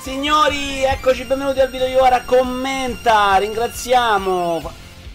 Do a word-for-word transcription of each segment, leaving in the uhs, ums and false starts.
Signori, eccoci, benvenuti al video di ora. Commenta, ringraziamo.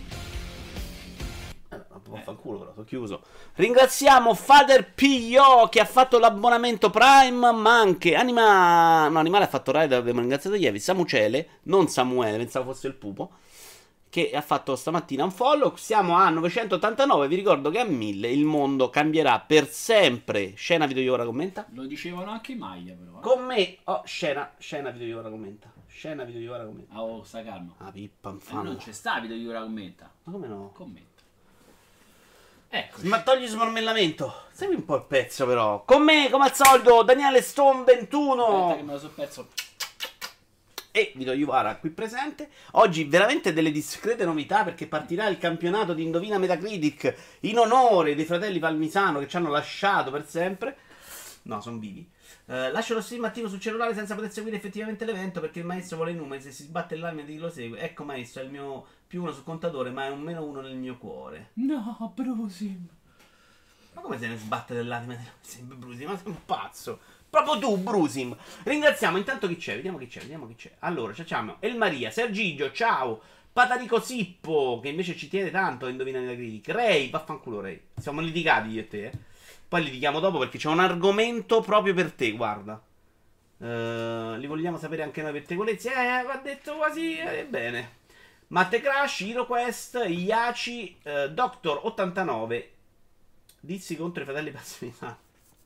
Eh, vaffanculo però, sono chiuso. Ringraziamo Father Pio che ha fatto l'abbonamento Prime, ma anche Anima... No, Animale ha fatto Raid, abbiamo ringraziato ieri. Samucele, non Samuele, pensavo fosse il pupo, che ha fatto stamattina un follow. Siamo a novecentottantanove. Vi ricordo che a mille il mondo cambierà per sempre. Scena video di ora commenta. Lo dicevano anche i Maglia però. Eh. Con me, oh, scena, scena video di ora commenta. Scena video di ora commenta. Ah, oh, sta calmo. Ah, pippa, Eh, infame. non c'è sta video di ora commenta. Ma come no? Commenta. Eccoci. Ma togli smarmellamento. Segui un po' il pezzo però. Con me, come al solito, Daniele Stone ventuno. Aspetta che me lo so pezzo. E Vito Iuvara qui presente. Oggi veramente delle discrete novità, perché partirà il campionato di Indovina Metacritic in onore dei fratelli Palmisano che ci hanno lasciato per sempre. No, sono vivi. Uh, lascio lo stream attivo sul cellulare senza poter seguire effettivamente l'evento perché il maestro vuole i numeri. Se si sbatte l'anima di chi lo segue. Ecco maestro, è il mio più uno sul contatore, ma è un meno uno nel mio cuore. No, Brusim. Ma come se ne sbatte dell'anima di Brusim? Ma sei un pazzo. Proprio tu, Brusim. Ringraziamo intanto chi c'è. Vediamo chi c'è, vediamo chi c'è. Allora, facciamo El Maria, Sergigio, ciao. Patarico Sippo, che invece ci tiene tanto a indovinare la critica. Ray, vaffanculo Ray. Siamo litigati io e te, eh. Poi litighiamo dopo perché c'è un argomento proprio per te, guarda. Uh, li vogliamo sapere anche noi pettegolezzi. Eh, va detto quasi eh, bene. Matte Crash, HeroQuest, Iaci, uh, Doctor ottantanove. Dizzi contro i fratelli Passimiliano.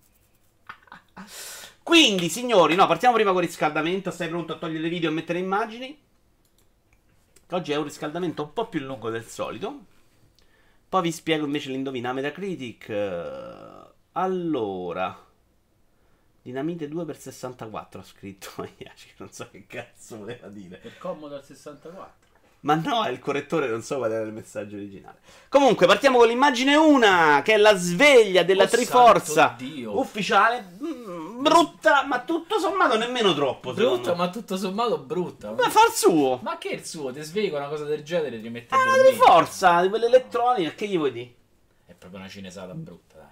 Quindi, signori, no, partiamo prima con il riscaldamento. Stai pronto a togliere video e mettere immagini? Oggi è un riscaldamento un po' più lungo del solito. Poi vi spiego invece l'indovina Metacritic. Allora, Dinamite due per sessantaquattro ha scritto Iaci, non so che cazzo voleva dire. Per comodo al sessantaquattro. Ma no, è il correttore, non so qual era il messaggio originale. Comunque, partiamo con l'immagine uno, che è la sveglia della Oh, Triforza Dio. ufficiale. Mm, brutta, ma tutto sommato nemmeno troppo. Brutta, ma tutto sommato brutta. Ma fa il suo. Ma che il suo? Ti svegli con una cosa del genere e ti metti È a una dormire. Triforza di quelle elettroniche, che gli vuoi dire? È proprio una cinesata brutta, dai.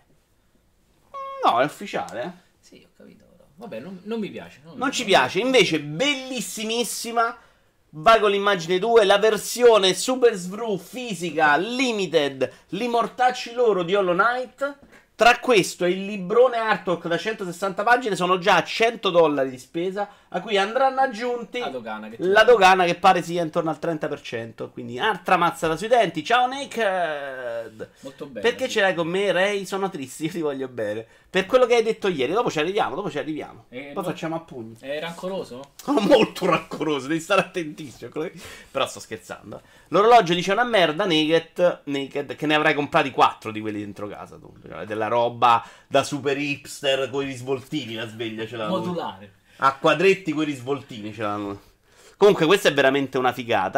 No, è ufficiale, eh. Sì, ho capito però. Vabbè, non, non mi piace. Non, Non mi ci piace, invece bellissimissima. Vai con l'immagine due, la versione Super Svru fisica limited, li mortacci loro di Hollow Knight. Tra questo e il librone artwork da centosessanta pagine sono già cento dollari di spesa, a cui andranno aggiunti La dogana che, la dogana che pare sia intorno al trenta per cento. Quindi altra mazzata sui denti. Ciao Naked. Molto bene. Perché sì. ce l'hai con me, Ray? Sono tristi, io ti voglio bene. Per quello che hai detto ieri. Dopo ci arriviamo, dopo ci arriviamo. Eh, Poi mo- facciamo a pugni. È rancoroso? Sono molto rancoroso, devi stare attentissimo. Però sto scherzando. L'orologio dice una merda, Naked, Naked, che ne avrai comprati quattro di quelli dentro casa tu. Cioè, della roba da super hipster con i risvoltini, la sveglia ce l'hanno. Modulare. A quadretti con i risvoltini ce l'hanno. Comunque questa è veramente una figata.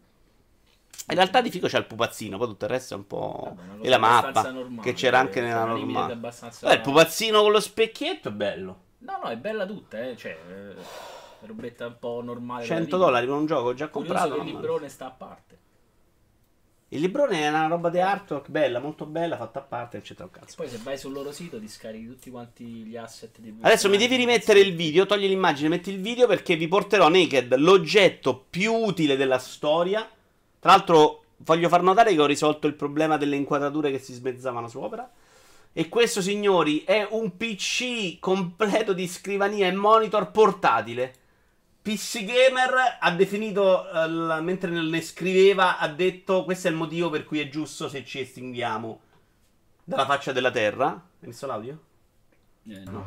In realtà di figo c'è il pupazzino, poi tutto il resto è un po'... Vabbè, una cosa e la abbastanza mappa, normale, che c'era anche cioè, nella una limited normale. abbastanza- Beh, il pupazzino con lo specchietto è bello. No, no, è bella tutta, eh. Cioè, eh, robetta un po' normale. cento dollari per un gioco già Curioso comprato. che il non male. librone sta a parte. Il librone è una roba di artwork bella, molto bella, fatta a parte, eccetera. Un cazzo. Poi se vai sul loro sito ti scarichi tutti quanti gli asset di Adesso mi devi rimettere il video, togli l'immagine, metti il video perché vi porterò Naked, l'oggetto più utile della storia. Tra l'altro voglio far notare che ho risolto il problema delle inquadrature che si smezzavano sopra. E questo, signori, è un P C completo di scrivania e monitor portatile. P C Gamer ha definito, uh, l- mentre ne scriveva, ha detto questo è il motivo per cui è giusto se ci estinguiamo dalla faccia della terra. Hai visto l'audio? Eh, no.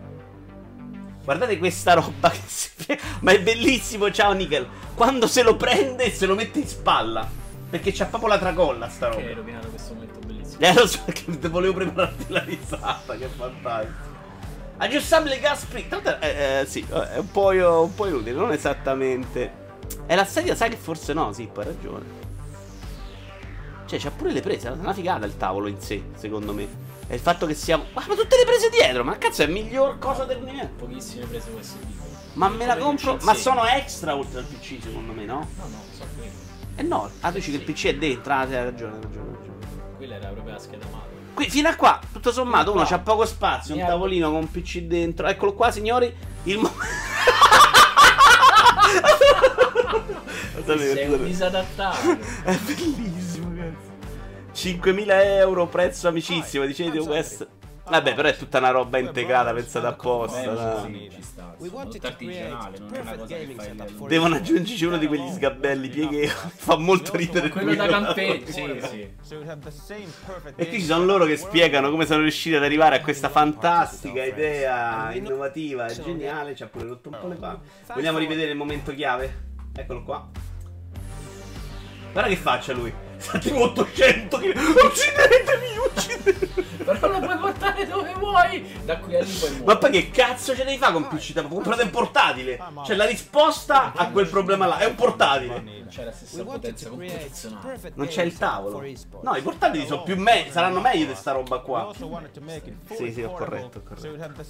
Guardate questa roba che si... Ma è bellissimo, ciao Nickel. Quando se lo prende e se lo mette in spalla. Perché c'ha proprio la tracolla sta roba. Che hai rovinato questo momento bellissimo. Eh, lo so che volevo prepararti la risata, che fantastico. Aggiustabile gas spring. Tanto, eh, eh, sì, è un po', un po' inutile, non esattamente. È la sedia, sai che forse no, sì, poi hai ragione. Cioè, c'ha pure le prese, è una figata il tavolo in sé, secondo me. E il fatto che siamo... Ma, ma tutte le prese dietro, ma cazzo è la miglior cosa del universo. Pochissime prese U S B. Ma me la Quelle compro... del C, Ma sì. sono extra oltre al P C, secondo me, no? No, no, so quello. Eh no, ah, tu dici che il P C è dentro, ah, sì, hai ragione, hai ragione, hai ragione. Quella era proprio la scheda madre. Qui, fino a qua, tutto sommato, Fino a uno qua. c'ha poco spazio, un Niente. tavolino con un P C dentro. Eccolo qua, signori. Il mo- esattamente. Sei un disadattato. È bellissimo, cazzo. cinquemila euro, prezzo amicissimo, dicevi questo. Vabbè, però è tutta una roba integrata, pensata apposta. Beh, dai. sì, ci sta. Molto artigianale, non è una cosa che fai nel- Devono aggiungerci uno di quegli sgabelli pieghevoli. Fa molto ridere Quello da quello. campeggio, sì, sì. E qui ci sono loro che spiegano come sono riusciti ad arrivare a questa fantastica idea innovativa e geniale. Ci ha pure rotto un po' le palle. Vogliamo rivedere il momento chiave? Eccolo qua. Guarda che faccia lui. Sta tipo ottocento kg. Uccidetemi, uccidetemi. Però lo puoi portare dove vuoi. Da qui a lì puoi muovere. Ma poi che cazzo ce devi fare con più città? Comprate un portatile. Cioè la risposta a quel problema là è un portatile. Non c'è la stessa potenza computazionale. Non c'è il tavolo. No, i portatili sono più me- saranno meglio di sta roba qua. Sì, sì, ho corretto, ho corretto.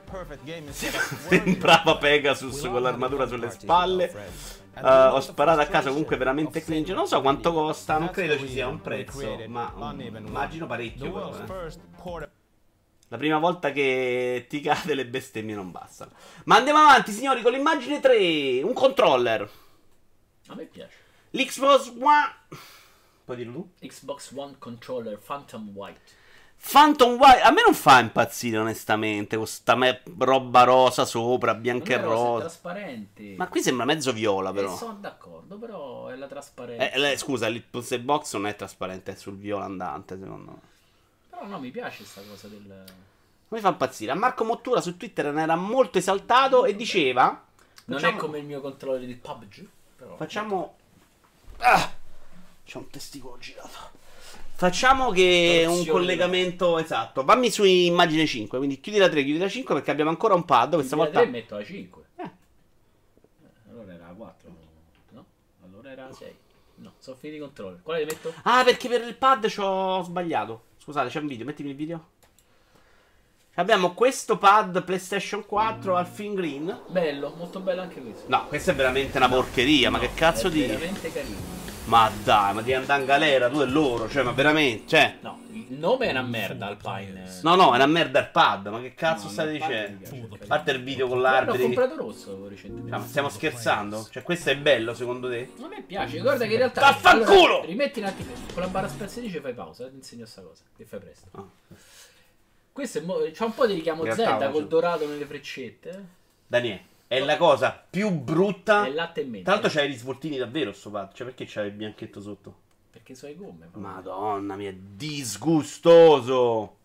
Sembrava Pegasus con l'armatura sulle spalle. Uh, ho sparato a caso, comunque veramente cringe. Non so quanto costa, non credo ci sia un prezzo, ma um, immagino parecchio però, eh. La prima volta che ti cade le bestemmie non bastano. Ma andiamo avanti signori con l'immagine tre. Un controller. A me piace. L'Xbox One. Puoi dirlo tu? Xbox One Controller Phantom White. Phantom White a me non fa impazzire onestamente. Con sta me- roba rosa sopra, bianca e Non è rosa, è rosa. trasparenti. Ma qui sembra mezzo viola Eh, però. sono d'accordo, però è la trasparenza. Eh, le- scusa, il Pulse Box non è trasparente, è sul viola andante secondo me. Però no, mi piace sta cosa del... Non mi fa impazzire. A Marco Mottura su Twitter ne era molto esaltato e diceva: Non facciamo, è come il mio controller di P U B G, però... Facciamo. Ah! C'è un testicolo girato. Facciamo che un Torsione. collegamento esatto. Vammi su immagine cinque. Quindi chiudi la tre, chiudi la cinque perché abbiamo ancora un pad. Questa Quindi volta. la tre metto la cinque. Eh. Eh, allora era la quattro, no? Allora era la sei. No, sono finiti i controller. Quale li metto? Ah, perché per il pad ci ho sbagliato. Scusate, c'è un video. Mettimi il video. Abbiamo questo pad PlayStation quattro al fin green. Bello, molto bello anche questo. No, questa è veramente una porcheria. Ma che cazzo è di. veramente carino. Ma dai, ma di andare in galera, tu e loro, cioè, ma veramente, cioè. No, il nome è una merda, Alpine. No, no, è una merda il pad, ma che cazzo No, state il pad mi dicendo? piace. A parte il video con Guarda, ho l'arbitro. comprato rosso recentemente. Cioè, ma stiamo scherzando? Cioè, questo è bello secondo te? A me piace, guarda che in realtà... Vaffanculo! Allora, rimetti un attimo, con la barra spazzatrice fai pausa, eh, ti insegno sta cosa, che fai presto. Ah. Questo è mo- c'ha un po' di richiamo In realtà, Zelda col faccio- dorato nelle freccette. eh. Daniele, è la cosa più brutta. È latte e menta. Tra l'altro c'hai gli svoltini davvero sto pad, cioè perché c'hai il bianchetto sotto? Perché so le gomme. proprio. Madonna mia, disgustoso.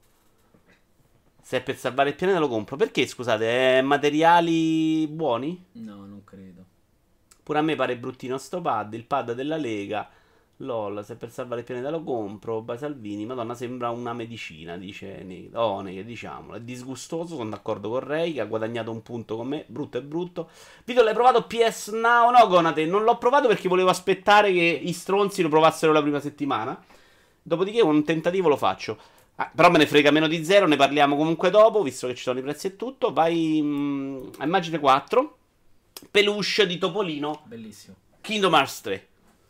Se è per salvare il pianeta lo compro. Perché, scusate, è materiali buoni? No, non credo. Pure a me pare bruttino sto pad, il pad della Lega. LOL, se per salvare il pianeta lo compro. Basalvini, madonna, sembra una medicina, dice Nick. Oh, Nick, diciamolo. È disgustoso, sono d'accordo con Ray, che ha guadagnato un punto con me. Brutto e brutto. Vito, l'hai provato P S Now? No, Gonate, non l'ho provato perché volevo aspettare che i stronzi lo provassero la prima settimana. Dopodiché un tentativo lo faccio. Ah, però me ne frega meno di zero, ne parliamo comunque dopo, visto che ci sono i prezzi e tutto. Vai mh, a immagine quattro. Peluche di Topolino. Bellissimo. Kingdom Hearts tre.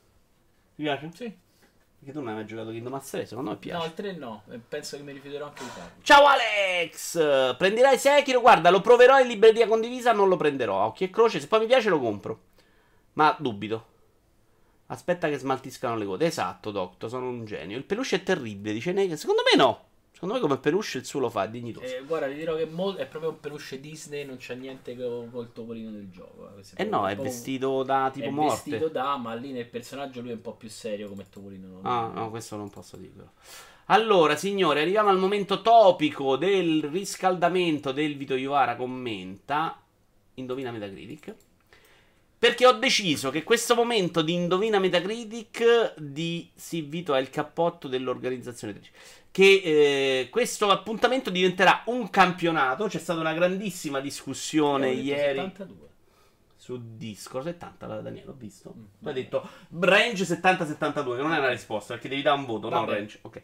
Ti piace? Sì. Perché tu non hai mai giocato Kingdom Hearts tre, secondo me piace. No, il tre no. E penso che mi rifiuterò anche di farlo. Ciao Alex! Prenderai Sekiro? Guarda, lo proverò in libreria condivisa, non lo prenderò. A occhio e croce, se poi mi piace lo compro. Ma dubito. Aspetta che smaltiscano le code. Esatto, Doctor, sono un genio. Il peluche è terribile, dice Nega. Secondo me no. Secondo me come peluche il suo lo fa, è dignitoso. Eh, guarda, ti dirò che mol- è proprio un peluche Disney, non c'è niente co- col topolino del gioco. eh. Questo Eh no, è proprio- vestito da tipo è morte. vestito da, ma lì nel personaggio lui è un po' più serio come topolino. Ah, no, questo non posso dirlo. Allora, signori, arriviamo al momento topico del riscaldamento del Vito Iovara commenta. Indovina Metacritic. Perché ho deciso che questo momento di Indovina Metacritic di Sì, Vito è il cappotto dell'organizzazione trici. Che eh, questo appuntamento diventerà un campionato. C'è stata una grandissima discussione Io ho detto ieri settantadue. su Discord. settanta, la Daniele, ho visto. Mm. Tu hai detto range settanta settantadue, che non è una risposta, perché devi dare un voto, non Vabbè. range. Ok.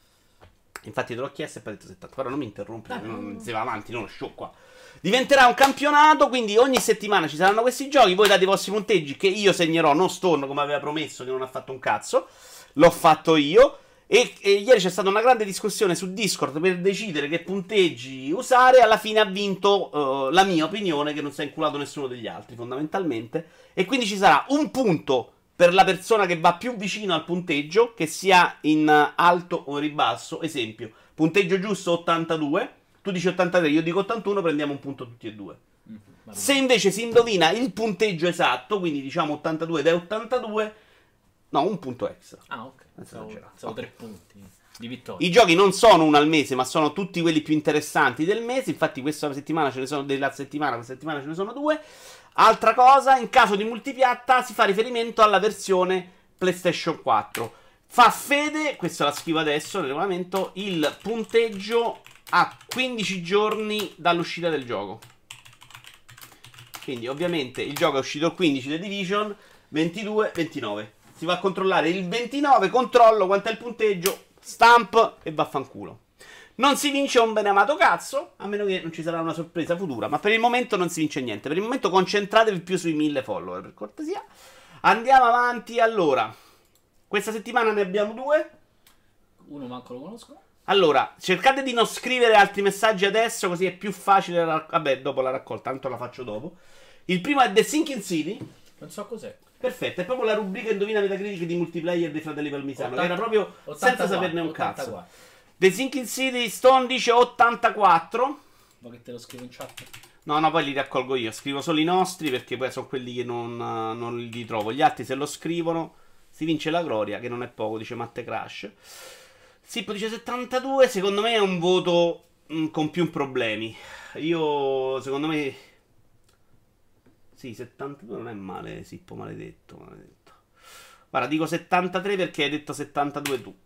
Infatti te l'ho chiesto e poi hai detto settanta. Però non mi interrompi, Ah, non no. si va avanti, non lo show qua. Diventerà un campionato, quindi ogni settimana ci saranno questi giochi. Voi date i vostri punteggi che io segnerò, non Storno come aveva promesso, che non ha fatto un cazzo. L'ho fatto io. E, e ieri c'è stata una grande discussione su Discord per decidere che punteggi usare. Alla fine ha vinto eh, la mia opinione, che non si è inculato nessuno degli altri, fondamentalmente. E quindi ci sarà un punto per la persona che va più vicino al punteggio, che sia in alto o in ribasso. Esempio, punteggio giusto ottantadue, tu dici ottantatré, io dico ottantuno, prendiamo un punto tutti e due. Mm, Se invece si indovina il punteggio esatto, quindi diciamo ottantadue ed è ottantadue, no, un punto extra. Ah, ok. Sono, Esagerato. sono Ok. tre punti di vittoria. I giochi non sono uno al mese, ma sono tutti quelli più interessanti del mese. Infatti, questa settimana ce ne sono della settimana, questa settimana ce ne sono due. Altra cosa, in caso di multipiatta si fa riferimento alla versione PlayStation quattro. Fa fede, questo la scrivo adesso nel regolamento, il punteggio a quindici giorni dall'uscita del gioco. Quindi ovviamente il gioco è uscito il quindici, The Division, ventidue, ventinove. Si va a controllare il ventinove, controllo quanto è il punteggio, stamp e vaffanculo. Non si vince un beneamato cazzo, a meno che non ci sarà una sorpresa futura, ma per il momento non si vince niente. Per il momento concentratevi più sui mille follower, per cortesia. Andiamo avanti, allora. Questa settimana ne abbiamo due. Uno manco lo conosco. Allora, cercate di non scrivere altri messaggi adesso, così è più facile. La... Vabbè, dopo la raccolta, tanto la faccio dopo. Il primo è The Sinking City. Non so cos'è. Perfetto, è proprio la rubrica Indovina Metacritic di multiplayer dei fratelli Palmisano, che era proprio senza ottantaquattro, saperne un ottantaquattro. cazzo. The Sinking City, Stone dice ottantaquattro. Ma che te lo scrivo in chat? No, no, poi li raccolgo io. Scrivo solo i nostri perché poi sono quelli che non, non li trovo. Gli altri se lo scrivono si vince la gloria, che non è poco, dice Matte Crash. Sippo dice settantadue, secondo me è un voto mh, con più problemi. Io, secondo me... Sì, settantadue non è male, Sippo, maledetto, maledetto. Guarda, dico settantatré perché hai detto settantadue tu.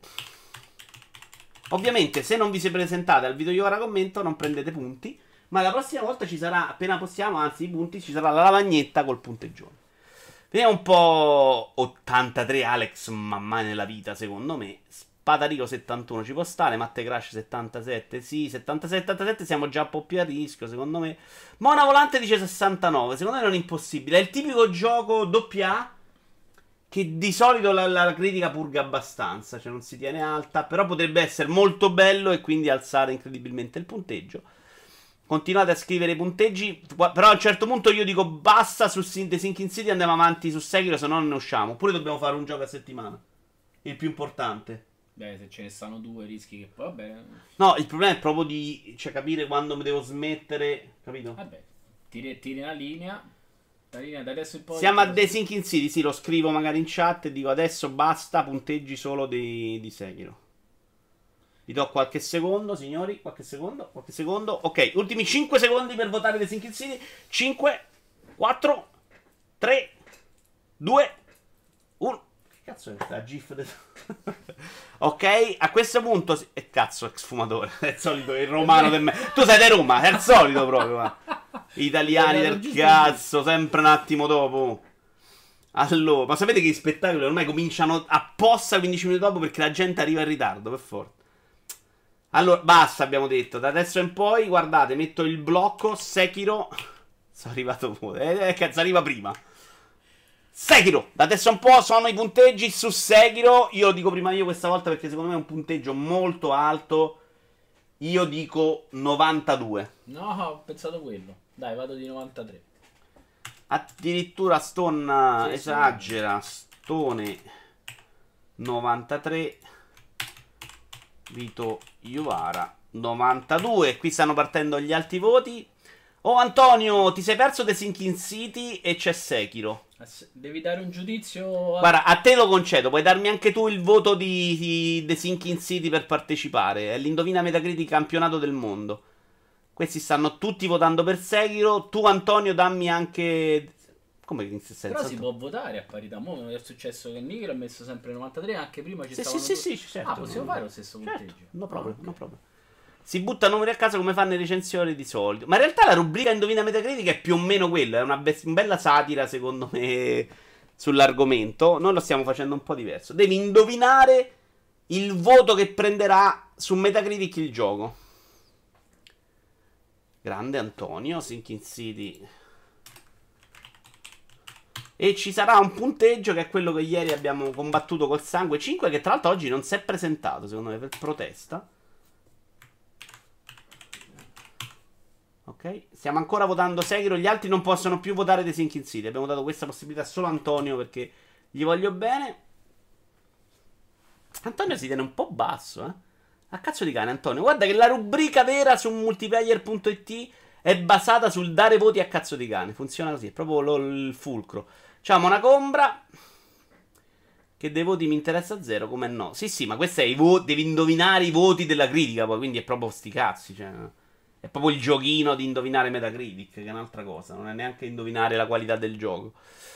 Ovviamente, se non vi si presentate al video io ora commento, non prendete punti. Ma la prossima volta ci sarà, appena possiamo, anzi i punti, ci sarà la lavagnetta col punteggione. Vediamo un po'. ottantatré Alex, ma mai nella vita, secondo me. Spadarico settantuno ci può stare. Matte Crash settantasette, sì, settantasei settantasette siamo già un po' più a rischio, secondo me. Mona Volante dice sessantanove, secondo me non è impossibile. È il tipico gioco doppia A che di solito la, la critica purga abbastanza, cioè non si tiene alta, però potrebbe essere molto bello e quindi alzare incredibilmente il punteggio. Continuate a scrivere i punteggi, però a un certo punto io dico basta su The Sinking City, andiamo avanti su Sekiro, se no non ne usciamo. Oppure dobbiamo fare un gioco a settimana, il più importante. Beh, se ce ne stanno due rischi che poi vabbè. No, il problema è proprio di, cioè, capire quando mi devo smettere, capito? Vabbè, tiri, tiri una linea. La linea da adesso in poi. Siamo a The Sinking City, sì, lo scrivo magari in chat e dico adesso basta, punteggi solo di, di Sekiro. Vi do qualche secondo, signori, qualche secondo, qualche secondo. Ok, ultimi cinque secondi per votare The Sinking City. cinque, quattro, tre, due, uno. Che cazzo è questa gif? De... Ok, a questo punto... Si... E cazzo, ex fumatore. È il solito, il romano del me. Tu sei di Roma, è il solito proprio, ma. Italiani del cazzo, sempre un attimo dopo. Allora, ma sapete che gli spettacoli ormai cominciano apposta quindici minuti dopo perché la gente arriva in ritardo, per forza. Allora, basta, abbiamo detto. Da adesso in poi, guardate, metto il blocco Sekiro. Sono arrivato pure. Eh, cazzo, arriva prima. Sekiro. Da adesso in poi sono i punteggi su Sekiro. Io lo dico prima io questa volta perché secondo me è un punteggio molto alto. Io dico novantadue. No, ho pensato quello. Dai, vado di novantatré. Addirittura Stone Sì, esagera. Stone novantatré. Vito Iovara novantadue. Qui stanno partendo gli alti voti. Oh Antonio, ti sei perso The Sinking City e c'è Sekiro. Devi dare un giudizio a... Guarda, a te lo concedo. Puoi darmi anche tu il voto di, di The Sinking City per partecipare. È l'Indovina Metacritic campionato del mondo. Questi stanno tutti votando per Sekiro. Tu Antonio dammi anche... Come in che senso? Però si può votare a parità. Mo è successo che Nicky l'ha messo sempre novantatré. Anche prima ci Sì, stavano sì, due- sì, sì, certo. Ah, possiamo fare lo stesso Certo, punteggio. no problem, Ah, ok. no problem. Si butta numeri a caso come fanno le recensioni di solito. Ma in realtà la rubrica Indovina Metacritic è più o meno quella. È una be- bella satira, secondo me, sull'argomento. Noi lo stiamo facendo un po' diverso. Devi indovinare il voto che prenderà su Metacritic il gioco. Grande Antonio, Sinking City. E ci sarà un punteggio che è quello che ieri abbiamo combattuto col sangue cinque, che tra l'altro oggi non si è presentato, secondo me, per protesta. Ok, stiamo ancora votando Sekiro, gli altri non possono più votare The Sinking City. Abbiamo dato questa possibilità solo a Antonio perché Gli voglio bene. Antonio si tiene un po' basso, eh. A cazzo di cane, Antonio. Guarda che la rubrica vera su multiplayer punto it è basata sul dare voti a cazzo di cane. Funziona così, è proprio lo, il fulcro. Ciao Monacombra. Che dei voti mi interessa zero, come no? Sì, sì, ma questo è i voti. Devi indovinare i voti della critica, poi, quindi è proprio sti cazzi, cioè. È proprio il giochino di indovinare Metacritic, che è un'altra cosa. Non è neanche indovinare la qualità del gioco.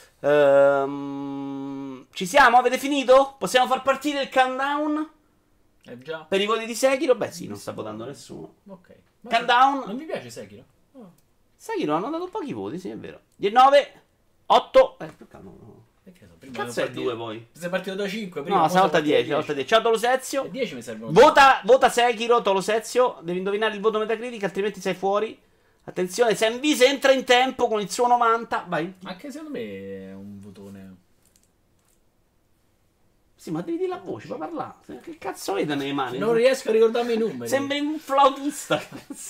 Ehm, ci siamo? Avete finito? Possiamo far partire il countdown? Eh già. Per i voti di Sekiro? Beh sì, non sta votando nessuno. Ok. Ma Countdown. Non mi piace Sekiro? Oh. Sekiro hanno dato pochi voti, sì, è vero. nove, otto. Eh, calmo. Perché so, prima Cazzo è due poi? sei partito da cinque, prima No, stavolta dieci, stavolta dieci. Ciao Tolo Sezio. E dieci mi servono. Vota, vota Sekiro, Tolo Sezio. Devi indovinare il voto Metacritic, altrimenti sei fuori. Attenzione, Samvise entra in tempo con il suo novanta. Vai. Anche secondo me è un votone. Sì, ma devi dire la voce, puoi parlare. Che cazzo vede nelle mani? Non riesco a ricordarmi i numeri. Sembri un flautista.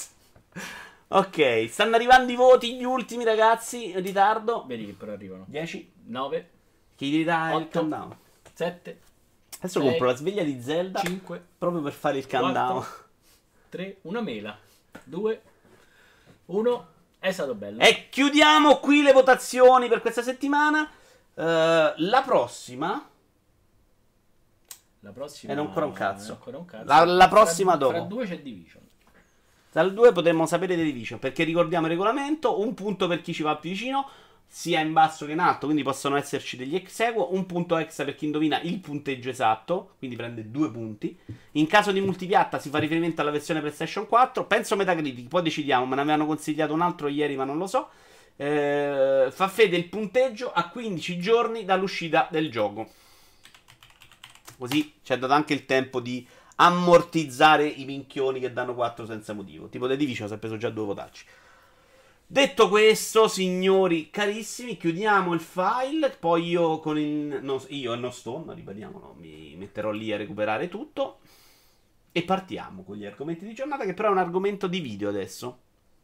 Ok, stanno arrivando i voti, gli ultimi ragazzi. In ritardo. Vedi che però arrivano. dieci. nove. Chi gli dà il otto, countdown? sette. Adesso sei, compro la sveglia di Zelda. cinque. Proprio per fare il countdown. tre. Una mela. due. uno. È stato bello. E chiudiamo qui le votazioni per questa settimana. Uh, la prossima. La prossima. È ancora un cazzo. È ancora un cazzo. La, la prossima fra, dopo. Tra due c'è Division. Dal due potremmo sapere The Division, perché ricordiamo il regolamento, un punto per chi ci va più vicino, sia in basso che in alto, quindi possono esserci degli ex equo, un punto extra per chi indovina il punteggio esatto, quindi prende due punti. In caso di multipiatta si fa riferimento alla versione PlayStation quattro, penso Metacritic, poi decidiamo, me ne avevano consigliato un altro ieri ma non lo so. Eh, fa fede il punteggio a quindici giorni dall'uscita del gioco. Così ci è dato anche il tempo di ammortizzare i minchioni che danno quattro senza motivo. Tipo The Division si è preso già due votacci. Detto questo, signori carissimi, chiudiamo il file. Poi io con il no, io e Nostone, ripetiamo, no, mi metterò lì a recuperare tutto. E partiamo con gli argomenti di giornata, che però è un argomento di video adesso.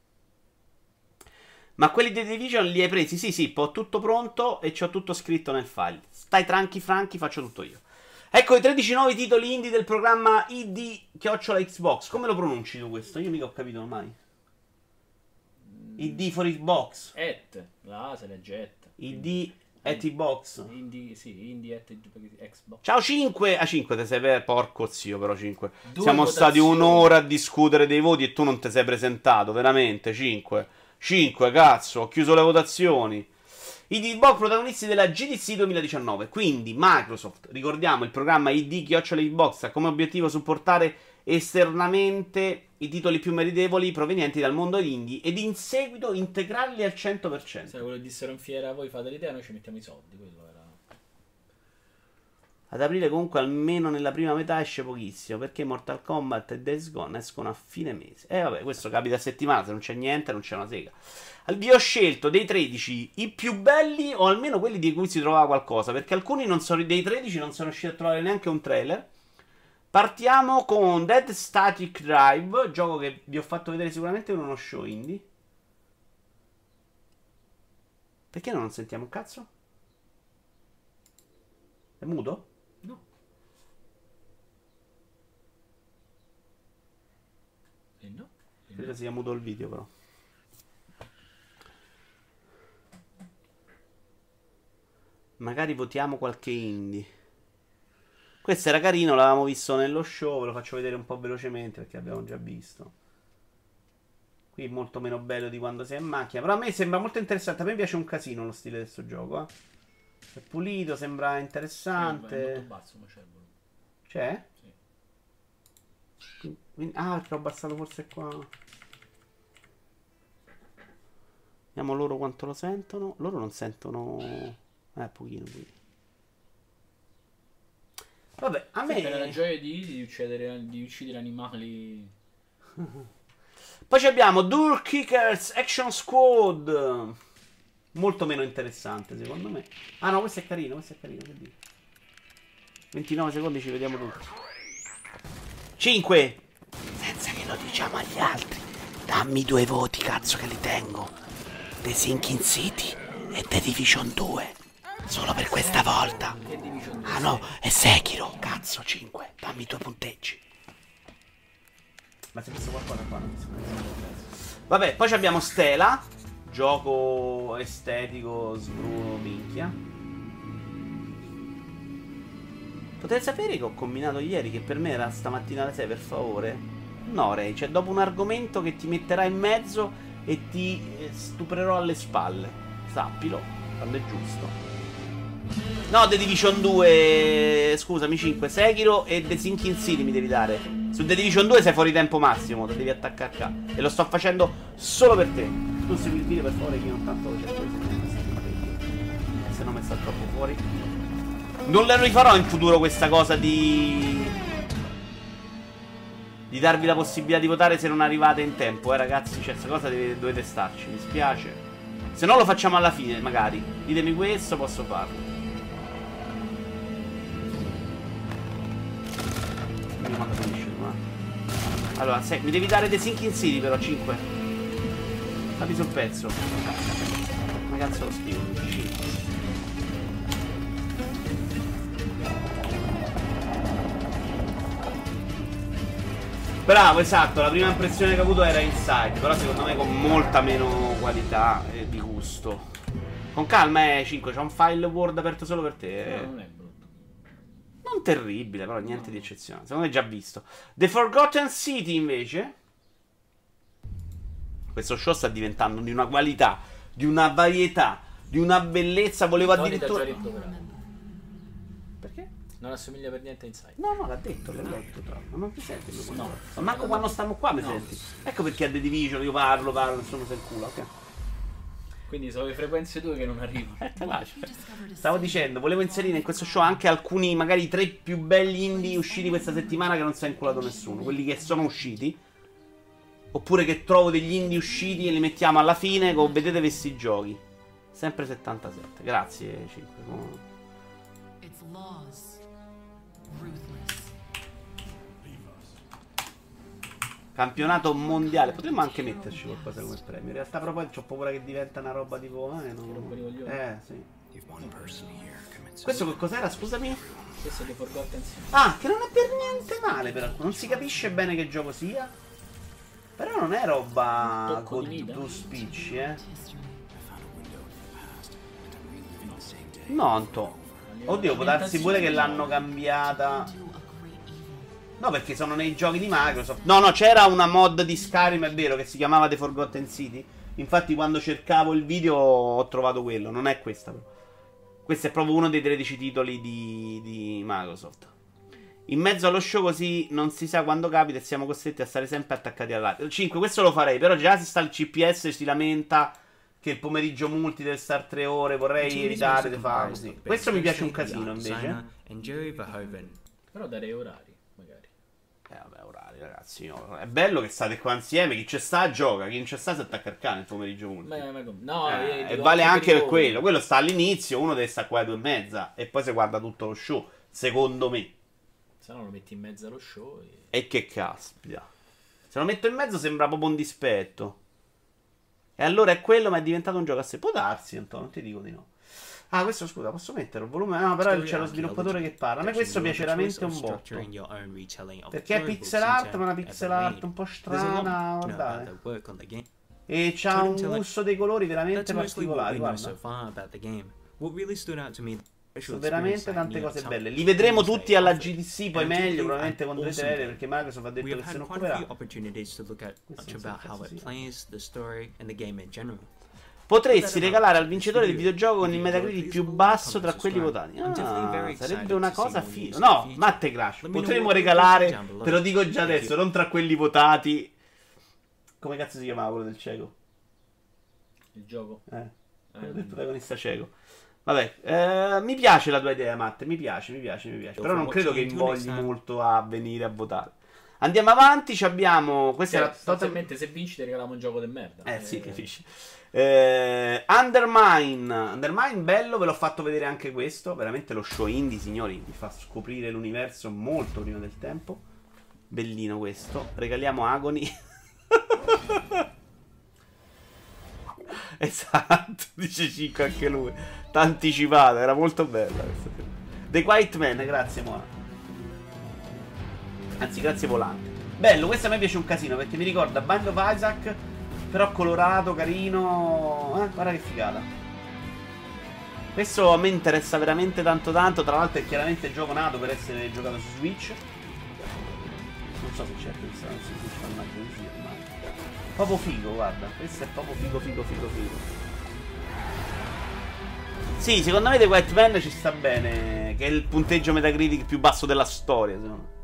Ma quelli di The Division li hai presi? Sì, sì, ho tutto pronto e c'ho tutto scritto nel file. Stai tranqui, franchi, faccio tutto io. Ecco i tredici nuovi titoli indie del programma I D chiocciola Xbox. Come lo pronunci tu questo? Io mica ho capito mai. I D for Xbox. Et. La se legge et. I D at Xbox. Indie, sì, indie at Xbox. Ciao cinque. A cinque te sei per... Porco zio però cinque. Due Siamo votazioni. stati un'ora a discutere dei voti e tu non ti sei presentato. Veramente, cinque. cinque, cazzo. Ho chiuso le votazioni. I D-Box protagonisti della G D C duemiladiciannove. Quindi Microsoft, ricordiamo, il programma I D chiocciola Xbox ha come obiettivo supportare esternamente i titoli più meritevoli provenienti dal mondo indie ed in seguito integrarli al cento per cento. Se quello che dissero in fiera, voi fate l'idea, noi ci mettiamo i soldi. Quello era. Ad aprile comunque almeno nella prima metà esce pochissimo, perché Mortal Kombat e Days Gone escono a fine mese. E eh, vabbè, questo capita a settimana, se non c'è niente non c'è una sega. Vi ho scelto dei tredici i più belli, o almeno quelli di cui si trovava qualcosa, perché alcuni non sono, dei tredici non sono riusciti a trovare neanche un trailer. Partiamo con Dead Static Drive, gioco che vi ho fatto vedere sicuramente in uno show indie. Perché non sentiamo un cazzo? È muto? No. E no. E Credo no. sia muto il video però. Magari votiamo qualche indie. Questo era carino, l'avevamo visto nello show. Ve lo faccio vedere un po' velocemente perché l'abbiamo già visto. Qui è molto meno bello di quando sei in macchina. Però a me sembra molto interessante. A me piace un casino lo stile di questo gioco, eh. È pulito, sembra interessante. È molto basso, ma c'è il volume. C'è? Sì. Quindi, ah, perché ho abbassato forse qua. Vediamo loro quanto lo sentono. Loro non sentono. Eh, pochino, pochino. Vabbè, a me. Sì, per la gioia di, di, uccidere, di uccidere animali. Poi abbiamo Dur Kickers Action Squad. Molto meno interessante secondo me. Ah no, questo è carino, questo è carino, che dico. ventinove secondi, ci vediamo tutti. cinque. Senza che lo diciamo agli altri. Dammi due voti, cazzo che li tengo. The Sinking City e The Division due. Solo per questa volta. Che Division due? Ah no, è Sekiro. Cazzo, cinque. Dammi i tuoi punteggi. Ma si è messo qualcosa qua? Non mi sembra. Vabbè, poi abbiamo Stela. Gioco estetico, sbruno, minchia. Potete sapere che ho combinato ieri, che per me era stamattina alle sei, per favore? No, Ray, cioè dopo un argomento che ti metterà in mezzo e ti eh, stuprerò alle spalle. Sappilo, quando è giusto. No, The Division due, scusami, cinque, Sekiro e The Sinking City mi devi dare. Su The Division due sei fuori tempo massimo, ti devi attaccare qua. E lo sto facendo solo per te. Tu segui il video per favore, che io non tanto cerco di seguire, se no mi sta troppo fuori. Non le rifarò in futuro questa cosa di... di darvi la possibilità di votare se non arrivate in tempo, eh ragazzi. Cioè, questa cosa deve, dovete starci, mi spiace. Se no lo facciamo alla fine, magari. Ditemi questo, posso farlo. Allora, se, mi devi dare The Sinking City però, cinque. Capi sul pezzo. Ma cazzo lo scrivo, cinque. Bravo, esatto, la prima impressione che ho avuto era Inside, però secondo me con molta meno qualità e di gusto. Con calma, eh, cinque, c'è un file Word aperto solo per te. Eh. No, non è brutto. Non terribile, però niente di eccezionale. Secondo me già visto. The Forgotten City, invece. Questo show sta diventando di una qualità, di una varietà, di una bellezza. Volevo addirittura... Perché? Non assomiglia per niente a Inside. No, no, l'ha detto, l'ho letto tra l'altro. Ma non mi senti? No. Ma manco quando stiamo qua mi no. senti. Ecco perché a The Division io parlo, parlo, nessuno si incula, ok? Quindi sono le frequenze tue che non arrivano. Eh, te lascio. Stavo dicendo, volevo inserire in questo show anche alcuni, magari tre più belli indie usciti questa settimana che non si è inculato nessuno. Quelli che sono usciti. Oppure che trovo degli indie usciti e li mettiamo alla fine con vedete questi giochi. Sempre settantasette. Grazie, cinque. Campionato mondiale. Potremmo anche metterci qualcosa come premio. In realtà proprio ho paura che diventa una roba tipo eh, non... eh sì. Questo che cos'era, scusami? Questo è The Forgotten City. Ah, che non è per niente male però. Non si capisce bene che gioco sia. Però non è roba con tu spicci, eh. No, Anto. Oddio, può darsi pure che l'hanno cambiata. No, perché sono nei giochi di Microsoft. No, no, c'era una mod di Skyrim, è vero, che si chiamava The Forgotten City. Infatti quando cercavo il video ho trovato quello. Non è questa però. Questo è proprio uno dei tredici titoli di, di Microsoft. In mezzo allo show così non si sa quando capita e siamo costretti a stare sempre attaccati all'altro. cinque, questo lo farei, però già si sta il C P S e si lamenta che il pomeriggio multi deve stare tre ore, vorrei evitare di fare così. Questo mi piace un casino invece. Però darei orari, magari. Eh vabbè, orari ragazzi, no. È bello che state qua insieme, chi c'è sta gioca, chi non c'è sta si attacca al cane il pomeriggio multi. Ma, ma, no, eh, e vale anche per, per quello, quello sta all'inizio, uno deve stare qua alle due e mezza e poi si guarda tutto lo show, secondo me. Se no lo metti in mezzo allo show e... e che caspita. Se lo metto in mezzo sembra proprio un dispetto. E allora è quello, ma è diventato un gioco a sé. Può darsi, Antonio, non ti dico di no. Ah, questo scusa, posso mettere il volume? No, però c'è lo sviluppatore che parla. A me questo piace veramente un botto. Perché è pixel art, ma una pixel art un po' strana, guardate. E c'ha un gusto dei colori veramente particolari, guarda. Sono veramente tante cose belle. Li vedremo tutti alla G D C, poi meglio, probabilmente con due trailer, perché Microsoft ha detto che se ne occuperà. Potresti regalare al vincitore del videogioco con il Metacritic più basso tra quelli votati. Ah, sarebbe una cosa figa. No, Matte Crash, potremmo regalare, te lo dico già adesso, non tra quelli votati. Come cazzo si chiamava quello del cieco? Il gioco? Eh, il protagonista cieco. Vabbè, eh, mi piace la tua idea, Matte, mi piace, mi piace, mi piace. Però non credo che invogli molto a venire a votare. Andiamo avanti, ci abbiamo... Questa cioè, era sostanzialmente se vinci ti regaliamo un gioco di merda. Eh, eh sì, capisci. Eh, Undermine. Undermine, bello, ve l'ho fatto vedere anche questo. Veramente lo show indie, signori, vi fa scoprire l'universo molto prima del tempo. Bellino questo. Regaliamo Agony. Esatto, dice cinque anche lui. T'ha anticipata, era molto bella questa. The Quiet Man, grazie Mona. Anzi, grazie Volante. Bello, questo a me piace un casino perché mi ricorda Band of Isaac, però colorato, carino. Eh, guarda che figata. Questo a me interessa veramente tanto tanto. Tra l'altro è chiaramente il gioco nato per essere giocato su Switch. Non so se c'è questa su Switch, ma immagino di sì, ma... proprio figo, guarda. Questo è proprio figo, figo, figo, figo. Sì, secondo me The White Man ci sta bene. Che è il punteggio Metacritic più basso della storia, secondo me.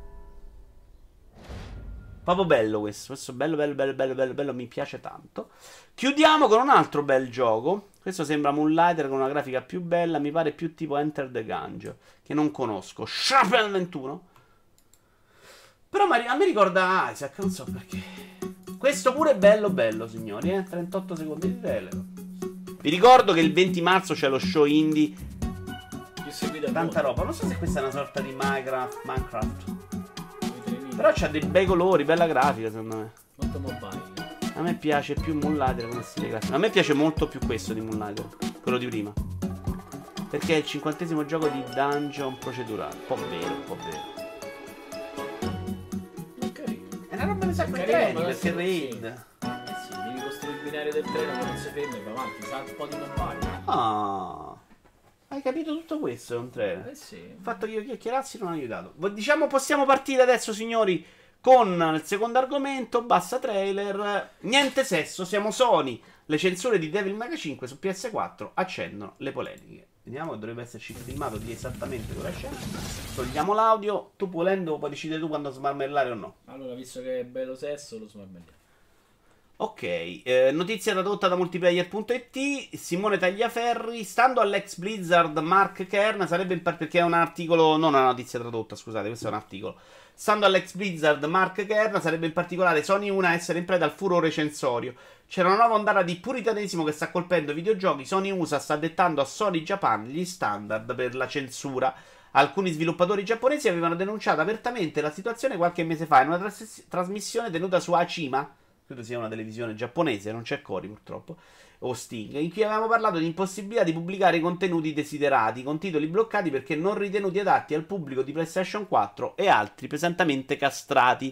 Proprio bello questo. Questo bello, bello, bello, bello, bello, bello. Mi piace tanto. Chiudiamo con un altro bel gioco. Questo sembra Moonlighter con una grafica più bella. Mi pare più tipo Enter the Gungeon, che non conosco. Sharpen ventuno. Però a me ricorda Isaac, non so perché. Questo pure è bello bello, signori, eh? trentotto secondi di tele. Vi ricordo che il venti marzo c'è lo show indie. Tanta roba. Non so se questa è una sorta di Minecraft. Minecraft. Però c'ha dei bei colori, bella grafica, secondo me. Molto mobile. A me piace più Moonlighter come stile grafico. A me piace molto più questo di Moonlighter, quello di prima. Perché è il cinquantesimo gioco di dungeon procedurale. Un po' vero, un po' vero. È una roba che sa quei treni, perché raid. Eh sì, devi costruire il binario del treno che non si ferma e va avanti, sa un po' di mobile. Ah, hai capito tutto questo, è un treno. Eh sì. Il fatto che io chiacchierassi non ha aiutato. Diciamo, possiamo partire adesso, signori, con il secondo argomento. Basta trailer. Niente sesso, siamo Sony. Le censure di Devil May Cry cinque su P S quattro accendono le polemiche. Vediamo che dovrebbe esserci filmato di esattamente quella scena. Togliamo l'audio. Tu volendo puoi decidere tu quando smarmellare o no. Allora, visto che è bello sesso, lo smarmelliamo. Ok, eh, notizia tradotta da multiplayer punto it. Simone Tagliaferri. Stando all'ex Blizzard Mark Kern, sarebbe in parte perché è un articolo, non una notizia tradotta, scusate, questo è un articolo. Stando all'ex Blizzard Mark Kern, sarebbe in particolare Sony uno a essere in preda al furore censorio. C'era una nuova ondata di puritanesimo che sta colpendo i videogiochi. Sony U S A sta dettando a Sony Japan gli standard per la censura. Alcuni sviluppatori giapponesi avevano denunciato apertamente la situazione qualche mese fa in una tras- trasmissione tenuta su Acima, credo sia una televisione giapponese, non c'è Cori purtroppo, o Sting, in cui avevamo parlato di impossibilità di pubblicare i contenuti desiderati, con titoli bloccati perché non ritenuti adatti al pubblico di PlayStation quattro e altri pesantemente castrati.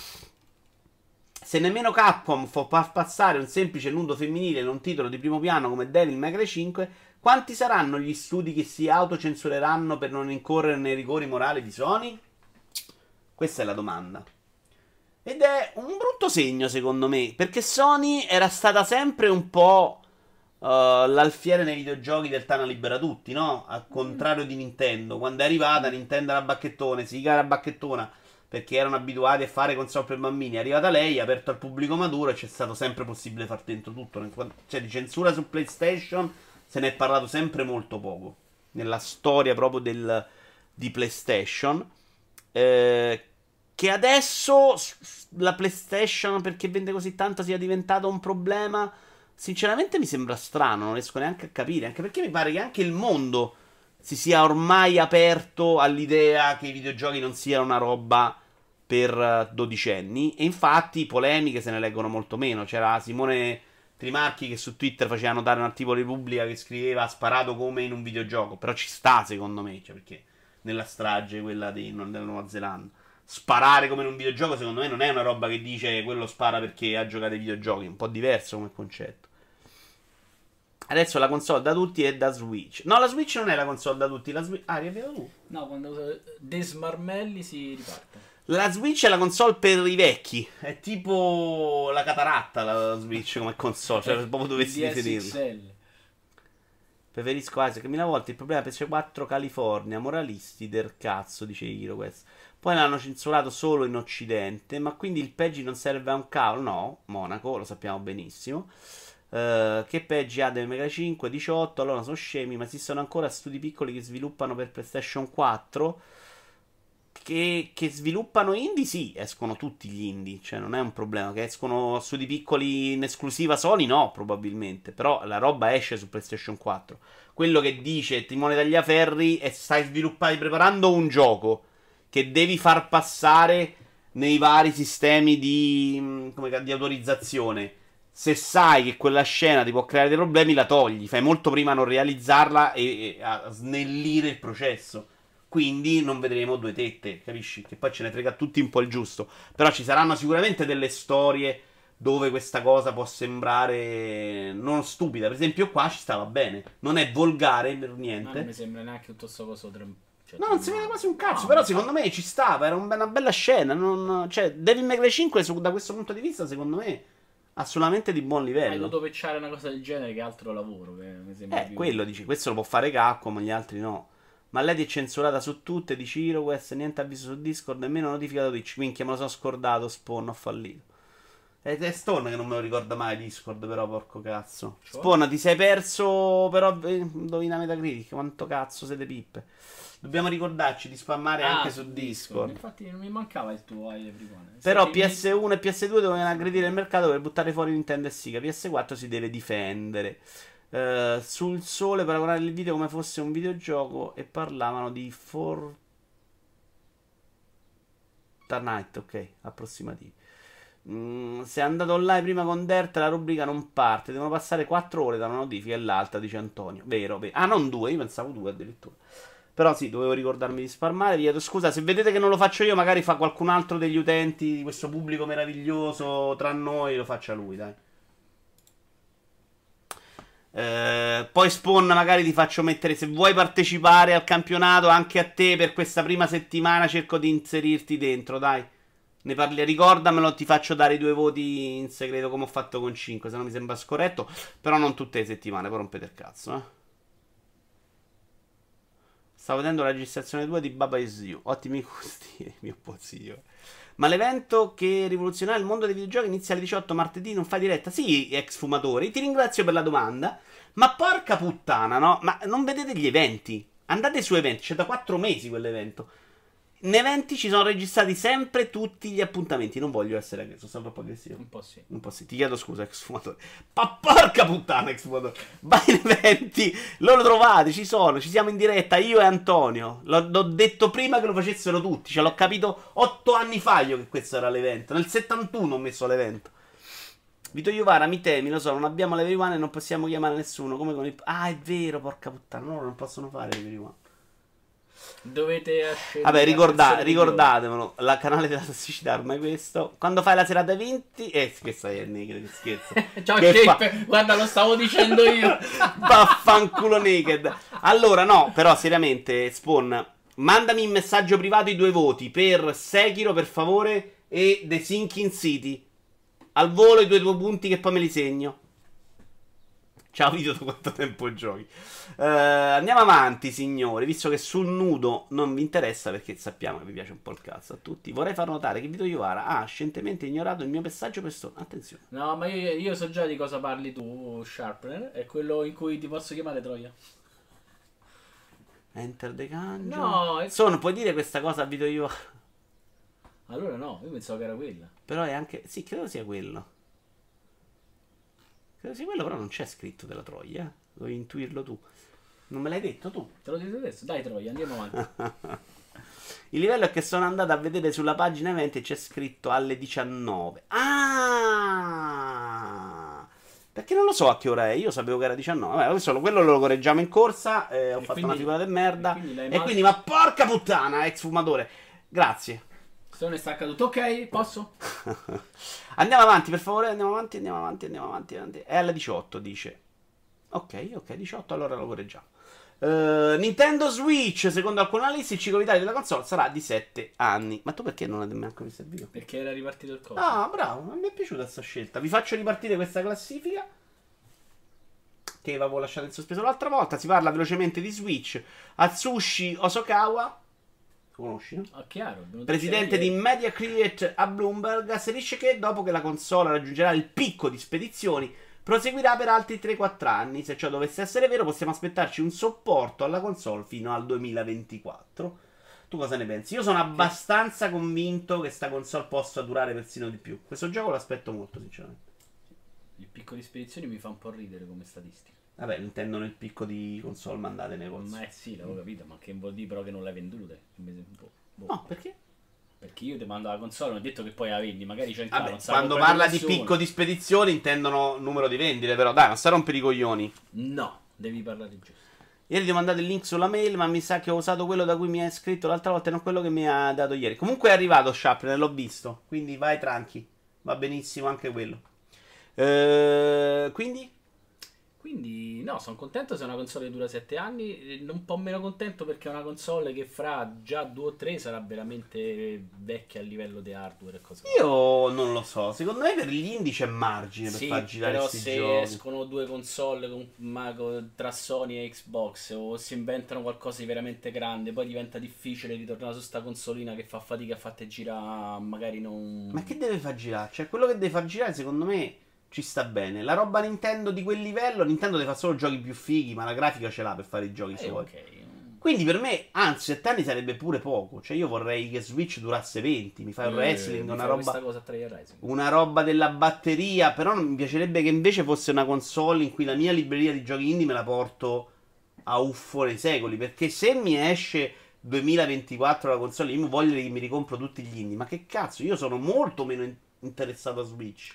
Se nemmeno Capcom può far passare un semplice nudo femminile in un titolo di primo piano come Devil May Cry cinque, quanti saranno gli studi che si autocensureranno per non incorrere nei rigori morali di Sony? Questa è la domanda. Ed è un brutto segno, secondo me, perché Sony era stata sempre un po' uh, l'alfiere nei videogiochi del Tana libera tutti, no? Al contrario di Nintendo. Quando è arrivata, Nintendo era bacchettone, Sega era bacchettona, perché erano abituati a fare console per bambini. È arrivata lei, aperto al pubblico maturo, e c'è stato sempre possibile far dentro tutto. Cioè, di censura su PlayStation se ne è parlato sempre molto poco. Nella storia proprio del, di PlayStation. Eh... Che adesso la PlayStation, perché vende così tanto, sia diventato un problema, sinceramente mi sembra strano, non riesco neanche a capire. Anche perché mi pare che anche il mondo si sia ormai aperto all'idea che i videogiochi non siano una roba per dodicenni. E infatti polemiche se ne leggono molto meno. C'era Simone Trimarchi che su Twitter faceva notare un articolo di Repubblica che scriveva "ha sparato come in un videogioco". Però ci sta, secondo me, cioè, perché nella strage quella di, della Nuova Zelanda, sparare come in un videogioco, secondo me, non è una roba che dice quello spara perché ha giocato ai videogiochi. È un po' diverso come concetto. Adesso la console da tutti è da Switch. No, la Switch non è la console da tutti. La Switch... Ah, riavviato tu? No, quando desmarmelli si riparte. La Switch è la console per i vecchi. È tipo la cataratta la Switch come console. Cioè, proprio dovessi definirla. Preferisco Isaac mille volte. Il problema è P S quattro California. Moralisti del cazzo, dice Hiro questo. Poi l'hanno censurato solo in Occidente. Ma quindi il Peggy non serve a un cavolo? No, Monaco, lo sappiamo benissimo. Uh, che Peggy ha del Mega cinque? diciotto. Allora sono scemi. Ma esistono ancora studi piccoli che sviluppano per PlayStation quattro? Che, che sviluppano indie? Sì, escono tutti gli indie. Cioè non è un problema. Che escono studi piccoli in esclusiva Sony? No, probabilmente. Però la roba esce su PlayStation quattro. Quello che dice Timone Tagliaferri è: stai sviluppando, preparando un gioco che devi far passare nei vari sistemi di, come, di autorizzazione. se sai che quella scena ti può creare dei problemi, la togli. Fai molto prima a non realizzarla e, e a snellire il processo. Quindi non vedremo due tette, capisci? Che poi ce ne frega a tutti un po' il giusto. Però ci saranno sicuramente delle storie dove questa cosa può sembrare non stupida. Per esempio, qua ci stava bene. Non è volgare per Ma non niente. mi sembra neanche tutto sto coso. Tre... Cioè, No, non si vede quasi un cazzo. no, Però ma- secondo me ci stava. Era un- una bella scena. Non... Cioè, Devil May Cry cinque, su- da questo punto di vista, secondo me, assolutamente di buon Hai livello. dovuto pecciare una cosa del genere che altro lavoro. Che mi sembra Eh, più... quello dici. Questo lo può fare Capcom, gli altri no. Ma lei è censurata su tutte. Dici HeroQuest, niente avviso su Discord, nemmeno notificato Twitch. Minchia, me lo sono scordato. Spawn, ho fallito. Ed è Stone che non me lo ricorda mai Discord, però, porco cazzo. Cioè? Spawn, ti sei perso, però, eh, indovina Metacritic. Quanto cazzo siete pippe. Dobbiamo ricordarci di spammare Ah, anche su Discord. Infatti non mi mancava il tuo I everyone. Però Sei P S uno e P S due dovevano aggredire il mercato per buttare fuori Nintendo e Sega. P S quattro si deve difendere. Eh, sul sole paragonare il video come fosse un videogioco e parlavano di Fortnite, ok, approssimativi. Mm, se è andato online prima con Dirt la rubrica non parte. Devono passare quattro ore da una notifica e l'altra, dice Antonio. Vero, vero. Ah, non due, io pensavo due addirittura. Però sì, dovevo ricordarmi di spalmare. Vi chiedo scusa, se vedete che non lo faccio io, magari fa qualcun altro degli utenti di questo pubblico meraviglioso tra noi, lo faccia lui, dai. Eh, poi Spawn magari ti faccio mettere, se vuoi partecipare al campionato anche a te per questa prima settimana, cerco di inserirti dentro, dai. Ne parli, ricordamelo, ti faccio dare i due voti in segreto come ho fatto con cinque, se no mi sembra scorretto, però non tutte le settimane, poi rompete il cazzo, eh. Stavo vedendo la registrazione due di Baba Is You. Ottimi gusti, mio zio. Ma l'evento che rivoluzionerà il mondo dei videogiochi inizia alle diciotto martedì, non fa diretta? Sì, ex fumatori, ti ringrazio per la domanda. Ma porca puttana, no? Ma non vedete gli eventi? Andate su eventi, c'è da quattro mesi quell'evento. In eventi ci sono registrati sempre tutti gli appuntamenti. Non voglio essere aggressivo, sono troppo aggressivo. Un po' sì. Un po' sì, ti chiedo scusa, ex fumatore. Ma porca puttana, ex fumatore. Vai in eventi, lo trovate, ci sono, ci siamo in diretta, io e Antonio. L'ho, l'ho detto prima che lo facessero tutti, ce l'ho capito otto anni fa io che questo era l'evento. Nel settantuno ho messo l'evento. Vito Iuvara, mi temi, lo so, non abbiamo le One e non possiamo chiamare nessuno. Come con il... Ah, è vero, porca puttana, loro non possono fare le One. Dovete scegliere. Vabbè, ricorda- ricordatevelo, la canale della tossicità ormai questo. Quando fai la serata venti, eh, questa è Naked, che scherzo. Ciao Che Shape, fa- guarda, lo stavo dicendo io. Vaffanculo Naked. Allora, no, però seriamente, Spawn, mandami in messaggio privato i due voti per Sekiro, per favore, e The Sinking City. Al volo i due tuoi punti che poi me li segno. Ciao video, da quanto tempo giochi? Eh, andiamo avanti, signori. Visto che sul nudo non vi interessa, perché sappiamo che vi piace un po' il cazzo a tutti, vorrei far notare che Vito Iovara ha scientemente ignorato il mio messaggio per sto. Attenzione. No, ma io, io so già di cosa parli tu, Sharpener. È quello in cui ti posso chiamare Troia. Enter the Gungeon. No, è... Sono, puoi dire questa cosa a Vito Iovara? Allora no, io pensavo che era quella. Però è anche. Sì, credo sia quello. Credo sia quello, però non c'è scritto della Troia. Eh? Devi intuirlo tu. Non me l'hai detto tu? Te lo dico adesso? Dai Troia, andiamo avanti. Il livello è che sono andato a vedere sulla pagina eventi e c'è scritto alle diciannove. Ah! Perché non lo so a che ora è. Io sapevo che era diciannove. Vabbè, questo, quello lo correggiamo in corsa. Eh, ho E fatto quindi- una figura di merda. e quindi l'hai E mal- quindi, ma porca puttana, ex fumatore. Grazie. Se ne stacca tutto. Ok, posso? Andiamo avanti, per favore. Andiamo avanti, andiamo avanti, andiamo avanti. avanti. È alle diciotto, dice. Ok, ok, diciotto, allora lo correggiamo. Uh, Nintendo Switch, secondo alcuni analisti, il ciclo vitale della console sarà di sette anni. Ma tu perché non hai neanche visto il video? Perché era ripartito il coso. Ah, bravo, mi è piaciuta questa scelta. Vi faccio ripartire questa classifica che avevo lasciato in sospeso l'altra volta. Si parla velocemente di Switch. Atsushi Osokawa, conosci, no? Ah, chiaro. è venuto Presidente ieri. di Media Create a Bloomberg, asserisce che dopo che la console raggiungerà il picco di spedizioni proseguirà per altri tre quattro anni. Se ciò dovesse essere vero, possiamo aspettarci un supporto alla console fino al duemilaventiquattro. Tu cosa ne pensi? Io sono abbastanza convinto che sta console possa durare persino di più. Questo gioco lo aspetto molto, sinceramente. Il picco di spedizioni mi fa un po' ridere come statistica. Vabbè, intendono il picco di console mandate nei negozi. Ma eh sì, l'avevo capito, ma che vuol dire però che non l'hai vendute? Boh, boh. No, perché? Perché io ti mando la console, non ho detto che poi la vendi, magari c'è in Vabbè, casa, non sa la quando comprare parla di nessuno. picco di spedizioni intendono numero di vendite, però dai, non sta a rompere i coglioni. No, devi parlare giusto. Ieri ti ho mandato il link sulla mail, ma mi sa che ho usato quello da cui mi hai scritto l'altra volta e non quello che mi ha dato ieri. Comunque è arrivato Sharpner, l'ho visto, quindi vai tranqui. Va benissimo anche quello. Eh, quindi? Quindi, no, sono contento se è una console che dura sette anni. eh, Un po' meno contento perché è una console che fra già due o tre sarà veramente vecchia a livello di hardware e cose varie. Io non lo so, secondo me per gli indie c'è margine per Sì, far girare però questi se giochi. escono due console con- ma con- tra Sony e Xbox o si inventano qualcosa di veramente grande, poi diventa difficile ritornare su sta consolina che fa fatica a farti girare, magari non... Ma che deve far girare? Cioè, quello che deve far girare, secondo me, ci sta bene. La roba Nintendo di quel livello, Nintendo deve fare solo giochi più fighi, ma la grafica ce l'ha per fare i giochi Eh, suoi. ok. Quindi per me, anzi, sette anni sarebbe pure poco. Cioè, io vorrei che Switch durasse venti. Mi fai un Eh, wrestling, mi una fai questa roba, cosa a Trial Rising. una roba della batteria. Però non mi piacerebbe che invece fosse una console in cui la mia libreria di giochi indie me la porto a uffo nei secoli. Perché se mi esce duemilaventiquattro la console, io voglio che mi ricompro tutti gli indie. Ma che cazzo, io sono molto meno in- interessato a Switch.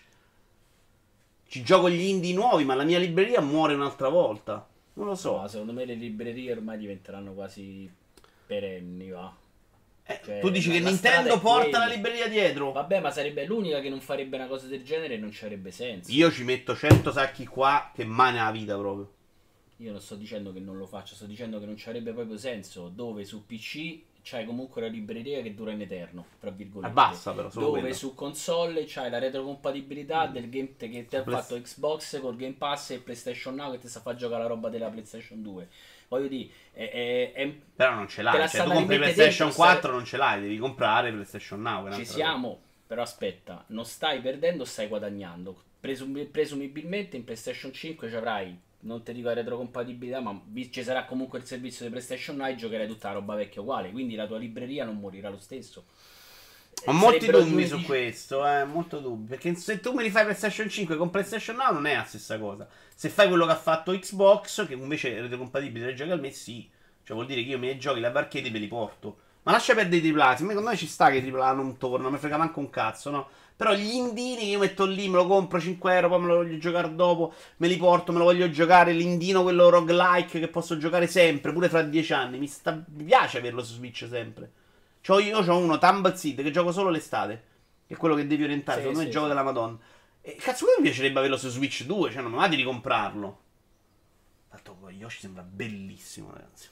Ci gioco gli indie nuovi, ma la mia libreria muore un'altra volta. Non lo so. No, secondo me le librerie ormai diventeranno quasi perenni, va. Eh, Cioè, tu dici la- che la Nintendo strada è porta quella. la libreria dietro? Vabbè, ma sarebbe l'unica che non farebbe una cosa del genere e non ci avrebbe senso. Io ci metto cento sacchi qua che mai nella vita proprio. Io non sto dicendo che non lo faccio, sto dicendo che non ci avrebbe proprio senso. Dove su P C c'hai comunque la libreria che dura in eterno, tra virgolette. E basta però, solo Dove quello. su console c'hai la retrocompatibilità del game te- che ti ha Play- fatto Xbox col Game Pass e PlayStation Now che ti sta a far giocare la roba della PlayStation due. Voglio dire, è, è- è- Però non ce te l'hai. la Cioè, tu stanno compri rimettendo PlayStation dentro, quattro, stai- non ce l'hai. Devi comprare PlayStation Now. che è ci un'altra siamo, però aspetta, non stai perdendo, stai guadagnando. Presum- presumibilmente in PlayStation cinque ci avrai, non ti dico la retrocompatibilità, ma vi- ci sarà comunque il servizio di PlayStation Now e giocherai tutta la roba vecchia uguale, quindi la tua libreria non morirà lo stesso. Ho molti Sarebbero dubbi due su dici- questo, eh, molto dubbi. Perché se tu mi rifai PlayStation cinque con PlayStation Now non è la stessa cosa. Se fai quello che ha fatto Xbox, che invece è retrocompatibile ai giochi al me, sì. Cioè vuol dire che io i miei giochi, la barchete me li porto. Ma lascia perdere i tripla A, secondo me ci sta che i tripla A non tornano, non mi frega manco un cazzo, no? Però gli indini che io metto lì, me lo compro cinque euro, poi me lo voglio giocare dopo, me li porto, me lo voglio giocare, l'indino quello roguelike che posso giocare sempre, pure fra dieci anni. Mi, sta- mi piace averlo su Switch sempre. C'ho io ho uno Tumble Seed che gioco solo l'estate. Che è quello che devi orientare. Sì, Secondo me è sì, il gioco sì. della Madonna. E cazzo, come mi piacerebbe averlo su Switch due? Cioè, non mi va di ricomprarlo. Tanto poi Yoshi sembra bellissimo, ragazzi.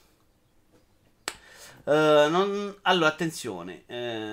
Eh, non- Allora, attenzione.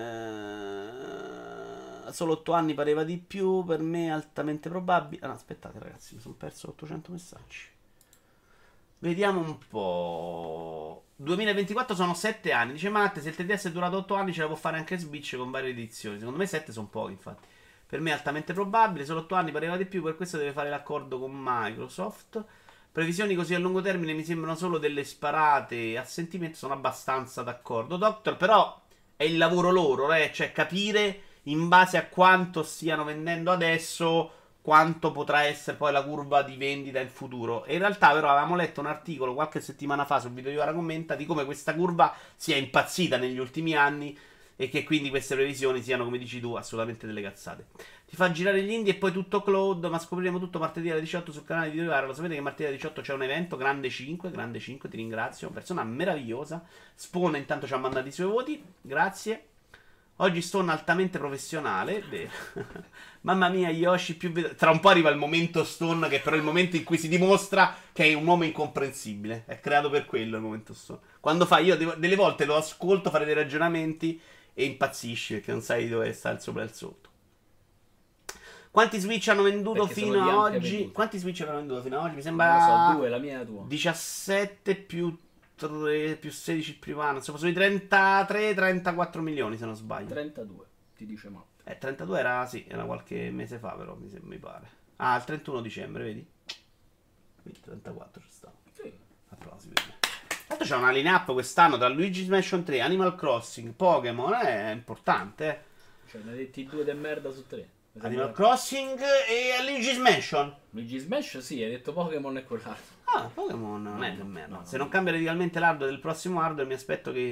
Eh, Solo otto anni pareva di più. Per me è altamente probabile. Ah, no, aspettate, ragazzi, mi sono perso ottocento messaggi. Vediamo un po'. duemilaventiquattro sono sette anni. Dice Matte, se il T D S è durato otto anni ce la può fare anche Switch con varie edizioni. Secondo me sette sono pochi, infatti. Per me è altamente probabile. Solo otto anni pareva di più, per questo deve fare l'accordo con Microsoft. Previsioni così a lungo termine mi sembrano solo delle sparate a sentimento, sono abbastanza d'accordo. Doctor, però è il lavoro loro, eh? Cioè capire in base a quanto stiano vendendo adesso quanto potrà essere poi la curva di vendita in futuro. E in realtà però avevamo letto un articolo qualche settimana fa sul video di Ora Commenta di come questa curva sia impazzita negli ultimi anni e che quindi queste previsioni siano, come dici tu, assolutamente delle cazzate. Ti fa girare gli indie e poi tutto cloud, ma scopriremo tutto martedì alle diciotto sul canale di Video Ora. Lo sapete che martedì alle diciotto c'è un evento, Grande cinque, Grande cinque, ti ringrazio, persona meravigliosa. Spone intanto ci ha mandato i suoi voti, grazie. Oggi Stone altamente professionale, vero. Mamma mia, Yoshi più vedo... Tra un po' arriva il momento Stone, che però è il momento in cui si dimostra che è un uomo incomprensibile. È creato per quello il momento Stone. Quando fa, io devo- delle volte lo ascolto fare dei ragionamenti e impazzisci perché non sai dove sta il sopra e il sotto. Quanti Switch hanno venduto Perché sono fino di a ampia oggi? venduta. Quanti Switch hanno venduto fino a oggi? Mi Non sembra lo so, due, la mia e la tua. diciassette più tre più sedici il primo anno. Insomma, sui trentatré trentaquattro milioni se non sbaglio. trentadue, ti dice Matt. Eh, trentadue era, sì, era qualche mese fa, però mi, sem- mi pare. Ah, il trentuno dicembre, vedi? Quindi trentaquattro ci sta. Sì. Applausi per me. Tra l'altro c'è una line-up quest'anno tra Luigi's Mansion tre, Animal Crossing, Pokémon, è importante, eh. Cioè, ne hai detti due de merda su tre. Mi Animal sembra- Crossing e Luigi's Mansion. Luigi Smash sì, hai detto Pokémon e quell'altro. Ah, Pokémon non è No, di merda. no, Se no. non cambia radicalmente l'hardware del prossimo hardware, mi aspetto che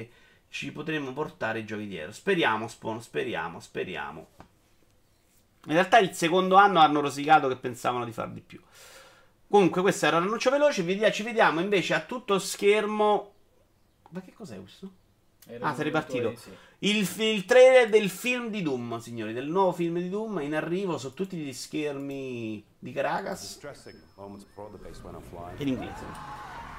ci potremmo portare i giochi dietro. Speriamo, Spawn, speriamo, speriamo. In realtà il secondo anno hanno rosicato che pensavano di far di più. Comunque questo era un annuncio veloce. Ci vediamo invece a tutto schermo. Ma che cos'è questo? Era ah, sei ripartito. tuoi, sì. il, il trailer del film di Doom, signori. Del nuovo film di Doom in arrivo su tutti gli schermi di Caracas. In inglese.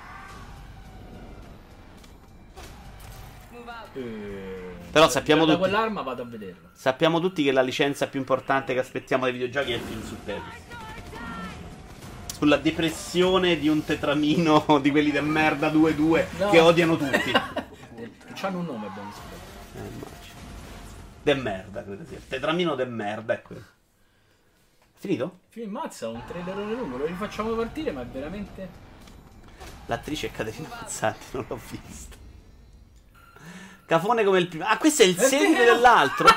Eh, Però sappiamo da tutti, quell'arma vado a vederlo. sappiamo tutti che la licenza più importante che aspettiamo dai videogiochi è il film su Tetris. Sulla depressione di un tetramino di quelli de merda due due No. che odiano tutti. C'hanno un nome, abbiamo scoperto. Eh, immagino. De merda, credo sia. Il tetramino de merda è quello. Finito? Film mazza, un trailerone lungo, lo rifacciamo partire, ma è veramente... L'attrice è Caterina Mazzatti, non l'ho vista. Cafone come il primo. Ah, questo è il È seguito vero! dell'altro.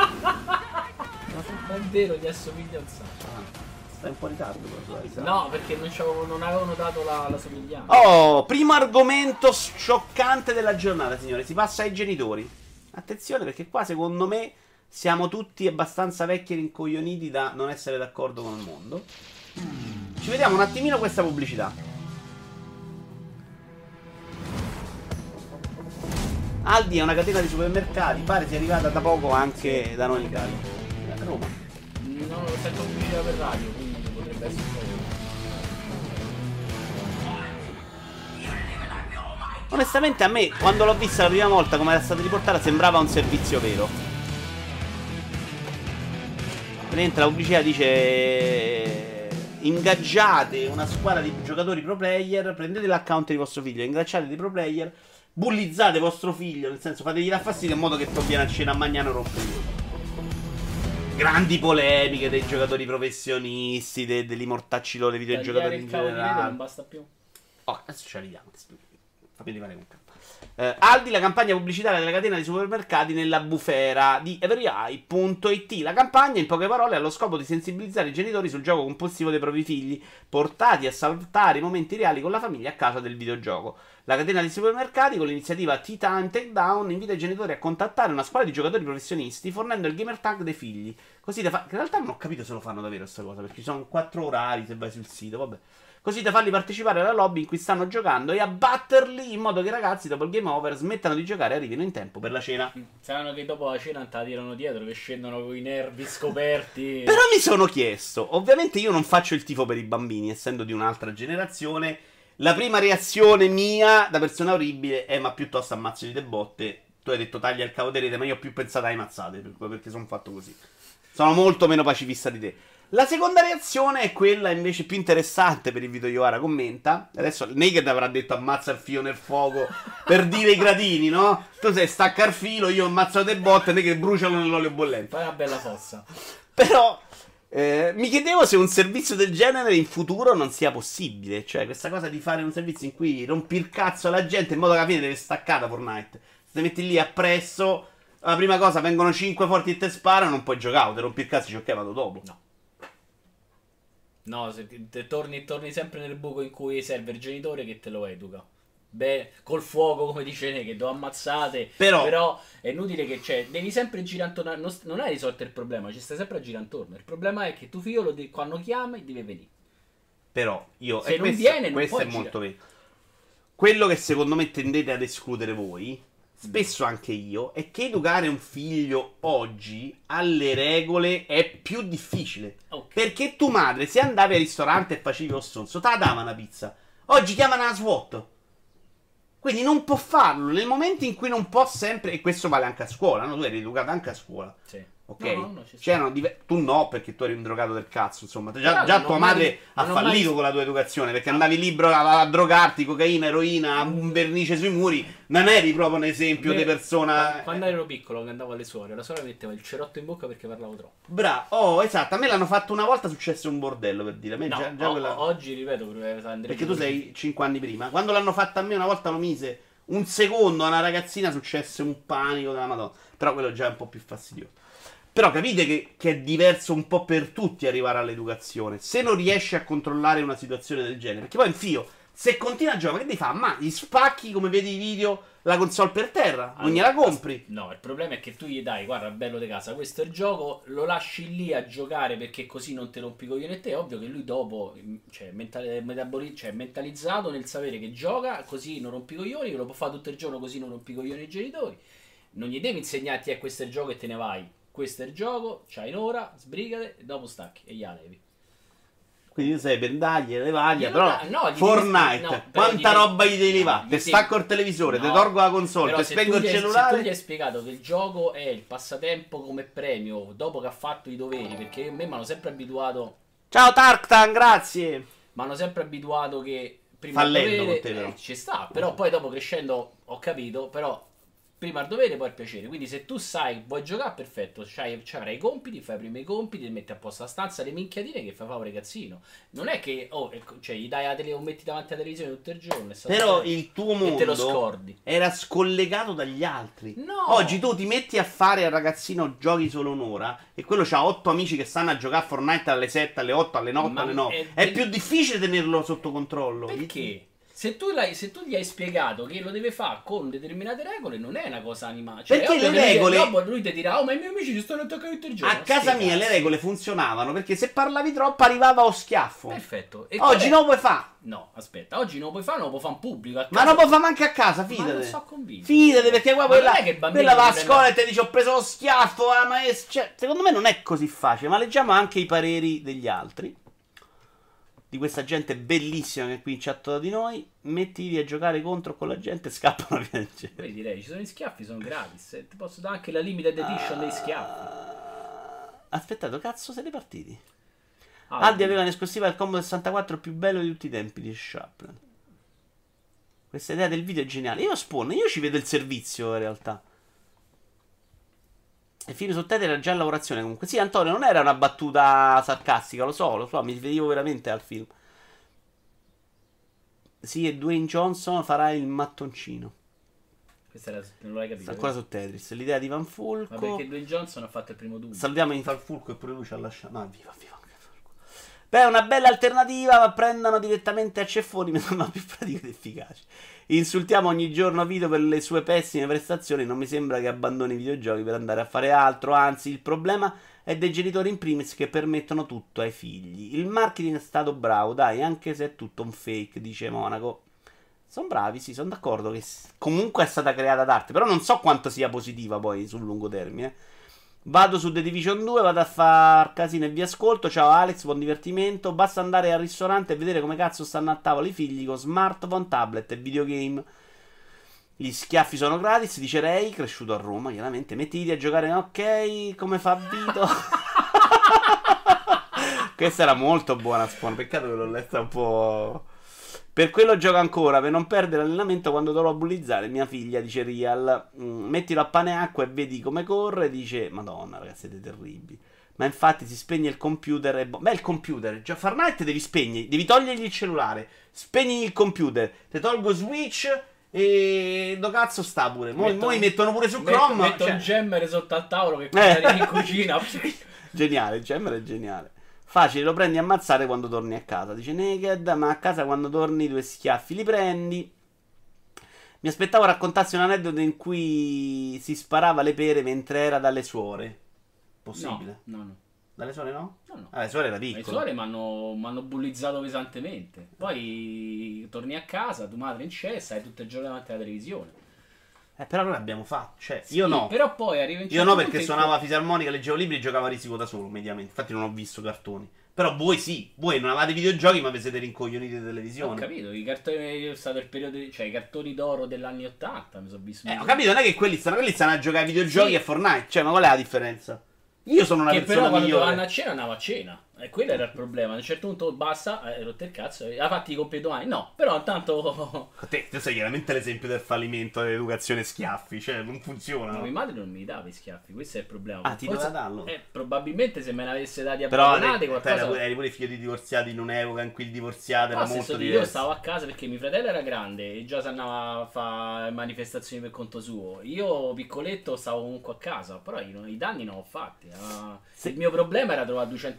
È vero, gli assomiglia un sacco. Stai un po' in ritardo, però. No, perché non, c'avevo- non avevano dato la, la somiglianza. Oh, primo argomento scioccante della giornata, signore. Si passa ai genitori. Attenzione, perché qua secondo me siamo tutti abbastanza vecchi e rincoglioniti da non essere d'accordo con il mondo. Ci vediamo un attimino questa pubblicità. Aldi è una catena di supermercati, pare sia arrivata da poco anche da noi in Italia. A Roma. No, lo sento pubblicità per radio, quindi potrebbe essere un Onestamente a me, quando l'ho vista la prima volta come era stata riportata, sembrava un servizio vero. Praticamente la pubblicità dice: ingaggiate una squadra di giocatori pro player, prendete l'account di vostro figlio, ingaggiate dei pro player, bullizzate vostro figlio, nel senso fategli da fastidio in modo che poi viene a cena a Magnano rompere. Grandi polemiche dei giocatori professionisti, de- degli mortacci loro, dei videogiocatori il in cavo di rete generale. non basta più. Oh, adesso ci arriviamo. ti spiego. Fammi arrivare con calma. Eh, Aldi, la campagna pubblicitaria della catena di supermercati nella bufera di everyeye punto it. La campagna, in poche parole, ha lo scopo di sensibilizzare i genitori sul gioco compulsivo dei propri figli, portati a saltare i momenti reali con la famiglia a causa del videogioco. La catena di supermercati, con l'iniziativa Tea Time Takedown, invita i genitori a contattare una squadra di giocatori professionisti fornendo il gamer tag dei figli. Così da fa- in realtà non ho capito se lo fanno davvero questa cosa, perché ci sono quattro orari se vai sul sito, vabbè. Così da farli partecipare alla lobby in cui stanno giocando e abbatterli in modo che i ragazzi dopo il game over smettano di giocare e arrivino in tempo per la cena. Sanno che dopo la cena te la tirano dietro, che scendono con i nervi scoperti. Però mi sono chiesto, ovviamente io non faccio il tifo per i bambini, essendo di un'altra generazione. La prima reazione mia da persona orribile è: ma piuttosto ammazzoli le botte. Tu hai detto taglia il cavo di rete, ma io ho più pensato ai mazzate, perché sono fatto così. Sono molto meno pacifista di te. La seconda reazione è quella invece più interessante per il video Yoara commenta. Adesso Naked avrà detto ammazza il filo nel fuoco per dire i gradini, no? Tu sei stacca il filo, io ammazzo le botte, Naked bruciano nell'olio bollente. Fai una bella fossa. Però eh, mi chiedevo se un servizio del genere in futuro non sia possibile. Cioè questa cosa di fare un servizio in cui rompi il cazzo alla gente in modo che alla fine deve staccare Fortnite. Se ti metti lì appresso, la prima cosa vengono cinque forti e te sparano, non puoi giocare, te rompi il cazzo e dici ok vado dopo. No. No, se te torni, torni sempre nel buco in cui serve il genitore che te lo educa. Beh, col fuoco, come dice ne, che do ammazzate. Però- Però è inutile che c'è. Devi sempre girare intorno. Non, non hai risolto il problema, ci stai sempre a girare intorno. Il problema è che tuo figlio lo de- quando chiami deve venire. Però io Se e non questo, viene, non questo puoi è girare. molto vero. Quello che secondo me tendete ad escludere voi, spesso anche io, è che educare un figlio oggi alle regole è più difficile. Ok. Perché tu madre, se andavi al ristorante e facevi lo stronzo, te la dava una pizza. Oggi chiamano la SWAT. Quindi non può farlo. Nel momento in cui non può sempre, e questo vale anche a scuola, no? Tu eri educato anche a scuola. Sì. Ok? No, no, no, ci sta. C'erano dive- tu no, perché tu eri un drogato del cazzo, insomma. Già, Però già non tua ho mai- madre ha non ho mai fallito visto- con la tua educazione, perché andavi libero a, a drogarti, cocaina, eroina, un vernice sui muri. Non eri proprio un esempio Beh, di persona. Quando ero piccolo, che andavo alle suore, la suora metteva il cerotto in bocca perché parlavo troppo. Bra, oh, esatto. A me l'hanno fatto una volta, successo un bordello, per dire. A me No, già, già o- quella- oggi ripeto andrei Perché tu sei cinque anni prima. Quando l'hanno fatta a me una volta lo mise un secondo a una ragazzina, successe un panico della Madonna. Però quello già è un po' più fastidioso. Però capite che, che è diverso un po' per tutti arrivare all'educazione. Se non riesci a controllare una situazione del genere, perché poi in fio Se continua a giocare, che devi fare? Ma gli spacchi, come vedi i video, la console per terra? Non Allora, gliela compri? No, il problema è che tu gli dai, guarda, bello di casa, questo è il gioco, lo lasci lì a giocare perché così non ti rompi i coglioni e te. È ovvio che lui dopo, cioè, mentale- metaboli- cioè, mentalizzato nel sapere che gioca, così non rompi i coglioni, che lo può fare tutto il giorno così non rompi i coglioni ai genitori. Non gli devi insegnarti, eh, questo è il gioco e te ne vai. Questo è il gioco, c'hai un'ora, sbrigate e dopo stacchi e gliela levi. Quindi tu sei per dargli, levargli, Glielo però da- no, gli Fortnite, devi- no, però quanta gli devi- roba gli devi no, levare? gli Te devi- stacco il televisore, te no, tolgo la console, però te se spengo tu il gli hai- Se tu cellulare. gli hai spiegato che il gioco è il passatempo come premio dopo che ha fatto i doveri, perché a me mi hanno sempre abituato, Ciao Tarktan, grazie. mi hanno sempre abituato che prima il Fallendo dovere, con te, però. eh, ci sta, però poi dopo crescendo ho capito, però prima il dovere poi il piacere. Quindi se tu sai, vuoi giocare, perfetto, c'hai, c'avrai i compiti, fai prima i compiti, ti metti a posto la stanza, le minchiatine che fa fa un ragazzino. Non è che, oh, ecco, cioè, gli dai la tele, o metti davanti alla televisione tutto il giorno. e sta Però bene. il tuo E te lo mondo scordi. era scollegato dagli altri. No. Oggi tu ti metti a fare al ragazzino giochi solo un'ora e quello c'ha otto amici che stanno a giocare a Fortnite dalle sette, alle otto, alle nove, Ma alle nove. è- È più difficile tenerlo sotto controllo. Perché? Se tu, l'hai, se tu gli hai spiegato che lo deve fare con determinate regole, non è una cosa animale. Cioè, Perché è ovvio le che lui- regole- dopo lui ti dirà, oh, ma i miei amici si stanno attaccando tutto il giorno. A casa Sti mia le cazzi. regole funzionavano perché se parlavi troppo arrivava o schiaffo. Perfetto. E qual Oggi è- non lo puoi fare. No, aspetta, oggi non lo puoi fare, non lo puoi fare in pubblico. a Ma casa- non può fare manche a casa, Ma fidate. non so convinto. Fidate, perché qua Ma quella, non è che il bambino quella va a ti scuola prende- e ti dice ho preso lo schiaffo, ah, maestra. Cioè, secondo me non è così facile, ma leggiamo anche i pareri degli altri. Di questa gente bellissima che è qui in chat da di noi. Mettiti a giocare contro con la gente e scappano a piangere. Poi direi, ci sono gli schiaffi, sono gratis. E ti posso dare anche la limited edition dei schiaffi. Ah, aspettate, cazzo siete partiti? Ah, Aldi aveva in esclusiva il combo sessantaquattro più bello di tutti i tempi di Chaplin. Questa idea del video è geniale. Io Spawn, io ci vedo il servizio in realtà. Il film su Ted era già in lavorazione comunque. Sì, Antonio, non era una battuta sarcastica, lo so, lo so, mi riferivo veramente al film. Sì, e Dwayne Johnson farà il mattoncino. Questa era, non l'hai capito. Sta ancora su Tetris. L'idea di Van Fulco. Ma perché Dwayne Johnson ha fatto il primo Doom. Salviamo di Van Fulco e pure lui ci ha lasciato. No, viva, viva. Beh, è una bella alternativa, ma prendano direttamente a ceffoni, mi sembra più pratica ed efficace. Insultiamo ogni giorno Vito per le sue pessime prestazioni, non mi sembra che abbandoni i videogiochi per andare a fare altro, anzi il problema è dei genitori in primis che permettono tutto ai figli. Il marketing è stato bravo, dai, anche se è tutto un fake, dice Monaco. Sono bravi, sì, sono d'accordo che s- comunque è stata creata d'arte, però non so quanto sia positiva poi sul lungo termine. Vado su The Division due, vado a far casino e vi ascolto. Ciao Alex, buon divertimento. Basta andare al ristorante e vedere come cazzo stanno a tavola i figli con smartphone, tablet e videogame. Gli schiaffi sono gratis, dice Ray, cresciuto a Roma, chiaramente. Mettiti a giocare, ok, come fa Vito. Questa era molto buona, Spawn, peccato che l'ho letta un po'... Per quello gioco ancora, per non perdere l'allenamento quando dovrò bullizzare mia figlia, dice Real. Mm, mettilo a pane e acqua e vedi come corre, dice... Madonna, ragazzi, siete terribili. Ma infatti si spegne il computer e... Bo- Beh, il computer, già Fortnite devi spegnere, devi togliergli il cellulare, spegni il computer, te tolgo Switch e... Do cazzo sta pure. Mo, Metto- mo mi mettono pure su Metto, Chrome. metto cioè- un gemmer sotto al tavolo che cucina in cucina. Geniale, il Gemmer è geniale. Facile, lo prendi a ammazzare quando torni a casa. Dice Naked, ma a casa quando torni due schiaffi li prendi. Mi aspettavo raccontassi un aneddoto in cui si sparava le pere mentre era dalle suore. Possibile? No, no, no. Dalle suore no? No, no. Ah, le suore era Le piccolo. suore mi hanno bullizzato pesantemente. Poi torni a casa, tua madre in cessa, hai tutto il giorno davanti alla televisione. Eh, però noi l'abbiamo fatto. Cioè, Sì, io no. Però poi arriva in Io certo no, punto perché in suonava fisarmonica, leggevo libri e giocavo a risico da solo, mediamente. Infatti non ho visto cartoni. Però voi sì. Voi non avete videogiochi, ma vi siete rincoglioniti di cui- Ho televisione. capito, i cartoni è stato il periodo, di- cioè i cartoni d'oro degli anni ottanta, mi sono visto. Eh, ho capito, non è che quelli stanno, quelli stanno a giocare ai videogiochi Sì. e a Fortnite. Cioè, ma qual è la differenza? Io sono una Che persona però quando migliore. vanno a cena andava a cena. E quello era il problema. A un certo punto basta, hai rotto il cazzo. Ha fatti i compiti domani? No, però intanto. Te, tu sei chiaramente l'esempio del fallimento dell'educazione schiaffi. Cioè, non funziona. No, mia madre non mi dava i schiaffi, questo è il problema. Ah, ti Forse- doveva darlo? Eh, probabilmente se me ne avesse dati a Però Babonate te, qualcosa. eri pure- eri pure figlio di divorziati in un'epoca in cui il divorziato era No, molto stesso di- diverso. io stavo a casa perché mio fratello era grande e già si andava a fare manifestazioni per conto suo. Io, piccoletto, stavo comunque a casa, però io, i danni non ho fatti. Ah, Sì. Il mio problema era trovare duecento lire per andare a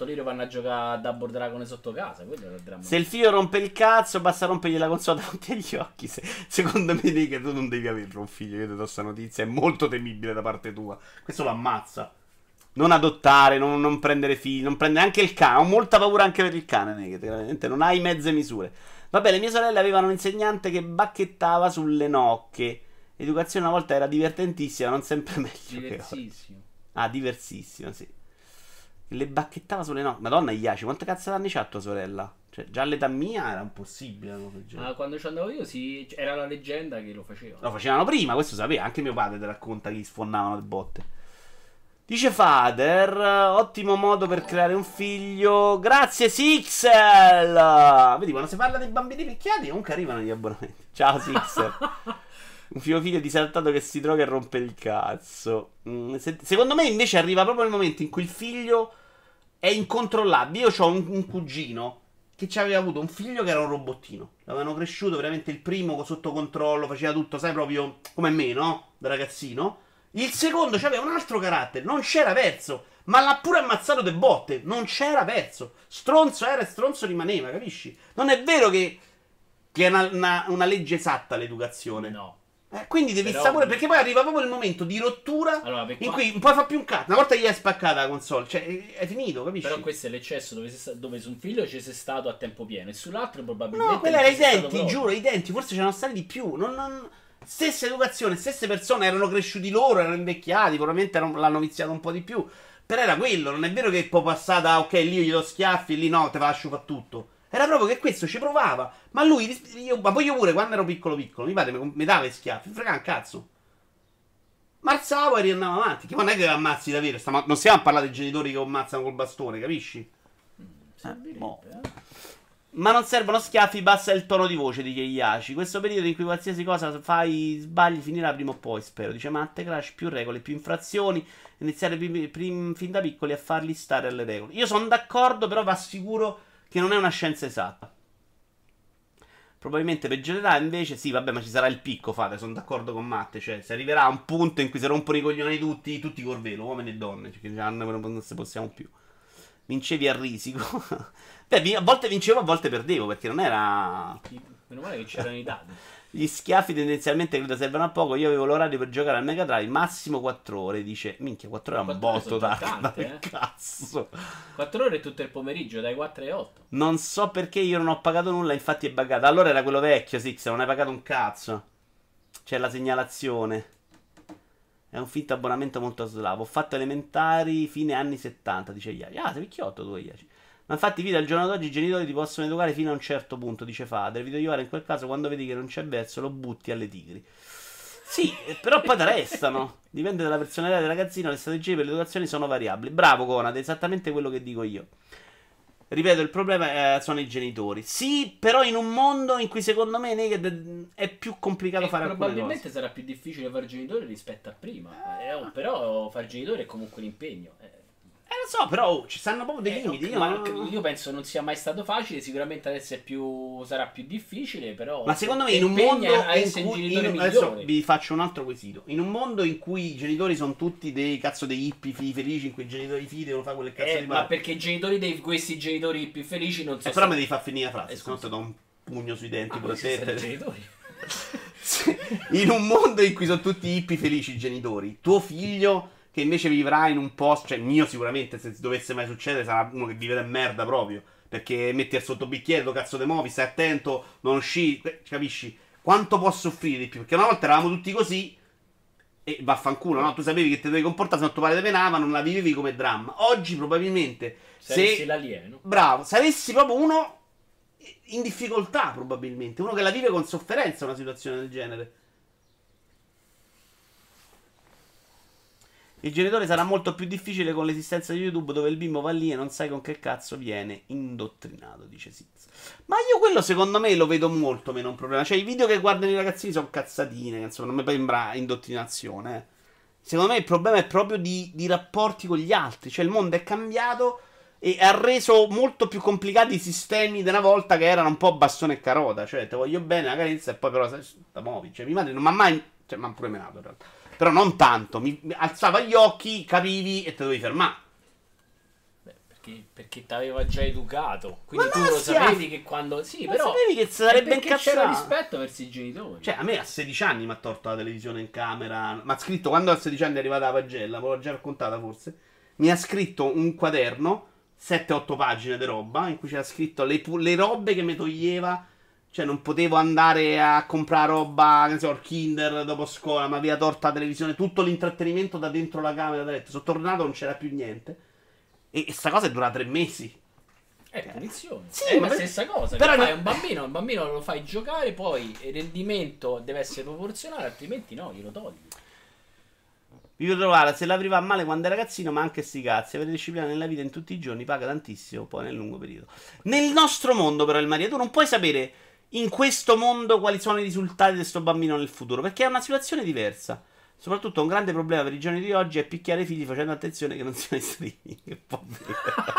a giocare a Double Dragon sotto casa. Quello era il dramma. Se il figlio rompe il cazzo, basta rompergli la console davanti agli occhi. Se, secondo me, Nick, tu non devi avere un figlio. Io ti do questa notizia, è molto temibile da parte tua. Questo lo ammazza. Non adottare, non, non prendere figli, non prendere anche il cane. Ho molta paura anche per il cane, Nick, veramente. Non hai mezze misure. Vabbè, le mie sorelle avevano un insegnante che bacchettava sulle nocche. L'educazione una volta era divertentissima, non sempre meglio. Diversissimo. Ah, diversissima, sì. Le bacchettava sulle nocche. Madonna, Iaci, quante cazzo d'anni c'ha tua sorella? Cioè, già all'età mia era impossibile. Ah, quando ci andavo io, sì, era la leggenda che lo faceva. Lo facevano prima, questo sapeva. Anche mio padre ti racconta che gli sfonnavano le botte. Dice Fader, ottimo modo per creare un figlio. Grazie Sixel. Vedi, quando si parla dei bambini picchiati comunque arrivano gli abbonamenti. Ciao Sixel. Un figlio figlio disaltato che si droga e rompe il cazzo. Mm, se, secondo me invece arriva proprio il momento in cui il figlio è incontrollabile. Io ho un, un cugino che ci aveva avuto un figlio che era un robottino. L'avevano cresciuto veramente il primo sotto controllo, faceva tutto, sai, proprio come me, no? Da ragazzino. Il secondo aveva un altro carattere, non c'era verso. Ma l'ha pure ammazzato de botte, non c'era verso. Stronzo era e stronzo rimaneva, capisci? Non è vero che, che è una, una, una legge esatta l'educazione. No. Eh, quindi devi Però- sapere, perché poi arriva proprio il momento di rottura Allora, per in qua- cui non puoi fare più un cazzo. Una volta gli hai spaccata la console, cioè è, è finito, capisci? Però questo è l'eccesso dove, sei sta- dove su un figlio ci sei stato a tempo pieno e sull'altro probabilmente No, quello non era ci i sei stato denti, proprio. giuro, i denti, forse c'erano stati di più. Non, non... Stessa educazione, stesse persone erano cresciuti loro, erano invecchiati, probabilmente erano- l'hanno viziato un po' di più. Però era quello, non è vero che poi passata, ok, lì io gli do schiaffi e lì no, te lascio fa tutto. Era proprio che questo ci provava. Ma lui, io, ma poi io pure, quando ero piccolo piccolo, mi padre mi, mi dava i schiaffi, mi fregava un cazzo. Marzavo e riandavo avanti. Che non è che ammazzi davvero, stiamo- non stiamo a parlare dei genitori che ammazzano col bastone, capisci? Servirebbe, mo. eh. Ma non servono schiaffi, basta il tono di voce di Iaci. Questo periodo in cui qualsiasi cosa fai sbagli finirà prima o poi, spero. Dice Matte Crash, più regole, più infrazioni. Iniziare prim- prim- fin da piccoli a farli stare alle regole. Io sono d'accordo, però va sicuro che non è una scienza esatta. Probabilmente peggiorerà, invece sì, vabbè, ma ci sarà il picco, fate, sono d'accordo con Matte. Cioè, si arriverà a un punto in cui si rompono i coglioni tutti, tutti col velo, uomini e donne. Cioè, che già non non se possiamo più. Vincevi a risico. Beh, vi- a volte vincevo, a volte perdevo, perché non era... Meno male che c'erano i dati. Gli schiaffi tendenzialmente credo servono a poco. Io avevo l'orario per giocare al Mega Drive, massimo quattro ore. Dice, minchia, quattro ore è un quattro ore botto sono già tarda, tante, che eh. cazzo. quattro ore tutto il pomeriggio, dai quattro alle otto. Non so perché io non ho pagato nulla, infatti è buggato. Allora era quello vecchio, Six, non hai pagato un cazzo. C'è la segnalazione. È un finto abbonamento molto slavo. Ho fatto elementari fine anni settanta, dice Iaci. Ah, sei vecchiotto tu, Iaci. Ma infatti, vedi, al giorno d'oggi i genitori ti possono educare fino a un certo punto, dice Fader. Il videogiocare in quel caso, quando vedi che non c'è verso, lo butti alle tigri. Sì, eh, però poi ti restano. Dipende dalla personalità del ragazzino, le strategie per l'educazione sono variabili. Bravo, Conad, è esattamente quello che dico io. Ripeto, il problema eh, sono i genitori. Sì, però in un mondo in cui secondo me Naked è più complicato E fare alcune probabilmente cose. sarà più difficile far genitore rispetto a prima. Eh, oh, però far genitore è comunque un impegno. Eh, Eh, lo so, però oh, ci stanno proprio dei eh, limiti. ok, Io, ma ma... io penso non sia mai stato facile. Sicuramente adesso è più, sarà più difficile. Però Ma secondo me ti in un impegna mondo a in essere un cui genitore in- adesso migliore. vi faccio un altro quesito. In un mondo in cui i genitori sono tutti dei cazzo dei hippie fi- felici, in cui i genitori figli devono fare quelle cazzo Eh, di ma pare. perché i genitori dei questi genitori più felici non so Eh, però mi devi far finire la frase, Eh, se no scusa. ti do un pugno sui denti Ah, pure questi sono te. i genitori. In un mondo in cui sono tutti hippie felici i genitori, tuo figlio che invece vivrà in un posto, cioè mio sicuramente, se dovesse mai succedere, sarà uno che vive da merda proprio. Perché metti al sottobicchiere, lo cazzo te muovi, stai attento, non uscì, eh, capisci? Quanto può soffrire di più? Perché una volta eravamo tutti così e vaffanculo, no? Tu sapevi che ti dovevi comportare, se non tuo padre te penava, non la vivevi come dramma. Oggi probabilmente, Saresti se... l'alieno. Bravo, saresti proprio uno in difficoltà probabilmente, uno che la vive con sofferenza una situazione del genere. Il genitore sarà molto più difficile con l'esistenza di YouTube dove il bimbo va lì e non sai con che cazzo viene indottrinato, dice Siz. Ma io quello secondo me lo vedo molto meno un problema. Cioè i video che guardano i ragazzini sono cazzatine, che insomma non mi sembra indottrinazione. Eh. Secondo me il problema è proprio di, di rapporti con gli altri. Cioè il mondo è cambiato e ha reso molto più complicati i sistemi di una volta che erano un po' bastone e carota. Cioè te voglio bene la carezza e poi però sai, te muovi. Cioè mia madre non mi ha mai... Cioè mi ha pure menato in realtà. Però non tanto, mi, mi alzava gli occhi, capivi e te dovevi fermare. Beh, perché, perché t'aveva già educato. Quindi Ma tu no, lo stia- sapevi che quando. Sì, Ma però. sapevi che è sarebbe perché c'era incazzato. rispetto verso i genitori. Cioè, a me a sedici anni mi ha torto la televisione in camera. Mi ha scritto, quando a sedici anni è arrivata la pagella, me l'ho già raccontata forse. Mi ha scritto un quaderno, sette otto pagine di roba, in cui c'era scritto le, pu- le robe che mi toglieva. Cioè, non potevo andare a comprare roba, che ne so, il Kinder dopo scuola, mi aveva torta la televisione, tutto l'intrattenimento da dentro la camera da letto. Sono tornato, non c'era più niente. E, e sta cosa dura tre mesi. È punizione. Sì, è ma la per- stessa cosa. però Però no- fai un bambino, un bambino lo fai giocare, poi il rendimento deve essere proporzionale, altrimenti no, glielo togli. Vi trovare se la priva male quando è ragazzino, ma anche sti cazzi. Avere disciplina nella vita in tutti i giorni paga tantissimo, poi nel lungo periodo. Nel nostro mondo, però, il Maria, tu non puoi sapere in questo mondo quali sono i risultati di questo bambino nel futuro, perché è una situazione diversa. Soprattutto un grande problema per i giorni di oggi è picchiare i figli facendo attenzione che non siano in streaming. Che povero.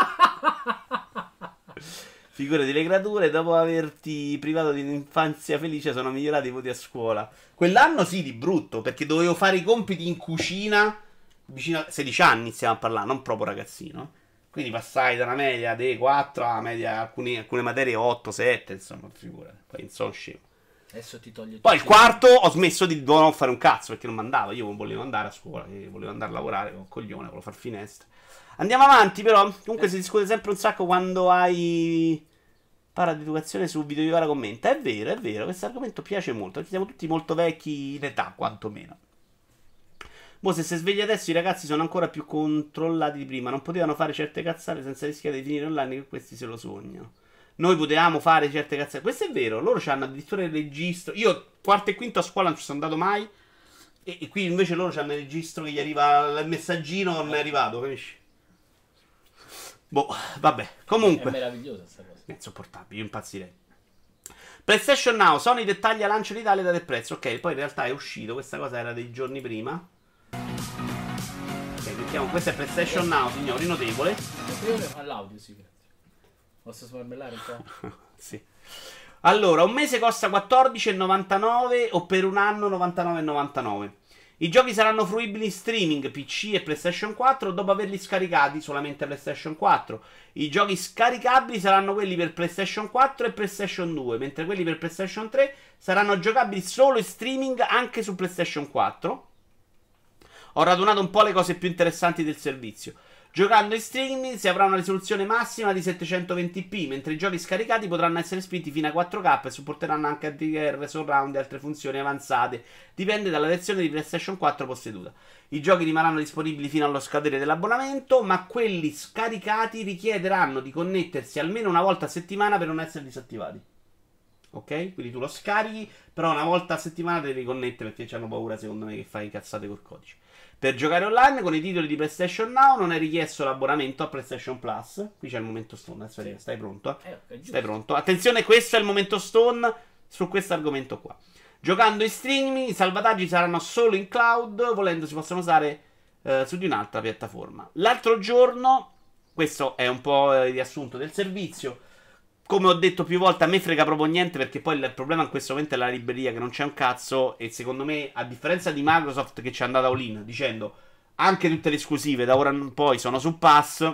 Figurati, le creature dopo averti privato di un'infanzia felice sono migliorati i voti a scuola. Quell'anno sì, di brutto, perché dovevo fare i compiti in cucina vicino a sedici anni, stiamo a parlare, non proprio ragazzino. Quindi passai da una media dei quattro a una media, alcune, alcune materie otto, sette, insomma, figurati. Poi non sono scemo. Adesso ti toglie Poi il tutto. quarto ho smesso di non fare un cazzo, perché non mandavo, io non volevo andare a scuola, io volevo andare a lavorare con coglione, volevo far finestre. Andiamo avanti però, comunque si discute sempre un sacco quando hai... Parla di educazione su Video Vivara commenta. È vero, è vero, questo argomento piace molto, perché siamo tutti molto vecchi in età, quantomeno. Boh, se si sveglia adesso i ragazzi sono ancora più controllati di prima, non potevano fare certe cazzate senza rischiare di finire online, che questi se lo sognano. Noi potevamo fare certe cazzate, questo è vero, loro hanno addirittura il registro. Io quarto e quinto a scuola non ci sono andato mai, e, e qui invece loro hanno il registro che gli arriva il messaggino, non è arrivato, capisci? Boh, vabbè, comunque È meravigliosa questa cosa. è insopportabile, io impazzirei. PlayStation Now, Sony dettaglia lancio in Italia del prezzo. Ok, poi in realtà è uscito, questa cosa era dei giorni prima. Ok, mettiamo, questo è PlayStation Now, signori, notevole. All'audio, sì, grazie. Posso smarmellare un po'? Sì. Allora, un mese costa quattordici e novantanove o per un anno novantanove e novantanove. I giochi saranno fruibili in streaming P C e PlayStation quattro dopo averli scaricati solamente PlayStation quattro. I giochi scaricabili saranno quelli per PlayStation quattro e PlayStation due, mentre quelli per PlayStation tre saranno giocabili solo in streaming anche su PlayStation quattro. Ho radunato un po' le cose più interessanti del servizio. Giocando in streaming si avrà una risoluzione massima di settecentoventi p, mentre i giochi scaricati potranno essere spinti fino a quattro K e supporteranno anche H D R, surround e altre funzioni avanzate. Dipende dalla versione di PlayStation quattro posseduta. I giochi rimarranno disponibili fino allo scadere dell'abbonamento, ma quelli scaricati richiederanno di connettersi almeno una volta a settimana per non essere disattivati. Ok? Quindi tu lo scarichi, però una volta a settimana devi connettere, perché hanno paura secondo me che fai cazzate col codice. Per giocare online con i titoli di PlayStation Now non è richiesto l'abbonamento a PlayStation Plus. Qui c'è il momento Stone, adesso Sì. stai pronto? Eh, ok, Stai pronto? Attenzione, questo è il momento Stone su questo argomento qua. Giocando in streaming, i salvataggi saranno solo in cloud, volendo si possono usare eh, su di un'altra piattaforma. L'altro giorno, questo è un po' il riassunto del servizio. Come ho detto più volte, a me frega proprio niente, perché poi il problema in questo momento è la libreria, che non c'è un cazzo. E secondo me, a differenza di Microsoft che ci è andata all-in dicendo anche tutte le esclusive da ora in poi sono su Pass,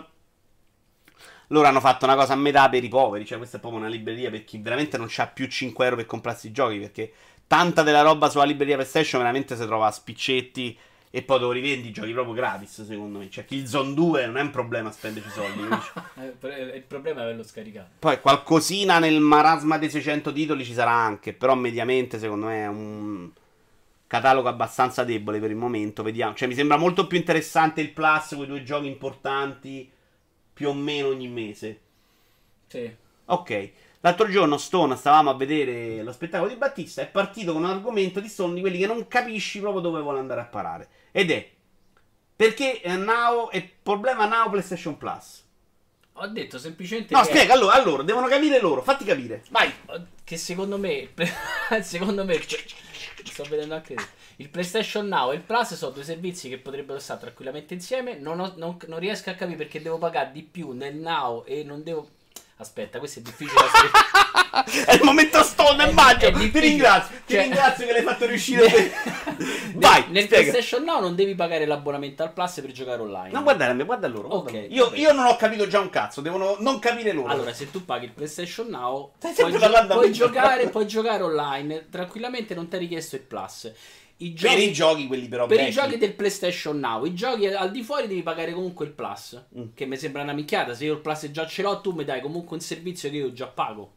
loro hanno fatto una cosa a metà per i poveri. Cioè questa è proprio una libreria per chi veramente non c'ha più cinque euro per comprarsi i giochi, perché tanta della roba sulla libreria PlayStation veramente si trova a spiccetti. E poi lo rivendi, giochi proprio gratis, secondo me. Cioè, Killzone due non è un problema spenderci soldi. Il problema è averlo scaricato. Poi qualcosina nel marasma dei seicento titoli ci sarà anche. Però mediamente, secondo me, è un catalogo abbastanza debole per il momento. Vediamo. Cioè, mi sembra molto più interessante il Plus, quei due giochi importanti, più o meno ogni mese. Sì. Ok. L'altro giorno Stone, stavamo a vedere lo spettacolo di Battista, è partito con un argomento di Stone di quelli che non capisci proprio dove vuole andare a parare. Ed è perché Now è problema Now PlayStation Plus. Ho detto semplicemente No, che spiega, allora, allora, devono capire loro, fatti capire. Vai. che secondo me secondo me sto vedendo anche il PlayStation Now e il Plus sono due servizi che potrebbero stare tranquillamente insieme. Non, ho, non, non riesco a capire perché devo pagare di più nel Now e non devo... Aspetta, questo è difficile da spiegare. È il momento Stone, È- immagino. è Ti difficile. ringrazio, ti Cioè- ringrazio che l'hai fatto riuscire. Vai, nel spiega. PlayStation Now non devi pagare l'abbonamento al Plus per giocare online. Non guardare a me, guarda loro. Guarda Ok, loro. Io, vabbè. io non ho capito già un cazzo, devono non capire loro. Allora, se tu paghi il PlayStation Now, Stai puoi, sempre gio- parlando a puoi me. giocare, puoi giocare online. Tranquillamente non ti è richiesto il Plus. I per giochi, i giochi quelli però per i vecchi. giochi del PlayStation Now, i giochi al di fuori devi pagare comunque il Plus. Mm. Che mi sembra una minchiata. Se io il Plus già ce l'ho, tu mi dai comunque un servizio che io già pago.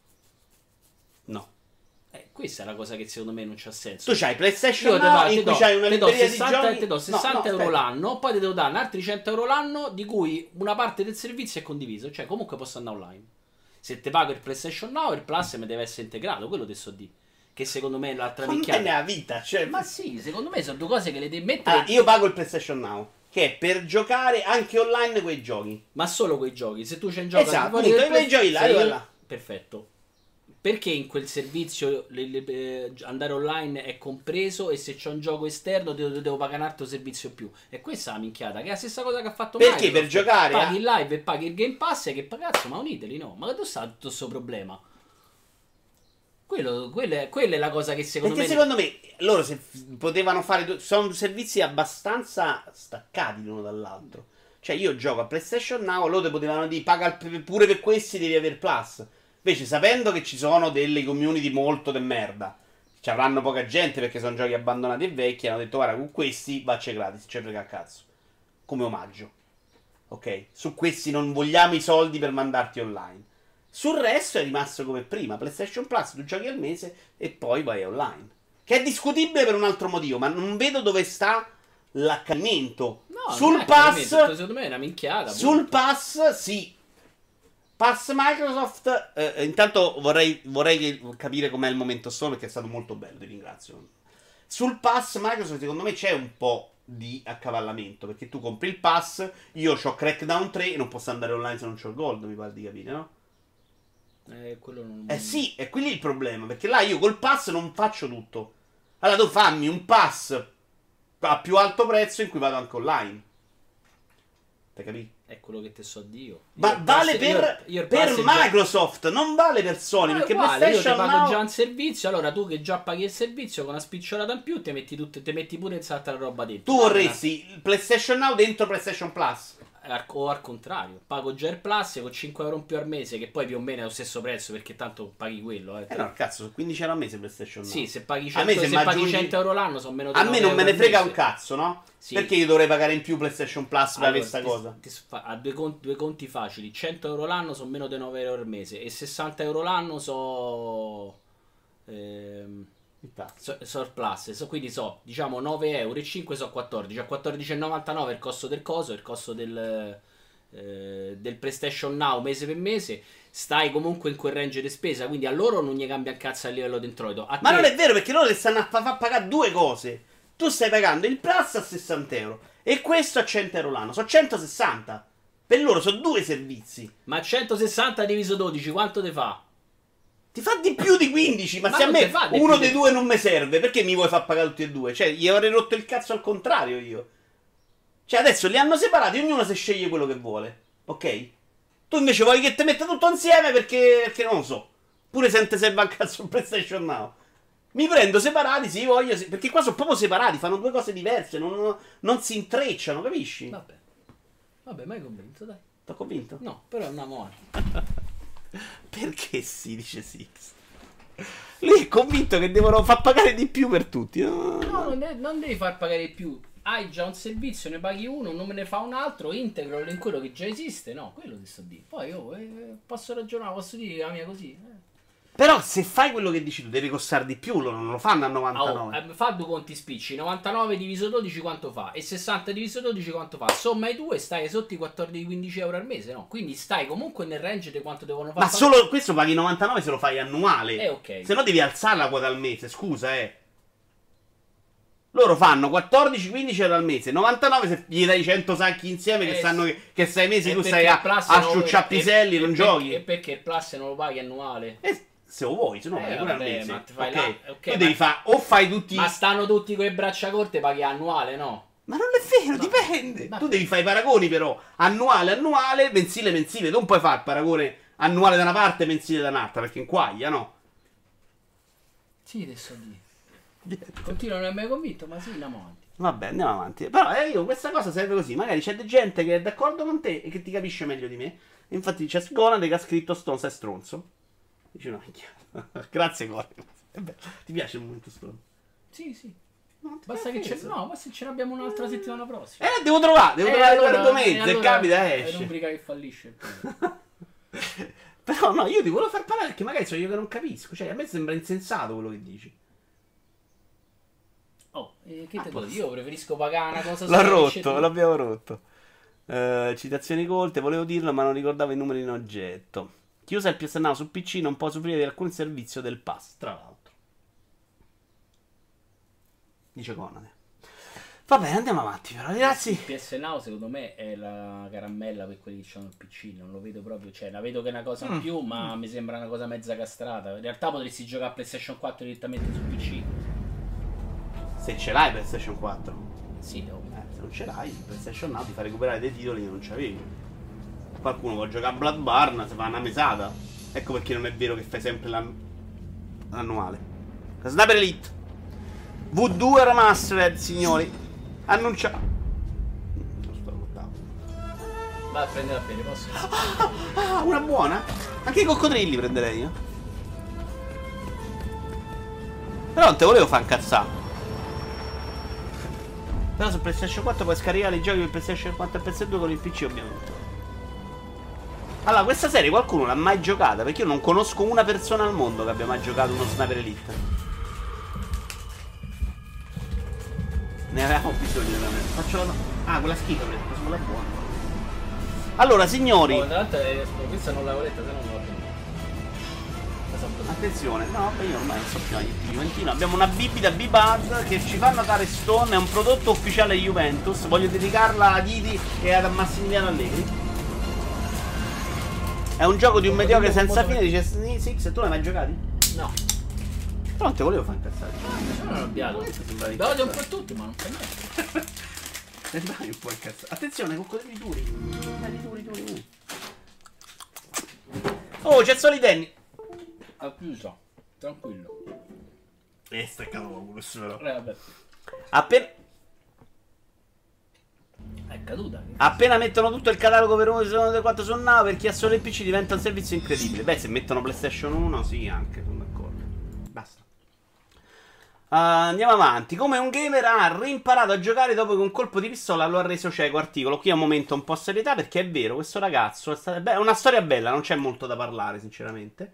No. Eh, questa è la cosa che secondo me non c'ha senso. Tu c'hai PlayStation Io te Now do, in te cui do, c'hai una te do libreria sessanta, di giochi. te do No, sessanta no, euro aspetta. l'anno, poi ti devo dare altri cento euro l'anno, di cui una parte del servizio è condiviso. Cioè, comunque posso andare online. Se te pago il PlayStation Now, il Plus mi deve essere integrato. Quello te so di. Che secondo me è l'altra Ma non è minchiata. la vita, cioè. Ma sì, secondo me sono due cose che le devi mettere. Ah, io pago il PlayStation Now, che è per giocare anche online quei giochi. Ma solo quei giochi. Se tu c'hai un gioco al Esatto, di fuori appunto, del quei giochi là, se io io- là. Perfetto. Perché in quel servizio le- le- eh, andare online è compreso e se c'è un gioco esterno devo, devo pagare un altro servizio in più? E questa è la minchiata, che è la stessa cosa che ha fatto Perché Microsoft. per giocare paghi a- il live e paghi il Game Pass e che cazzo, ma uniteli, no? Ma dove sta tutto questo problema? Quello, quella, è, quella è la cosa che secondo Perché me secondo me loro se f- potevano fare due- sono servizi abbastanza staccati l'uno dall'altro. Cioè io gioco a PlayStation Now, loro potevano dire paga il- pure per questi devi avere Plus. Invece sapendo che ci sono delle community molto de merda, ci avranno poca gente perché sono giochi abbandonati e vecchi, hanno detto guarda con questi vacce gratis, c'è frega a cazzo. Come omaggio. Ok? Su questi non vogliamo i soldi per mandarti online. Sul resto è rimasto come prima, PlayStation Plus, tu giochi al mese e poi vai online. Che è discutibile per un altro motivo, ma non vedo dove sta l'accanimento. no, sul non è pass, chiaramente, secondo me è una minchiata. sul punto. pass, sì. Pass Microsoft, eh, intanto vorrei, vorrei che- capire com'è il momento solo perché è stato molto bello, ti ringrazio. Sul pass Microsoft secondo me c'è un po' di accavallamento, perché tu compri il pass, io ho Crackdown tre e non posso andare online se non c'ho il gold, mi pare di capire, no? Eh, quello non... Eh sì, è quello il problema, perché là io col pass non faccio tutto. Allora tu fammi un pass a più alto prezzo in cui vado anche online. Hai capito? È quello che te so di io. Ma Io il vale pass- per, io- io il per pass è già- Microsoft, non vale per Sony, Ma è perché uguale, io ti PlayStation pago Now... già un servizio, allora tu che già paghi il servizio con una spicciolata in più ti metti, tutte, ti metti pure insalata la roba dentro. Tu vorresti il PlayStation Now dentro PlayStation Plus? Al- O al contrario, pago già il Plus con cinque euro in più al mese, che poi più o meno è lo stesso prezzo perché tanto paghi quello. Eh. Eh no, cazzo, sono quindici euro al mese PlayStation Now. Sì, se paghi A me cento, se se mi paghi aggiungi- cento euro l'anno sono meno di A me nove non me euro ne al frega mese. un cazzo, no? Sì. Perché io dovrei pagare in più PlayStation Plus per Allora, avere sta ti- cosa? ti fa- a due conti, due conti facili, cento euro l'anno sono meno di nove euro al mese e sessanta euro l'anno so ehm, Il pass. so, so il plus, so, quindi so diciamo nove euro e cinque so quattordici, a quattordici e novantanove il costo del coso, il costo del, eh, del PlayStation Now mese per mese, stai comunque in quel range di spesa, quindi a loro non gli cambia un cazzo a livello di introito. A Ma te- non è vero perché loro le stanno a fa- far pagare due cose. Tu stai pagando il Plus a sessanta euro e questo a cento euro l'anno. Sono centosessanta. Per loro sono due servizi. Ma centosessanta diviso dodici quanto te fa? Ti fa di più di quindici, ma, Ma se a non me ti fa di uno più dei di- due non mi serve, perché mi vuoi far pagare tutti e due? Cioè, gli avrei rotto il cazzo al contrario io. Cioè, adesso li hanno separati, ognuno si sceglie quello che vuole. Ok? Tu invece vuoi che ti metta tutto insieme perché, perché non lo so. Pure se non ti serve a cazzo il PlayStation Now. Mi prendo separati, sì, voglio. se- Perché qua sono proprio separati, fanno due cose diverse, non, non si intrecciano, capisci? Vabbè. Vabbè, mai convinto, dai. T'ho convinto? No, però è un amore. Perché si dice Six? Lui è convinto che devono far pagare di più per tutti. No, No, non, de- non devi far pagare di più. Hai già un servizio, ne paghi uno, non me ne fa un altro, integro in quello che già esiste. No, quello ti sto dire. Poi oh, eh, posso ragionare, posso dire la mia così. Eh. Però se fai quello che dici tu devi costare di più, loro non lo fanno a Oh, novantanove. eh, fa due conti spicci, novantanove diviso dodici quanto fa? E sessanta diviso dodici quanto fa? Somma i due, stai sotto i quattordici quindici euro al mese, no? Quindi stai comunque nel range di quanto devono fare. Ma solo questo paghi novantanove se lo fai annuale. Eh, ok. Se no devi alzare la quota al mese, scusa, eh. Loro fanno quattordici quindici euro al mese, novantanove se gli dai cento sacchi insieme che Eh, sanno che, che sei mesi E tu perché stai a, il Plus a non- sciucciare piselli, e- non e giochi. perché- E perché il Plus non lo paghi annuale? Eh, se lo vuoi, se no Eh, vai pure al vabbè, mese. ma ti fai Ok. là- ok, tu ma- devi fare o fai tutti. Ma stanno tutti con le braccia corte, paghi annuale, no? Ma non è vero, No. dipende. Vabbè. Tu devi fare i paragoni, però. Annuale, annuale, mensile, mensile. Tu non puoi fare il paragone annuale da una parte e mensile da un'altra, perché inquaglia, no? Sì, adesso di. Continua, non è mai convinto, ma sì, andiamo avanti. Vabbè, andiamo avanti. Però eh, io, questa cosa serve così. Magari c'è gente che è d'accordo con te e che ti capisce meglio di me. Infatti c'è Sgonade che ha scritto Stone sei stronzo. Dici no, grazie Gonade. Ti piace il momento stronzo? Sì, sì. Basta che ce... No, basta che ce l'abbiamo un'altra settimana prossima. Eh, devo trovare, devo Eh, trovare allora, l'argomento. eh, Se allora capita È esce. rubrica che fallisce. Però no, io ti volevo far parlare perché magari sono io che non capisco. Cioè, a me sembra insensato quello che dici. Oh, eh, che te devo dire? Io preferisco pagare una cosa L'ho sola che rotto, scegli- l'abbiamo rotto. Eh, citazioni colte, volevo dirlo ma non ricordavo i numeri in oggetto. Chi usa il P S Now su P C non può soffrire di alcun servizio del pass, tra l'altro. Dice Conate. Va bene, andiamo avanti però, ragazzi. Il P S Now secondo me è la caramella per quelli che hanno il P C, non lo vedo proprio, cioè la vedo che è una cosa in Mm. più, ma mi sembra una cosa mezza castrata. In realtà potresti giocare a PlayStation quattro direttamente su P C. Se ce l'hai PlayStation quattro. Sì, no. Eh, se non ce l'hai, il PlayStation Now ti fa recuperare dei titoli che non c'avevi. Qualcuno vuole giocare a Bloodborne, si fa una mesata. Ecco perché non è vero che fai sempre l'ann- l'annuale. La Sniper Elite V due Remastered, signori. Annunciato. Non sto lottando. Vai a prendere a bere, posso? Ah, una buona? Anche i coccodrilli prenderei io. Però non te volevo far incazzare. Però su PlayStation quattro puoi scaricare i giochi per PlayStation quattro e P S due con il P C ovviamente. Allora, questa serie qualcuno l'ha mai giocata? Perché io non conosco una persona al mondo che abbia mai giocato uno Sniper Elite. Ne avevamo bisogno veramente. Faccio la... Ah, quella schifo, ho preso quella buona. Allora, signori. Oh, tra l'altro eh, questa non l'avevo letta, se no non la prendo. Cosa ho preso? Attenzione, no, beh, io ormai non so più di Juventino. Abbiamo una bibita B-Bud che ci fa notare Stone, è un prodotto ufficiale Juventus. Voglio dedicarla a Didi e ad Massimiliano Allegri. È un gioco di un mediocre senza fine, dice Six, e tu l'hai mai giocati? No, Però non te volevo far incazzare. sono arrabbiato. Sembra di Lo odio un incazzare. po' tutti, ma non fa niente. E dai un po' incazzare. Attenzione, coccodrilli duri. Dai, duri, duri, duri. Oh, c'è solo i tenni. Ha chiuso, tranquillo. Eh, staccato Oculus però. Eh, vabbè. Appena... È caduta. Appena mettono tutto il catalogo per uno quattro su Now, per chi ha solo il P C diventa un servizio incredibile. Beh, se mettono PlayStation uno, sì, anche, sono d'accordo. Basta. Uh, andiamo avanti. Come un gamer ha rimparato a giocare dopo che un colpo di pistola lo ha reso cieco. Articolo. Qui è un momento un po' serietà perché è vero, questo ragazzo è, stata... Beh, è una storia bella, non c'è molto da parlare, sinceramente.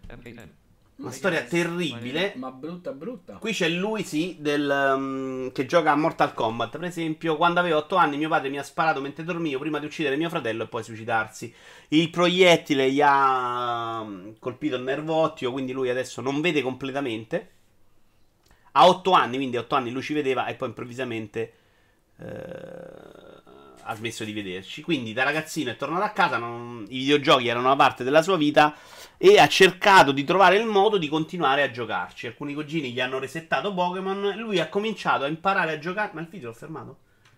Una storia terribile. Ma brutta brutta. Qui c'è lui, sì, del, um, che gioca a Mortal Kombat. Per esempio, quando avevo otto anni mio padre mi ha sparato mentre dormivo prima di uccidere mio fratello e poi suicidarsi. Il proiettile gli ha um, colpito il nervo ottico, quindi lui adesso non vede completamente. A otto anni, quindi a otto anni lui ci vedeva e poi improvvisamente eh, ha smesso di vederci. Quindi da ragazzino è tornato a casa, non, i videogiochi erano una parte della sua vita e ha cercato di trovare il modo di continuare a giocarci. Alcuni cugini gli hanno resettato Pokémon e lui ha cominciato a imparare a giocare. Ma il video l'ho fermato?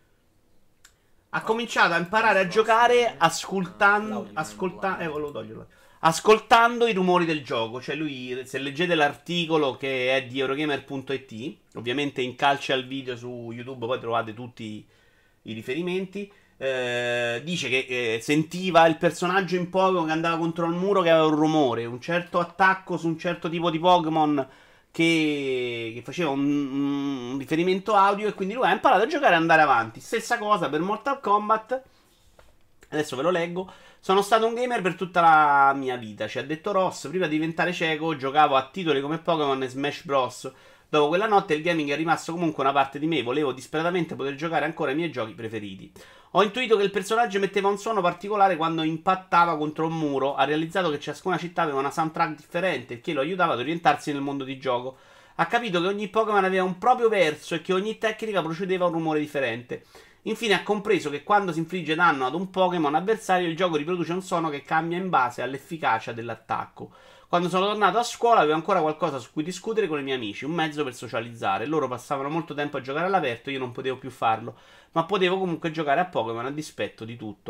Ha cominciato a imparare a giocare ascoltando, ascolta, eh, volevo toglierlo. Ascoltando i rumori del gioco. Cioè lui, se leggete l'articolo che è di Eurogamer punto it, ovviamente in calce al video su YouTube poi trovate tutti i riferimenti. Eh, dice che eh, sentiva il personaggio in Pokémon che andava contro il muro che aveva un rumore, un certo attacco su un certo tipo di Pokémon che, che faceva un, un riferimento audio e quindi lui ha imparato a giocare e andare avanti. Stessa cosa per Mortal Kombat. Adesso ve lo leggo. Sono stato un gamer per tutta la mia vita, ci ha detto Ross. Prima di diventare cieco giocavo a titoli come Pokémon e Smash Bros. Dopo quella notte il gaming è rimasto comunque una parte di me. Volevo disperatamente poter giocare ancora i miei giochi preferiti. Ho intuito che il personaggio emetteva un suono particolare quando impattava contro un muro. Ha realizzato che ciascuna città aveva una soundtrack differente, il che lo aiutava ad orientarsi nel mondo di gioco. Ha capito che ogni Pokémon aveva un proprio verso e che ogni tecnica procedeva a un rumore differente. Infine ha compreso che quando si infligge danno ad un Pokémon avversario il gioco riproduce un suono che cambia in base all'efficacia dell'attacco. Quando sono tornato a scuola avevo ancora qualcosa su cui discutere con i miei amici, un mezzo per socializzare. Loro passavano molto tempo a giocare all'aperto, io non potevo più farlo, ma potevo comunque giocare a Pokémon a dispetto di tutto.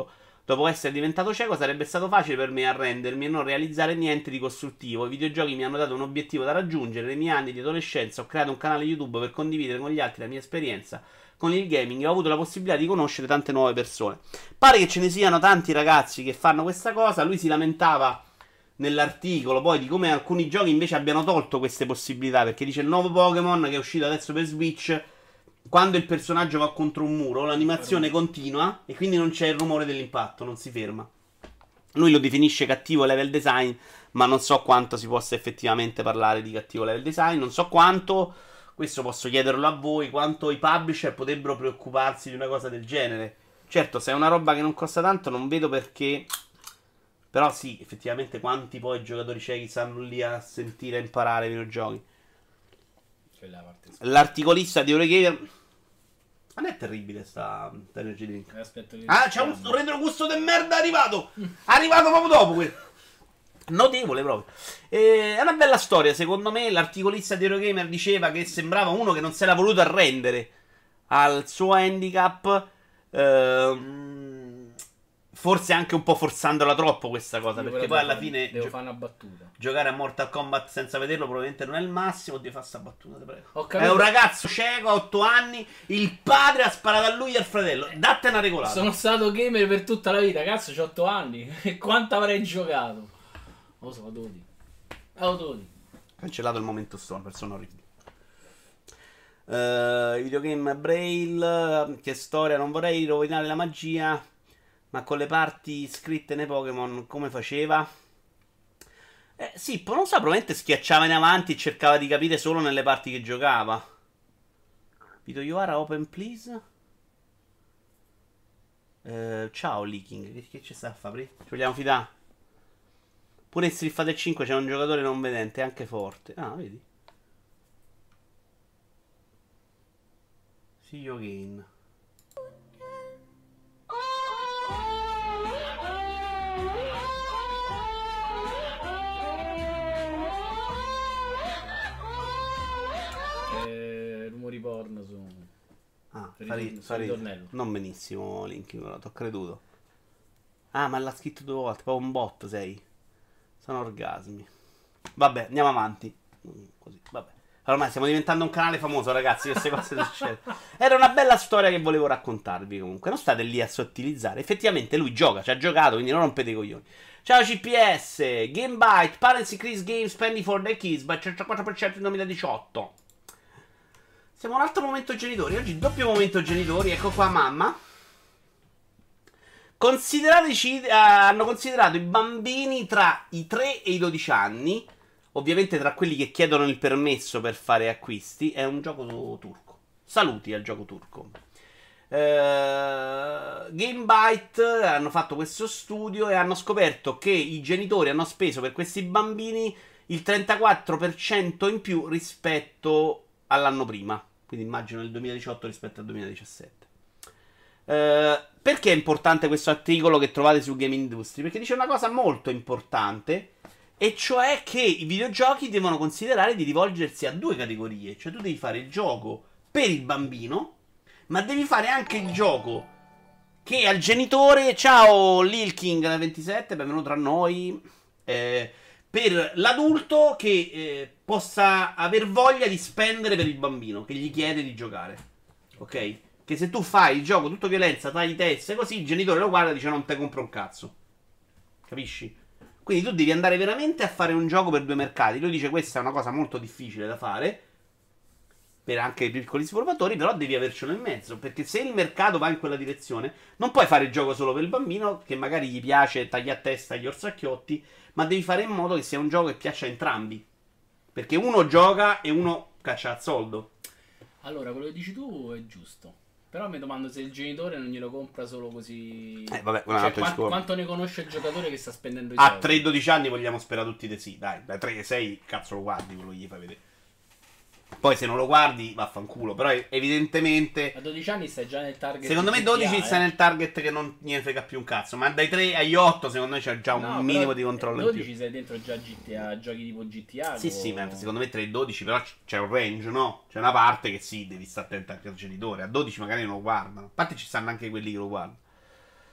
Dopo essere diventato cieco sarebbe stato facile per me arrendermi e non realizzare niente di costruttivo. I videogiochi mi hanno dato un obiettivo da raggiungere. Nei miei anni di adolescenza ho creato un canale YouTube per condividere con gli altri la mia esperienza con il gaming e ho avuto la possibilità di conoscere tante nuove persone. Pare che ce ne siano tanti ragazzi che fanno questa cosa. Lui si lamentava nell'articolo poi di come alcuni giochi invece abbiano tolto queste possibilità, perché dice il nuovo Pokémon che è uscito adesso per Switch, quando il personaggio va contro un muro l'animazione continua e quindi non c'è il rumore dell'impatto, non si ferma. Lui lo definisce cattivo level design, ma non so quanto si possa effettivamente parlare di cattivo level design, non so quanto, questo posso chiederlo a voi, quanto i publisher potrebbero preoccuparsi di una cosa del genere. Certo, se è una roba che non costa tanto non vedo perché. Però sì, effettivamente quanti poi i giocatori ciechi stanno lì a sentire e imparare i videogiochi. L'articolista di Eurogamer. Non è terribile sta Energy Drink. Ah, c'è un, un retrogusto de merda arrivato. Arrivato proprio dopo quello. Notevole proprio. Eh, è una bella storia, secondo me. L'articolista di Eurogamer diceva che sembrava uno che non si era voluto arrendere al suo handicap. Ehm Forse anche un po' forsandola troppo questa cosa. Io perché poi alla fine devo gio- fare una battuta. Giocare a Mortal Kombat senza vederlo probabilmente non è il massimo. Devi fare sta battuta, ti prego. È un ragazzo cieco a otto anni. Il padre ha sparato a lui e al fratello. Datte una regolata. Sono stato gamer per tutta la vita. Cazzo, c'ho otto anni. E quanto avrei giocato? Non lo so, dodici. Oh, dodici. Cancellato il momento stone, persona orribile. Uh, videogame Braille. Che storia, non vorrei rovinare la magia. Ma con le parti scritte nei Pokémon come faceva? Eh sì, non so, probabilmente schiacciava in avanti e cercava di capire solo nelle parti che giocava. Vito Iovara, open please. Eh, ciao Leaking, che, che ci sta a fare? Ci vogliamo fidare? Pure in Street Fighter cinque c'è un giocatore non vedente, anche forte. Ah, vedi? See you again. Rumori porno su. Ah, fari, fari, non benissimo Link, ti ho creduto. Ah, ma l'ha scritto due volte, proprio un bot sei. Sono orgasmi. Vabbè, andiamo avanti. Così, vabbè. Ormai stiamo diventando un canale famoso, ragazzi, queste cose succedono. Era una bella storia che volevo raccontarvi comunque. Non state lì a sottilizzare. Effettivamente lui gioca, ci ha giocato, quindi non rompete i coglioni. Ciao C P S, Gamebyte, Parents Increase Game Spending for the Kids, ma trentaquattro per cento nel duemiladiciotto. Siamo un altro momento genitori. Oggi doppio momento genitori. Ecco qua mamma. Considerateci, uh, hanno considerato i bambini tra i tre e i dodici anni. Ovviamente tra quelli che chiedono il permesso per fare acquisti. È un gioco turco. Saluti al gioco turco. uh, Gamebyte hanno fatto questo studio e hanno scoperto che i genitori hanno speso per questi bambini il trentaquattro per cento in più rispetto all'anno prima. Quindi immagino il duemiladiciotto rispetto al duemiladiciassette. Uh, perché è importante questo articolo che trovate su Game Industry? Perché dice una cosa molto importante, e cioè che i videogiochi devono considerare di rivolgersi a due categorie. Cioè tu devi fare il gioco per il bambino, ma devi fare anche il gioco che al genitore. Ciao Lil King ventisette, benvenuto tra noi. Eh, per l'adulto che eh, possa aver voglia di spendere per il bambino che gli chiede di giocare. Ok? Che se tu fai il gioco tutto violenza, tagli teste, così il genitore lo guarda e dice non te compro un cazzo. Capisci? Quindi tu devi andare veramente a fare un gioco per due mercati. Lui dice questa è una cosa molto difficile da fare per anche i piccoli sviluppatori, però devi avercelo in mezzo, perché se il mercato va in quella direzione non puoi fare il gioco solo per il bambino che magari gli piace taglia a testa gli orsacchiotti, ma devi fare in modo che sia un gioco che piaccia a entrambi, perché uno gioca e uno caccia al soldo. Allora, quello che dici tu è giusto, però mi domando se il genitore non glielo compra solo così. Eh vabbè, cioè, quanto, quanto ne conosce il giocatore che sta spendendo i a soldi. tre dodici anni vogliamo sperare tutti di sì, dai, da tre sei cazzo lo guardi quello che gli fai vedere. Poi se non lo guardi vaffanculo, però evidentemente a dodici anni stai già nel target. Secondo me dodici G T A, stai eh. nel target che non gliene frega più un cazzo, ma dai tre agli otto secondo me c'è già un No, minimo però di controllo in dodici più. sei dentro già G T A, giochi tipo G T A. Sì, con... sì, ma secondo me tre e dodici però c- c'è un range, no? C'è una parte che sì, devi stare attento anche al genitore. A dodici magari non lo guardano. A parte ci stanno anche quelli che lo guardano.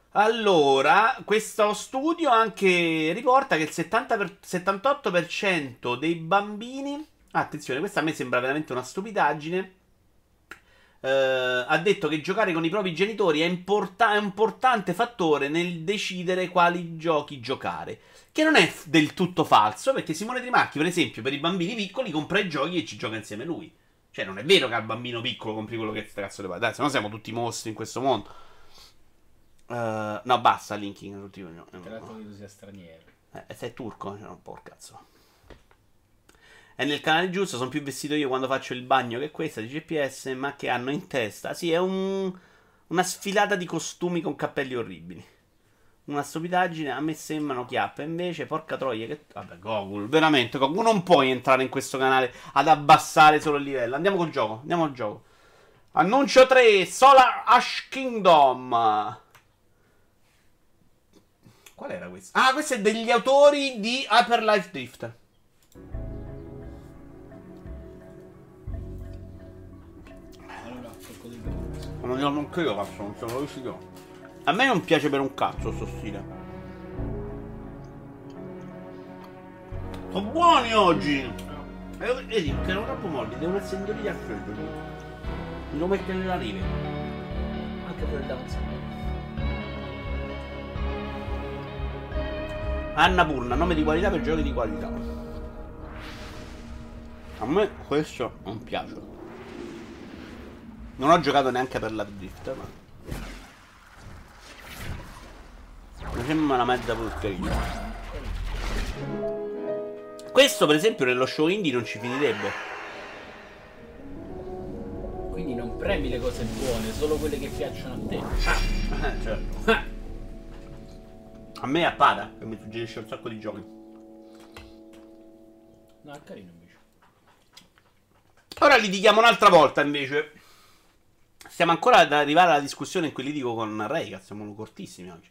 Allora, questo studio anche riporta che il settanta per- settantotto per cento dei bambini, ah, attenzione, questa a me sembra veramente una stupidaggine, eh, ha detto che giocare con i propri genitori è, importa- è un importante fattore nel decidere quali giochi giocare. Che non è f- del tutto falso, perché Simone Trimacchi, per esempio, per i bambini piccoli compra i giochi e ci gioca insieme lui. Cioè, non è vero che al bambino piccolo compri quello che sta cazzo di fare. Dai, se no siamo tutti mostri in questo mondo. Eh, no, basta Linking. Tutti, no, Tra l'altro che tu sia straniero. eh, sei turco? Cioè, no, porca cazzo. È nel canale giusto, sono più vestito io quando faccio il bagno che questa di G P S, ma che hanno in testa. Sì, è un, una sfilata di costumi con cappelli orribili. Una stupidaggine, a me sembrano chiappe, invece, porca troia, che... Vabbè, Gogol, veramente, Gogol, non puoi entrare in questo canale ad abbassare solo il livello. Andiamo col gioco, andiamo al gioco. Annuncio tre, Solar Ash Kingdom. Qual era questo? Ah, questo è degli autori di Hyper Life Drift. Allora, tocco di Games. Ma non non credo, cazzo, non sono riuscito. A me non piace per un cazzo sto stile. Sono buoni oggi! E vedi, che erano troppo molli, devono essere indoliti al freddo. Mi devo mettere nella neve. Anche per il downside. Annapurna, nome di qualità per giochi di qualità. A me questo non piace. Non ho giocato neanche per la drift, ma... mi sembra una mezza porcheria. Questo per esempio nello show indie non ci finirebbe. Quindi non premi le cose buone, solo quelle che piacciono a te. Eh, certo. A me è Appada che mi suggerisce un sacco di giochi. No, è carino invece. Ora litighiamo un'altra volta invece. Stiamo ancora ad arrivare alla discussione in cui litigo con Ray, che siamo cortissimi oggi.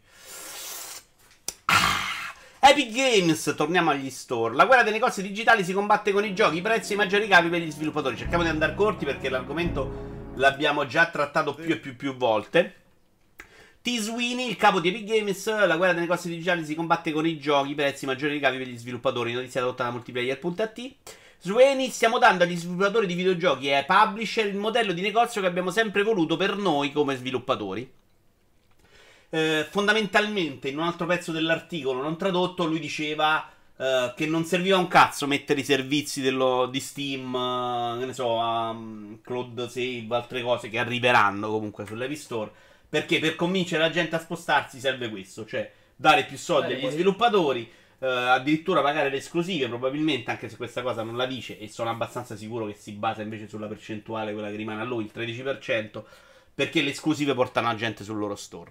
Ah, Epic Games, torniamo agli store. La guerra dei negozi digitali si combatte con i giochi, i prezzi e i maggiori ricavi per gli sviluppatori. Cerchiamo di andare corti perché l'argomento l'abbiamo già trattato più e più più volte. T. Sweeney, il capo di Epic Games, la guerra dei negozi digitali si combatte con i giochi, i prezzi, i maggiori ricavi per gli sviluppatori. Notizia adotta da multiplayer punto a t. Sweeney, stiamo dando agli sviluppatori di videogiochi e ai publisher il modello di negozio che abbiamo sempre voluto per noi come sviluppatori. Eh, fondamentalmente, in un altro pezzo dell'articolo non tradotto, lui diceva eh, che non serviva un cazzo mettere i servizi dello, di Steam, eh, che ne so, um, Cloud Save, altre cose che arriveranno comunque sull'Epic Store. Perché per convincere la gente a spostarsi serve questo, cioè dare più soldi agli sviluppatori, eh, addirittura pagare le esclusive probabilmente, anche se questa cosa non la dice, e sono abbastanza sicuro che si basa invece sulla percentuale, quella che rimane a lui, il tredici per cento, perché le esclusive portano la gente sul loro store.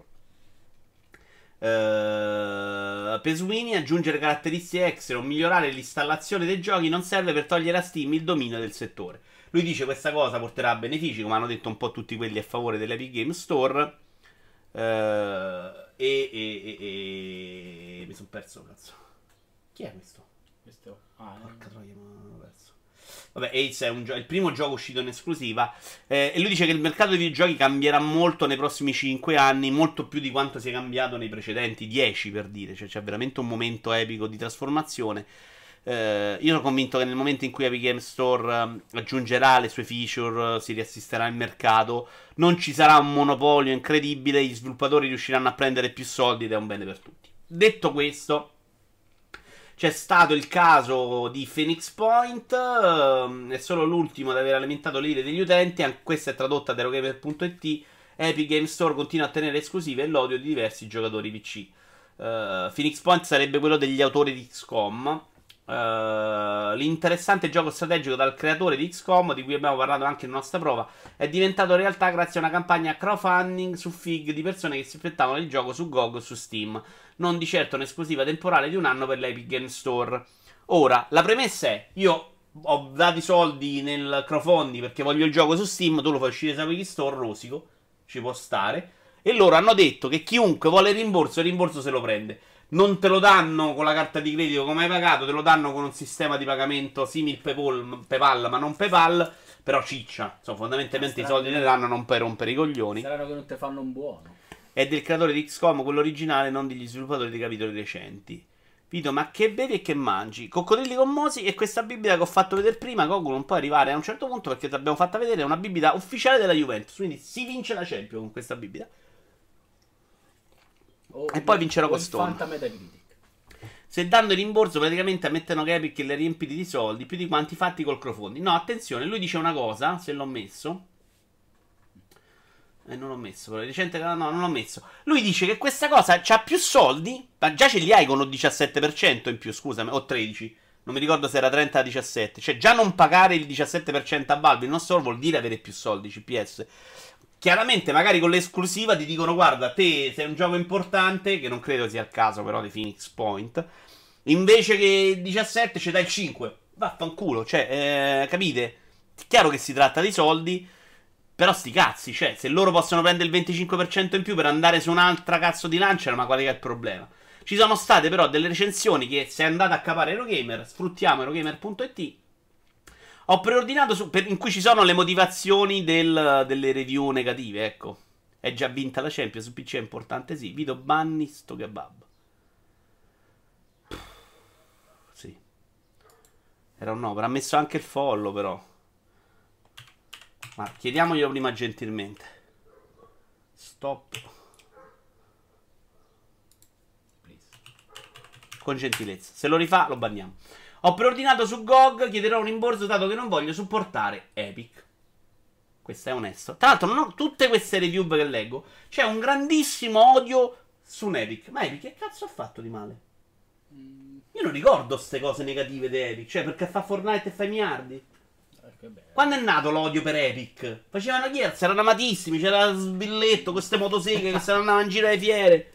Uh, Peswini, aggiungere caratteristiche extra o migliorare l'installazione dei giochi non serve per togliere a Steam il dominio del settore. Lui dice questa cosa porterà a benefici, come hanno detto un po' tutti quelli a favore dell'Epic Game Store. Uh, e, e, e, e mi sono perso, cazzo. Chi è questo? Questo. Ah, porca troia, ma l'ho perso. Vabbè, Ace è un gio- il primo gioco uscito in esclusiva. Eh, e lui dice che il mercato dei videogiochi cambierà molto nei prossimi cinque anni, molto più di quanto sia cambiato nei precedenti dieci, per dire. Cioè c'è veramente un momento epico di trasformazione. Eh, io sono convinto che nel momento in cui Epic Game Store eh, aggiungerà le sue feature, eh, si riassisterà il mercato, non ci sarà un monopolio incredibile, gli sviluppatori riusciranno a prendere più soldi ed è un bene per tutti. Detto questo, c'è stato il caso di Phoenix Point, ehm, è solo l'ultimo ad aver alimentato l'ire degli utenti, anche questa è tradotta da Eurogamer punto it. Epic Game Store continua a tenere esclusive e l'odio di diversi giocatori P C. Uh, Phoenix Point sarebbe quello degli autori di X COM. Uh, l'interessante gioco strategico dal creatore di X COM, di cui abbiamo parlato anche nella nostra prova, è diventato realtà grazie a una campagna crowdfunding su Fig di persone che si aspettavano il gioco su G O G o su Steam, non di certo un'esclusiva temporale di un anno per l'Epic Game Store. Ora, la premessa è, io ho dato i soldi nel crowdfunding perché voglio il gioco su Steam, tu lo fai uscire su Epic Store, rosico, ci può stare, e loro hanno detto che chiunque vuole il rimborso, il rimborso se lo prende. Non te lo danno con la carta di credito come hai pagato, te lo danno con un sistema di pagamento simile PayPal, PayPal ma non PayPal, però ciccia. Insomma, fondamentalmente i soldi te li danno, non per rompere i coglioni. Saranno che non te fanno un buono. è del creatore di X COM, quello originale, non degli sviluppatori dei capitoli recenti. Vito, ma che bevi e che mangi? Coccodrilli commosi e questa bibita che ho fatto vedere prima, Goku non può arrivare a un certo punto perché ti abbiamo fatta vedere, è una bibita ufficiale della Juventus, quindi si vince la Champions con questa bibita. Oh, e poi vincerò con Stone. Fanta Metacritic. Se dando il rimborso praticamente ammettono che Epic le riempiti di soldi più di quanti fatti col crowdfunding. No, attenzione, lui dice una cosa, se l'ho messo. E eh, non l'ho messo, però recente no, non l'ho messo. Lui dice che questa cosa c'ha più soldi, ma già ce li hai con un diciassette per cento in più, scusami, o tredici. Non mi ricordo se era trenta o diciassette. Cioè già non pagare il diciassette per cento a Valve in uno store vuol dire avere più soldi, C P S. Chiaramente magari con l'esclusiva ti dicono guarda, te sei un gioco importante, che non credo sia il caso però di Phoenix Point. Invece che diciassette ci dai il cinque. Vaffanculo, cioè, eh, capite? Chiaro che si tratta di soldi, però sti cazzi, cioè, se loro possono prendere il venticinque per cento in più per andare su un'altra cazzo di lancia, ma qual è il problema? Ci sono state però delle recensioni che se andate a capare Eurogamer, sfruttiamo eurogamer punto it. Ho preordinato su, per, in cui ci sono le motivazioni del, delle review negative, ecco. È già vinta la Champions, su P C è importante, sì. Vito Banni, sto kebab. Sì. Era un no, però ha messo anche il follow, però. Ma chiediamoglielo prima gentilmente. Stop. Please. Con gentilezza. Se lo rifà, lo banniamo. Ho preordinato su G O G, chiederò un rimborso dato che non voglio supportare Epic. Questo è onesto. Tra l'altro, non ho tutte queste review che leggo. C'è un grandissimo odio su un Epic. Ma Epic che cazzo ha fatto di male? Io non ricordo ste cose negative di Epic. Cioè, perché fa Fortnite e fa i miliardi. Quando è nato l'odio per Epic? Facevano Gears, erano amatissimi. C'era Sbilletto, queste motoseghe che se ne andavano in giro alle fiere.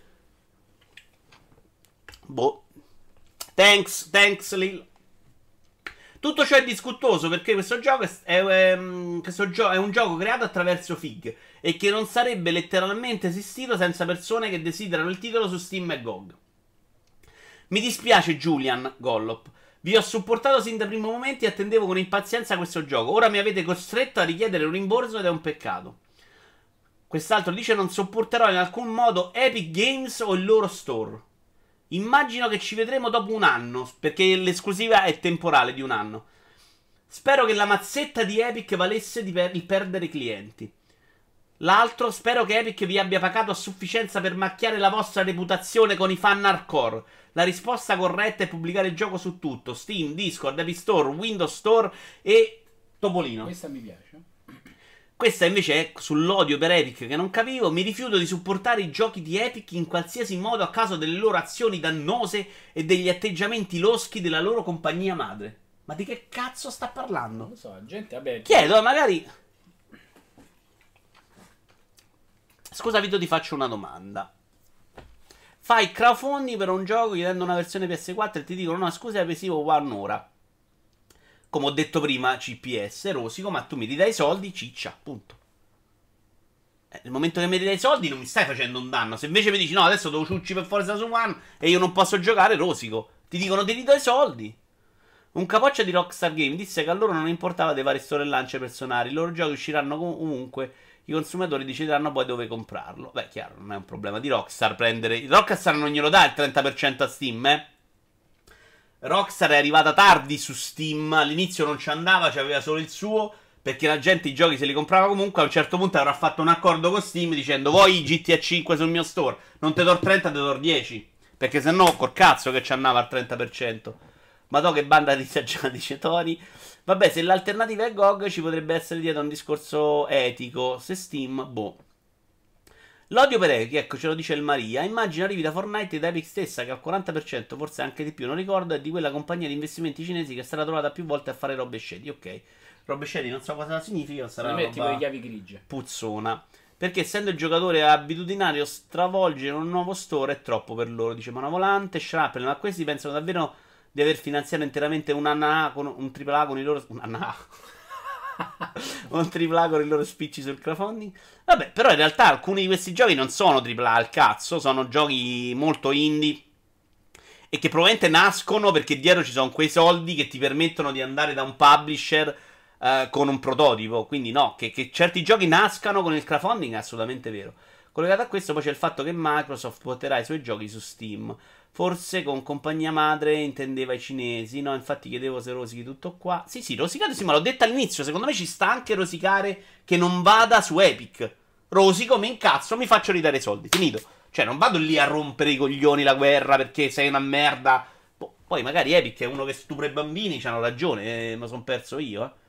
Boh. Thanks, thanks, Lil. Tutto ciò è disgustoso perché questo gioco è, è, è, questo gio- è un gioco creato attraverso Fig e che non sarebbe letteralmente esistito senza persone che desiderano il titolo su Steam e G O G. Mi dispiace Julian Gollop. Vi ho supportato sin dai primi momenti e attendevo con impazienza questo gioco. Ora mi avete costretto a richiedere un rimborso ed è un peccato. Quest'altro dice non sopporterò in alcun modo Epic Games o il loro store. Immagino che ci vedremo dopo un anno, perché l'esclusiva è temporale di un anno. Spero che la mazzetta di Epic valesse di per- il perdere clienti. L'altro, spero che Epic vi abbia pagato a sufficienza per macchiare la vostra reputazione con i fan hardcore. La risposta corretta è pubblicare il gioco su tutto: Steam, Discord, Epic Store, Windows Store e Topolino. Questa mi piace. Questa invece è sull'odio per Epic che non capivo. Mi rifiuto di supportare i giochi di Epic in qualsiasi modo a causa delle loro azioni dannose e degli atteggiamenti loschi della loro compagnia madre. Ma di che cazzo sta parlando? Non lo so, gente, vabbè. Chiedo, magari... Scusa Vito, ti faccio una domanda. Fai crowdfunding per un gioco chiedendo una versione P S quattro e ti dicono no, scusa, è presivo un'ora. Come ho detto prima, C P S, rosico, ma tu mi ridai i soldi, ciccia, punto. Eh, nel momento che mi ridai i soldi non mi stai facendo un danno. Se invece mi dici no, adesso devo ciucci per Forza su One e io non posso giocare, rosico. Ti dicono ti ridò i soldi. Un capoccia di Rockstar Game disse che a loro non importava dei vari store e lance personali. I loro giochi usciranno comunque. I consumatori decideranno poi dove comprarlo. Beh, chiaro, non è un problema di Rockstar prendere... Rockstar non glielo dà il trenta per cento a Steam, eh. Rockstar è arrivata tardi su Steam, all'inizio non ci andava, c'aveva solo il suo, perché la gente i giochi se li comprava comunque. A un certo punto avrà fatto un accordo con Steam dicendo vuoi G T A cinque sul mio store, non te do il trenta, te do il dieci, perché se no col cazzo che ci andava al trenta per cento. Ma to che banda di saggiati, dice Tori. Vabbè, se l'alternativa è G O G ci potrebbe essere dietro un discorso etico. Se Steam, boh. L'odio per Epic, ecco, ce lo dice il Maria. Immagino arrivi da Fortnite ed Epic stessa, che al quaranta per cento, forse anche di più, non ricordo, è di quella compagnia di investimenti cinesi che è stata trovata più volte a fare robe shady. Ok, robe shady non so cosa significa, sarà Mi metti roba quelle chiavi grigie. puzzona. Perché essendo il giocatore abitudinario, stravolgere un nuovo store è troppo per loro, dice Manavolante. Shrapnel, ma questi pensano davvero di aver finanziato interamente un A A con un tripla A con i loro... Un A A... un tripla A con i loro spicci sul crowdfunding. Vabbè, però in realtà alcuni di questi giochi non sono tripla A al cazzo, sono giochi molto indie e che probabilmente nascono perché dietro ci sono quei soldi che ti permettono di andare da un publisher uh, con un prototipo. Quindi no, che, che certi giochi nascano con il crowdfunding è assolutamente vero. Collegato a questo poi c'è il fatto che Microsoft porterà i suoi giochi su Steam. Forse con compagnia madre intendeva i cinesi. No, infatti chiedevo se rosichi tutto qua. Sì, sì, rosicato sì, ma l'ho detto all'inizio. Secondo me ci sta anche rosicare che non vada su Epic. Rosico, mi incazzo, mi faccio ridare i soldi. Finito. Cioè, non vado lì a rompere i coglioni la guerra perché sei una merda. Poi magari Epic è uno che stupra i bambini, c'hanno ragione, eh, ma son perso io, eh.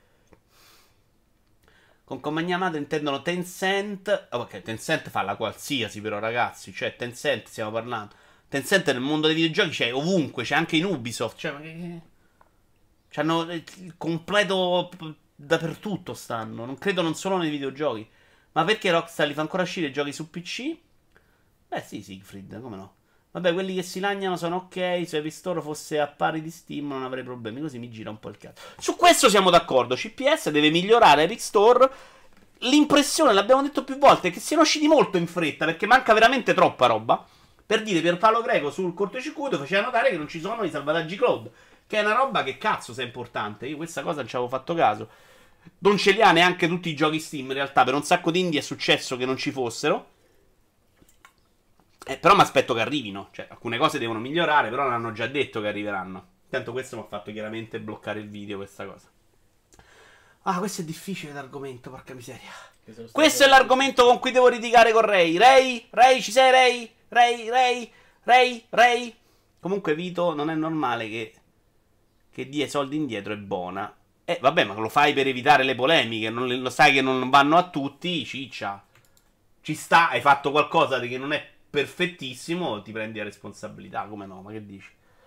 Con compagnia madre intendono Tencent. Oh, ok, Tencent fa la qualsiasi però, ragazzi. Cioè, Tencent stiamo parlando. Tencent nel mondo dei videogiochi c'è ovunque, c'è anche in Ubisoft. Cioè, ma che... C'hanno il completo dappertutto stanno. Non credo non solo nei videogiochi. Ma perché Rockstar li fa ancora uscire i giochi su P C? Beh sì, Siegfried, come no. Vabbè, quelli che si lagnano sono ok. Se Epic Store fosse a pari di Steam non avrei problemi. Così mi gira un po' il cazzo. Su questo siamo d'accordo. C P S deve migliorare Epic Store. L'impressione, l'abbiamo detto più volte, è che siano usciti molto in fretta perché manca veramente troppa roba. Per dire, per Paolo Greco sul cortocircuito faceva notare che non ci sono i salvataggi cloud. Che è una roba che cazzo sia importante. Io questa cosa non ci avevo fatto caso. Non ce li ha neanche tutti i giochi Steam. In realtà, per un sacco di indie è successo che non ci fossero. Eh, però mi aspetto che arrivino. Cioè, alcune cose devono migliorare, però l'hanno già detto che arriveranno. Tanto questo mi ha fatto chiaramente bloccare il video, questa cosa. Ah, questo è difficile l'argomento, porca miseria. Questo è l'argomento con cui devo litigare con Ray. Ray, Ray, ci sei Ray? Ray, Ray, Ray, Ray. Comunque Vito, non è normale che che dia i soldi indietro è buona. Eh, vabbè, ma lo fai per evitare le polemiche. Non, lo sai che non vanno a tutti, ciccia. Ci sta, hai fatto qualcosa che non è perfettissimo, ti prendi la responsabilità, come no? Ma che dici?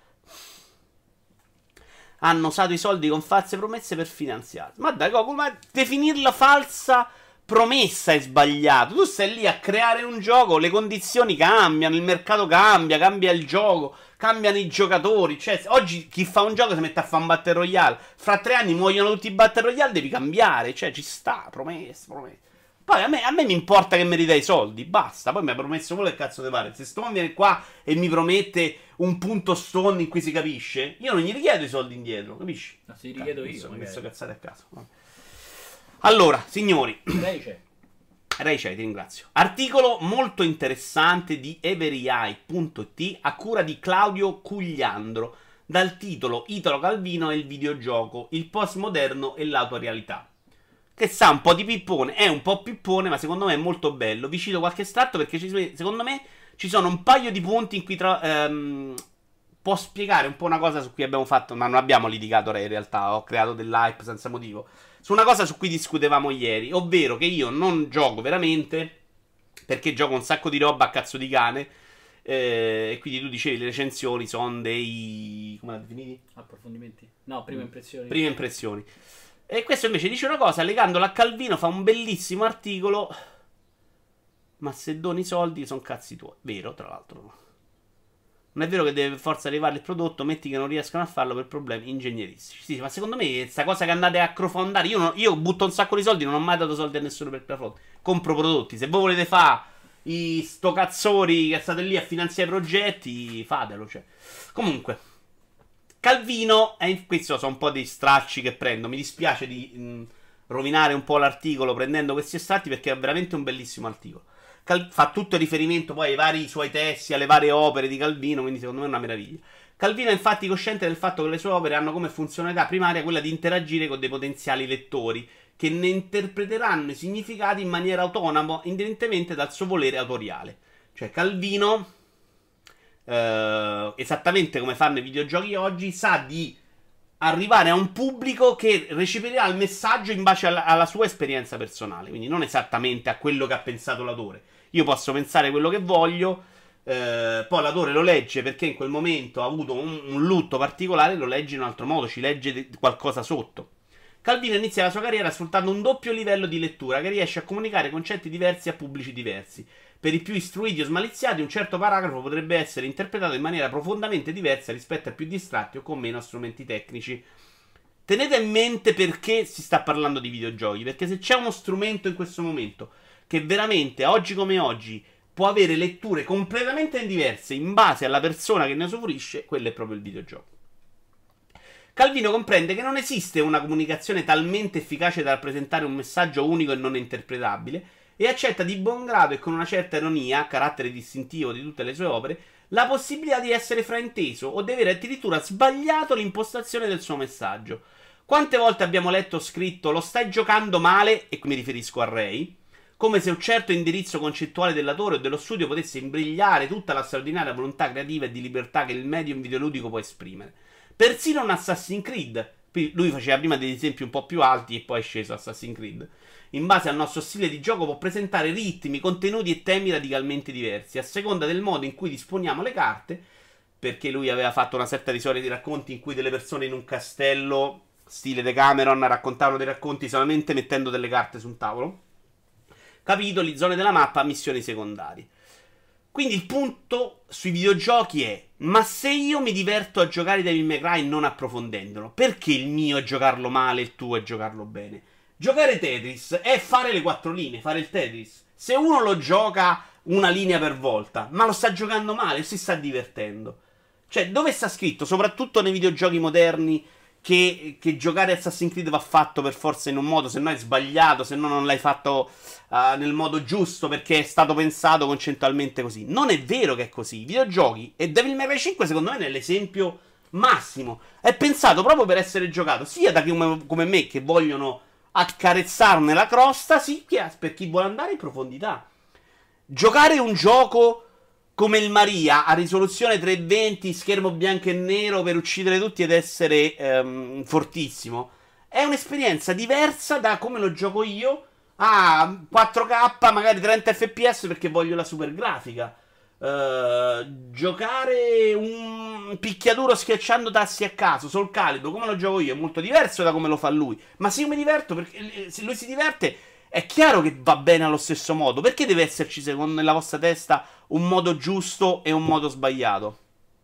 Hanno usato i soldi con false promesse per finanziarsi. Ma dai, Goku, ma definirla falsa promessa è sbagliato. Tu stai lì a creare un gioco, le condizioni cambiano, il mercato cambia, cambia il gioco, cambiano i giocatori. Cioè, oggi chi fa un gioco si mette a fare un Battle Royale. Fra tre anni muoiono tutti i Battle Royale, devi cambiare. Cioè, ci sta, promessa, promessa. Poi a me, a me mi importa che mi ridai i soldi, basta. Poi mi ha promesso quello che cazzo te pare. Se Stone viene qua e mi promette un punto Stone in cui si capisce, io non gli richiedo i soldi indietro, capisci? Ma se li richiedo io, Ho magari. messo cazzate a caso. Vabbè. Allora, signori, Lei c'è. Ray c'è, ti ringrazio. Articolo molto interessante di everyeye punto it a cura di Claudio Cugliandro, dal titolo Italo Calvino e il videogioco, il postmoderno e l'autorealità. Che sa un po' di pippone, è un po' pippone, ma secondo me è molto bello. Vi cito qualche estratto perché ci, secondo me ci sono un paio di punti in cui tra, ehm, può spiegare un po' una cosa su cui abbiamo fatto, ma non abbiamo litigato Ray in realtà, ho creato dell'hype senza motivo. Su una cosa su cui discutevamo ieri, ovvero che io non gioco veramente perché gioco un sacco di roba a cazzo di cane. Eh, e quindi tu dicevi le recensioni sono dei... come la definivi? Approfondimenti? No, prime impressioni. Prime impressioni. E questo invece dice una cosa, legandolo a Calvino fa un bellissimo articolo. Ma se doni i soldi sono cazzi tuoi. Vero, tra l'altro. Non è vero che deve per forza arrivare il prodotto, metti che non riescano a farlo per problemi ingegneristici. Sì, ma secondo me questa cosa che andate a crowdfundare, io, non, io butto un sacco di soldi, non ho mai dato soldi a nessuno per crowdfunding. Compro prodotti, se voi volete fare i sto cazzori che state lì a finanziare i progetti, fatelo, cioè. Comunque, Calvino, è in, questi sono un po' dei stracci che prendo, mi dispiace di mh, rovinare un po' l'articolo prendendo questi estratti perché è veramente un bellissimo articolo. Cal- fa tutto riferimento poi ai vari suoi testi, alle varie opere di Calvino, quindi secondo me è una meraviglia. Calvino è infatti cosciente del fatto che le sue opere hanno come funzionalità primaria quella di interagire con dei potenziali lettori, che ne interpreteranno i significati in maniera autonoma, indipendentemente dal suo volere autoriale. Cioè Calvino, eh, esattamente come fanno i videogiochi oggi, sa di arrivare a un pubblico che recepirà il messaggio in base alla, alla sua esperienza personale, quindi non esattamente a quello che ha pensato l'autore. Io posso pensare quello che voglio, eh, poi l'autore lo legge perché in quel momento ha avuto un, un lutto particolare, lo legge in un altro modo, ci legge de- qualcosa sotto. Calvino inizia la sua carriera sfruttando un doppio livello di lettura che riesce a comunicare concetti diversi a pubblici diversi. Per i più istruiti o smaliziati, un certo paragrafo potrebbe essere interpretato in maniera profondamente diversa rispetto ai più distratti o con meno strumenti tecnici. Tenete in mente perché si sta parlando di videogiochi, perché se c'è uno strumento in questo momento che veramente, oggi come oggi, può avere letture completamente diverse in base alla persona che ne usufruisce, quello è proprio il videogioco. Calvino comprende che non esiste una comunicazione talmente efficace da rappresentare un messaggio unico e non interpretabile, e accetta di buon grado e con una certa ironia, carattere distintivo di tutte le sue opere, la possibilità di essere frainteso o di avere addirittura sbagliato l'impostazione del suo messaggio. Quante volte abbiamo letto o scritto lo stai giocando male, e qui mi riferisco a Ray, come se un certo indirizzo concettuale dell'autore o dello studio potesse imbrigliare tutta la straordinaria volontà creativa e di libertà che il medium videoludico può esprimere. Persino un Assassin's Creed, lui faceva prima degli esempi un po' più alti e poi è sceso Assassin's Creed, in base al nostro stile di gioco può presentare ritmi, contenuti e temi radicalmente diversi, a seconda del modo in cui disponiamo le carte, perché lui aveva fatto una certa di storie di racconti in cui delle persone in un castello, stile Decameron, raccontavano dei racconti solamente mettendo delle carte su un tavolo, capitoli, zone della mappa, missioni secondarie. Quindi il punto sui videogiochi è: ma se io mi diverto a giocare Devil May Cry non approfondendolo, perché il mio è giocarlo male e il tuo è giocarlo bene? Giocare Tetris è fare le quattro linee, fare il Tetris. Se uno lo gioca una linea per volta, ma lo sta giocando male, si sta divertendo. Cioè, dove sta scritto, soprattutto nei videogiochi moderni, che, che giocare Assassin's Creed va fatto per forza in un modo, se no è sbagliato, se no non l'hai fatto uh, nel modo giusto perché è stato pensato concettualmente così? Non è vero che è così. I videogiochi, e Devil May Cry cinque secondo me è l'esempio massimo. È pensato proprio per essere giocato sia da chi come, come me che vogliono accarezzarne la crosta, sì, per chi vuole andare in profondità. Giocare un gioco come il Maria a risoluzione trecentoventi, schermo bianco e nero per uccidere tutti ed essere ehm, fortissimo è un'esperienza diversa da come lo gioco io a quattro K, magari trenta F P S perché voglio la super grafica. Uh, giocare un picchiaduro schiacciando tassi a caso, Soul Calibur, come lo gioco io, è molto diverso da come lo fa lui. Ma se io mi diverto, perché se lui si diverte, è chiaro che va bene allo stesso modo. Perché deve esserci, secondo nella vostra testa, un modo giusto e un modo sbagliato?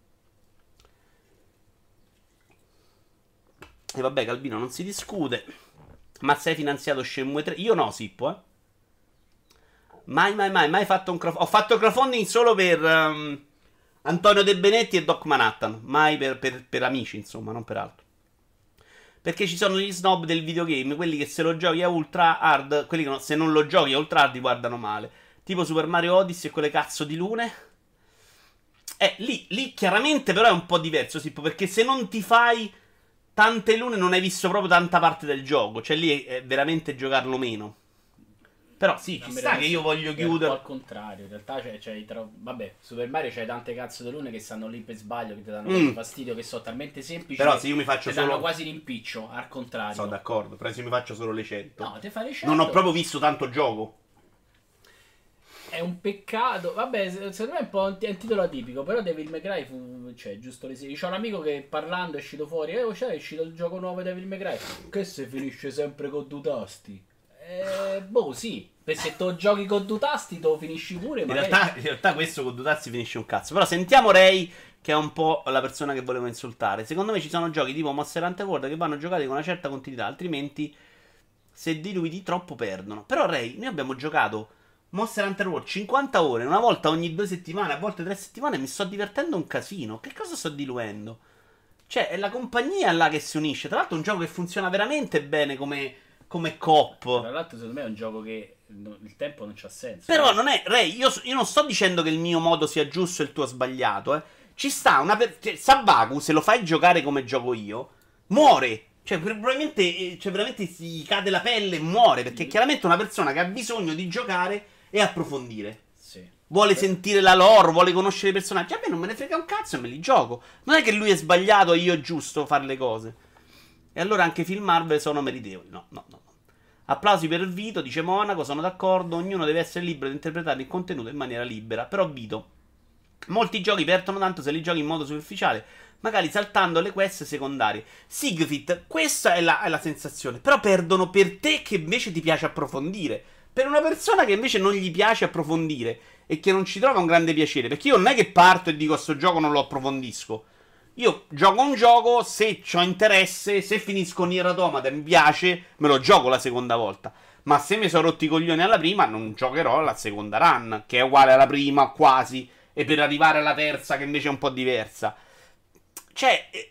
E vabbè, Calvino, non si discute. Ma sei finanziato Shenmue tre? Io no, Sippo, eh. Mai, mai, mai, mai fatto un crowdfunding. Ho fatto crowdfunding solo per um, Antonio De Benetti e Doc Manhattan. Mai per, per, per amici, insomma, non per altro. Perché ci sono gli snob del videogame, quelli che se lo giochi a ultra hard, quelli che no, se non lo giochi a ultra hard ti guardano male. Tipo Super Mario Odyssey e quelle cazzo di lune. Eh, lì, lì chiaramente però è un po' diverso, Sippo, perché se non ti fai tante lune non hai visto proprio tanta parte del gioco. Cioè lì è, è veramente giocarlo meno. Però sì, ci sta che io voglio chiudere. Al contrario, in realtà c'è, c'è tra... vabbè, Super Mario c'hai tante cazzo di lune che stanno lì per sbaglio, che ti danno Mm. fastidio, che sono talmente semplici. Però che se io mi faccio ti solo- danno quasi l'impiccio, al contrario. Sono d'accordo, però se io mi faccio solo le cento. No, te fai le Non ho cento. proprio visto tanto gioco. È un peccato. Vabbè, se- secondo me è un po' un t- è un titolo atipico. Però Devil May Cry fu. Cioè, giusto le C'ho un amico che parlando è uscito fuori. Eh, oh, c'è, è uscito il gioco nuovo Devil May Cry. Che se finisce sempre con due tasti. Eh, boh, sì. Per se tu giochi con due tasti, te lo finisci pure. In magari- realtà, in realtà questo con due tasti finisce un cazzo. Però sentiamo Ray, che è un po' la persona che volevo insultare. Secondo me ci sono giochi tipo Monster Hunter World che vanno giocati con una certa continuità, altrimenti se diluidi troppo perdono. Però Ray, noi abbiamo giocato Monster Hunter World cinquanta ore, una volta ogni due settimane, a volte tre settimane, e mi sto divertendo un casino. Che cosa sto diluendo? Cioè, è la compagnia là che si unisce. Tra l'altro è un gioco che funziona veramente bene come, come coop. Tra l'altro, secondo me è un gioco che no- il tempo non c'ha senso. Però non è, Ray, io, io non sto dicendo che il mio modo sia giusto e il tuo sbagliato, eh. Ci sta una per... cioè, Sabaku, se lo fai giocare come gioco io, muore. Cioè, probabilmente, eh, cioè, veramente si cade la pelle e muore, perché è chiaramente una persona che ha bisogno di giocare e approfondire. Sì. Vuole sentire la lore, vuole conoscere i personaggi. A me non me ne frega un cazzo e me li gioco. Non è che lui è sbagliato e io è giusto fare le cose. E allora anche i film Marvel sono meritevoli. No, no, no. Applausi per Vito, dice Monaco, sono d'accordo. Ognuno deve essere libero di interpretare il contenuto in maniera libera. Però Vito, molti giochi perdono tanto se li giochi in modo superficiale, magari saltando le quest secondarie. Sigfit, questa è la, è la sensazione. Però perdono per te che invece ti piace approfondire. Per una persona che invece non gli piace approfondire e che non ci trova un grande piacere, perché io non è che parto e dico sto gioco non lo approfondisco. Io gioco un gioco, se ho interesse, se finisco Nier Automata e mi piace, me lo gioco la seconda volta. Ma se mi sono rotti i coglioni alla prima, non giocherò la seconda run, che è uguale alla prima, quasi, e per arrivare alla terza, che invece è un po' diversa. Cioè,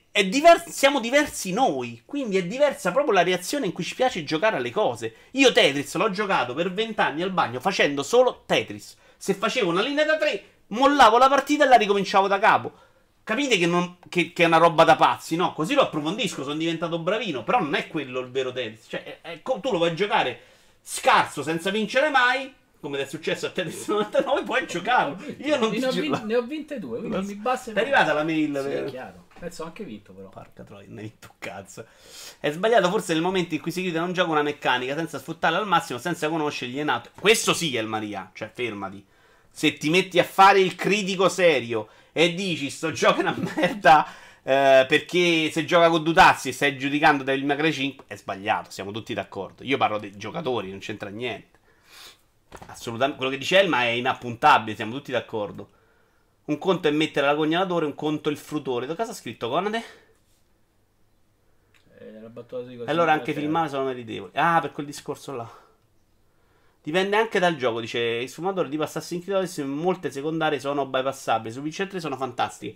è diver- siamo diversi noi, quindi è diversa proprio la reazione in cui ci piace giocare alle cose. Io Tetris l'ho giocato per vent'anni al bagno facendo solo Tetris. Se facevo una linea da tre, mollavo la partita e la ricominciavo da capo. Capite che, non, che, che è una roba da pazzi, no? Così lo approfondisco, sono diventato bravino. Però non è quello il vero Tetris. Cioè, è, è, tu lo vuoi giocare scarso, senza vincere mai, come è successo a Tetris novantanove, puoi giocarlo. Io non ne, ho ti vin- ne ho vinte due, quindi mi basta. È arrivata la mail? Sì, per... è chiaro. Penso ho anche vinto, però. Porca troia, non hai vinto un cazzo. È sbagliato forse nel momento in cui si critica un gioco, una meccanica, senza sfruttarla al massimo, senza conoscergli è nato. Questo sì è il Maria, cioè fermati. Se ti metti a fare il critico serio e dici sto gioco è una merda eh, perché se gioca con Dutazzi e stai giudicando Devil May Cry cinque, è sbagliato, siamo tutti d'accordo. Io parlo dei giocatori, non c'entra niente. Assolutamente, quello che dice Elma è inappuntabile, siamo tutti d'accordo. Un conto è mettere la cognalatore, un conto il frutore. Da cosa ha scritto Conade? Eh, la battuta di così, allora anche filmare sono meritevoli. Ah, per quel discorso là. Dipende anche dal gioco, dice il sfumatore tipo Assassin's Creed Odyssey, molte secondarie sono bypassabili, su Witcher tre sono fantastiche.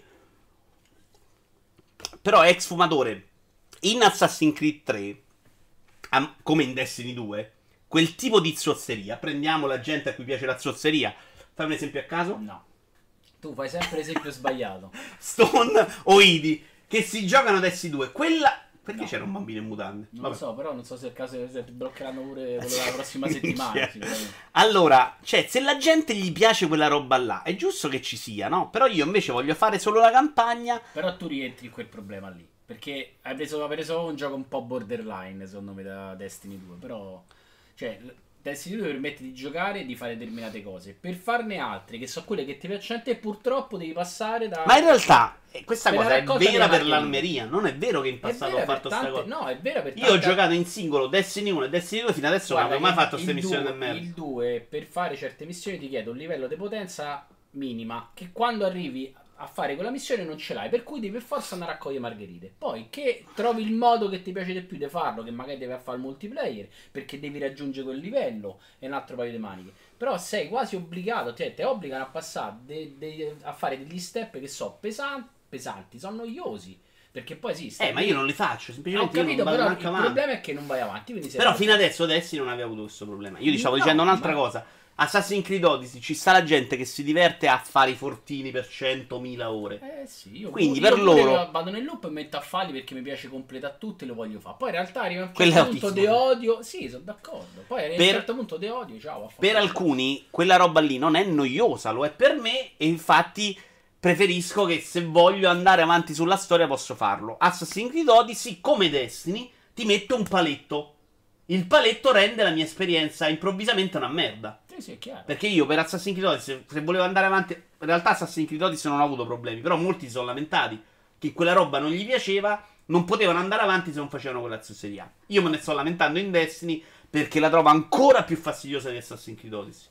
Però ex fumatore, in Assassin's Creed tre, come in Destiny due, quel tipo di zozzeria, prendiamo la gente a cui piace la zozzeria, fammi un esempio a caso? No. Tu fai sempre l'esempio sbagliato. Stone o Idi, che si giocano Destiny due, quella... Perché no. C'era un bambino in mutande? Non Vabbè. lo so, però non so se il caso se bloccheranno pure quello della prossima settimana. Allora, cioè, se la gente gli piace quella roba là, è giusto che ci sia, no? Però io invece voglio fare solo la campagna. Però tu rientri in quel problema lì. Perché hai preso, hai preso un gioco un po' borderline, secondo me, da Destiny due. Però, cioè, Destiny due permette di giocare e di fare determinate cose. Per farne altre, che sono quelle che ti piacciono a te, purtroppo devi passare da... Ma in realtà... questa per cosa è vera per l'Almeria. l'Almeria. Non è vero che in passato ho fatto questa cosa. No, è vera per Io ho giocato in singolo Destiny uno e Destiny due. Fino adesso Guarda, non avevo mai il- fatto queste il missioni due- del merda. Il due, per fare certe missioni, ti chiede un livello di potenza minima. Che quando arrivi a fare quella missione non ce l'hai. Per cui devi per forza andare a raccogliere margherite. Poi che trovi il modo che ti piace di più di farlo, che magari devi fare il multiplayer, perché devi raggiungere quel livello, è un altro paio di maniche. Però sei quasi obbligato, cioè ti obbligano a passare de- de- a fare degli step che so pesanti, pesanti, sono noiosi. Perché poi sì, stai Eh, ma lì. io non li faccio. Ho Semplicemente io capito, non vado però neanche il avanti. problema è che non vai avanti. Quindi sei Però fino adesso Destiny non aveva avuto questo problema. Io ti stavo No, dicendo un'altra ma- cosa. Assassin's Creed Odyssey, ci sta la gente che si diverte a fare i fortini per centomila ore. Eh sì, io Quindi io per pure loro- vado nel loop e metto a falli perché mi piace completare tutto e lo voglio fare. Poi in realtà arriva a un Quello certo è punto autismo. di odio. Sì, sono d'accordo. Poi arriva a Per- un certo punto di odio. Ciao. vaffanculo. Per alcuni quella roba lì non è noiosa, lo è per me, e infatti preferisco che se voglio andare avanti sulla storia posso farlo. Assassin's Creed Odyssey, come Destiny, ti mette un paletto. Il paletto rende la mia esperienza improvvisamente una merda. Sì, sì, è chiaro. Perché io per Assassin's Creed Odyssey, se volevo andare avanti, in realtà Assassin's Creed Odyssey non ho avuto problemi, però molti si sono lamentati che quella roba non gli piaceva, non potevano andare avanti se non facevano quella zozzeria. Io me ne sto lamentando in Destiny perché la trovo ancora più fastidiosa di Assassin's Creed Odyssey.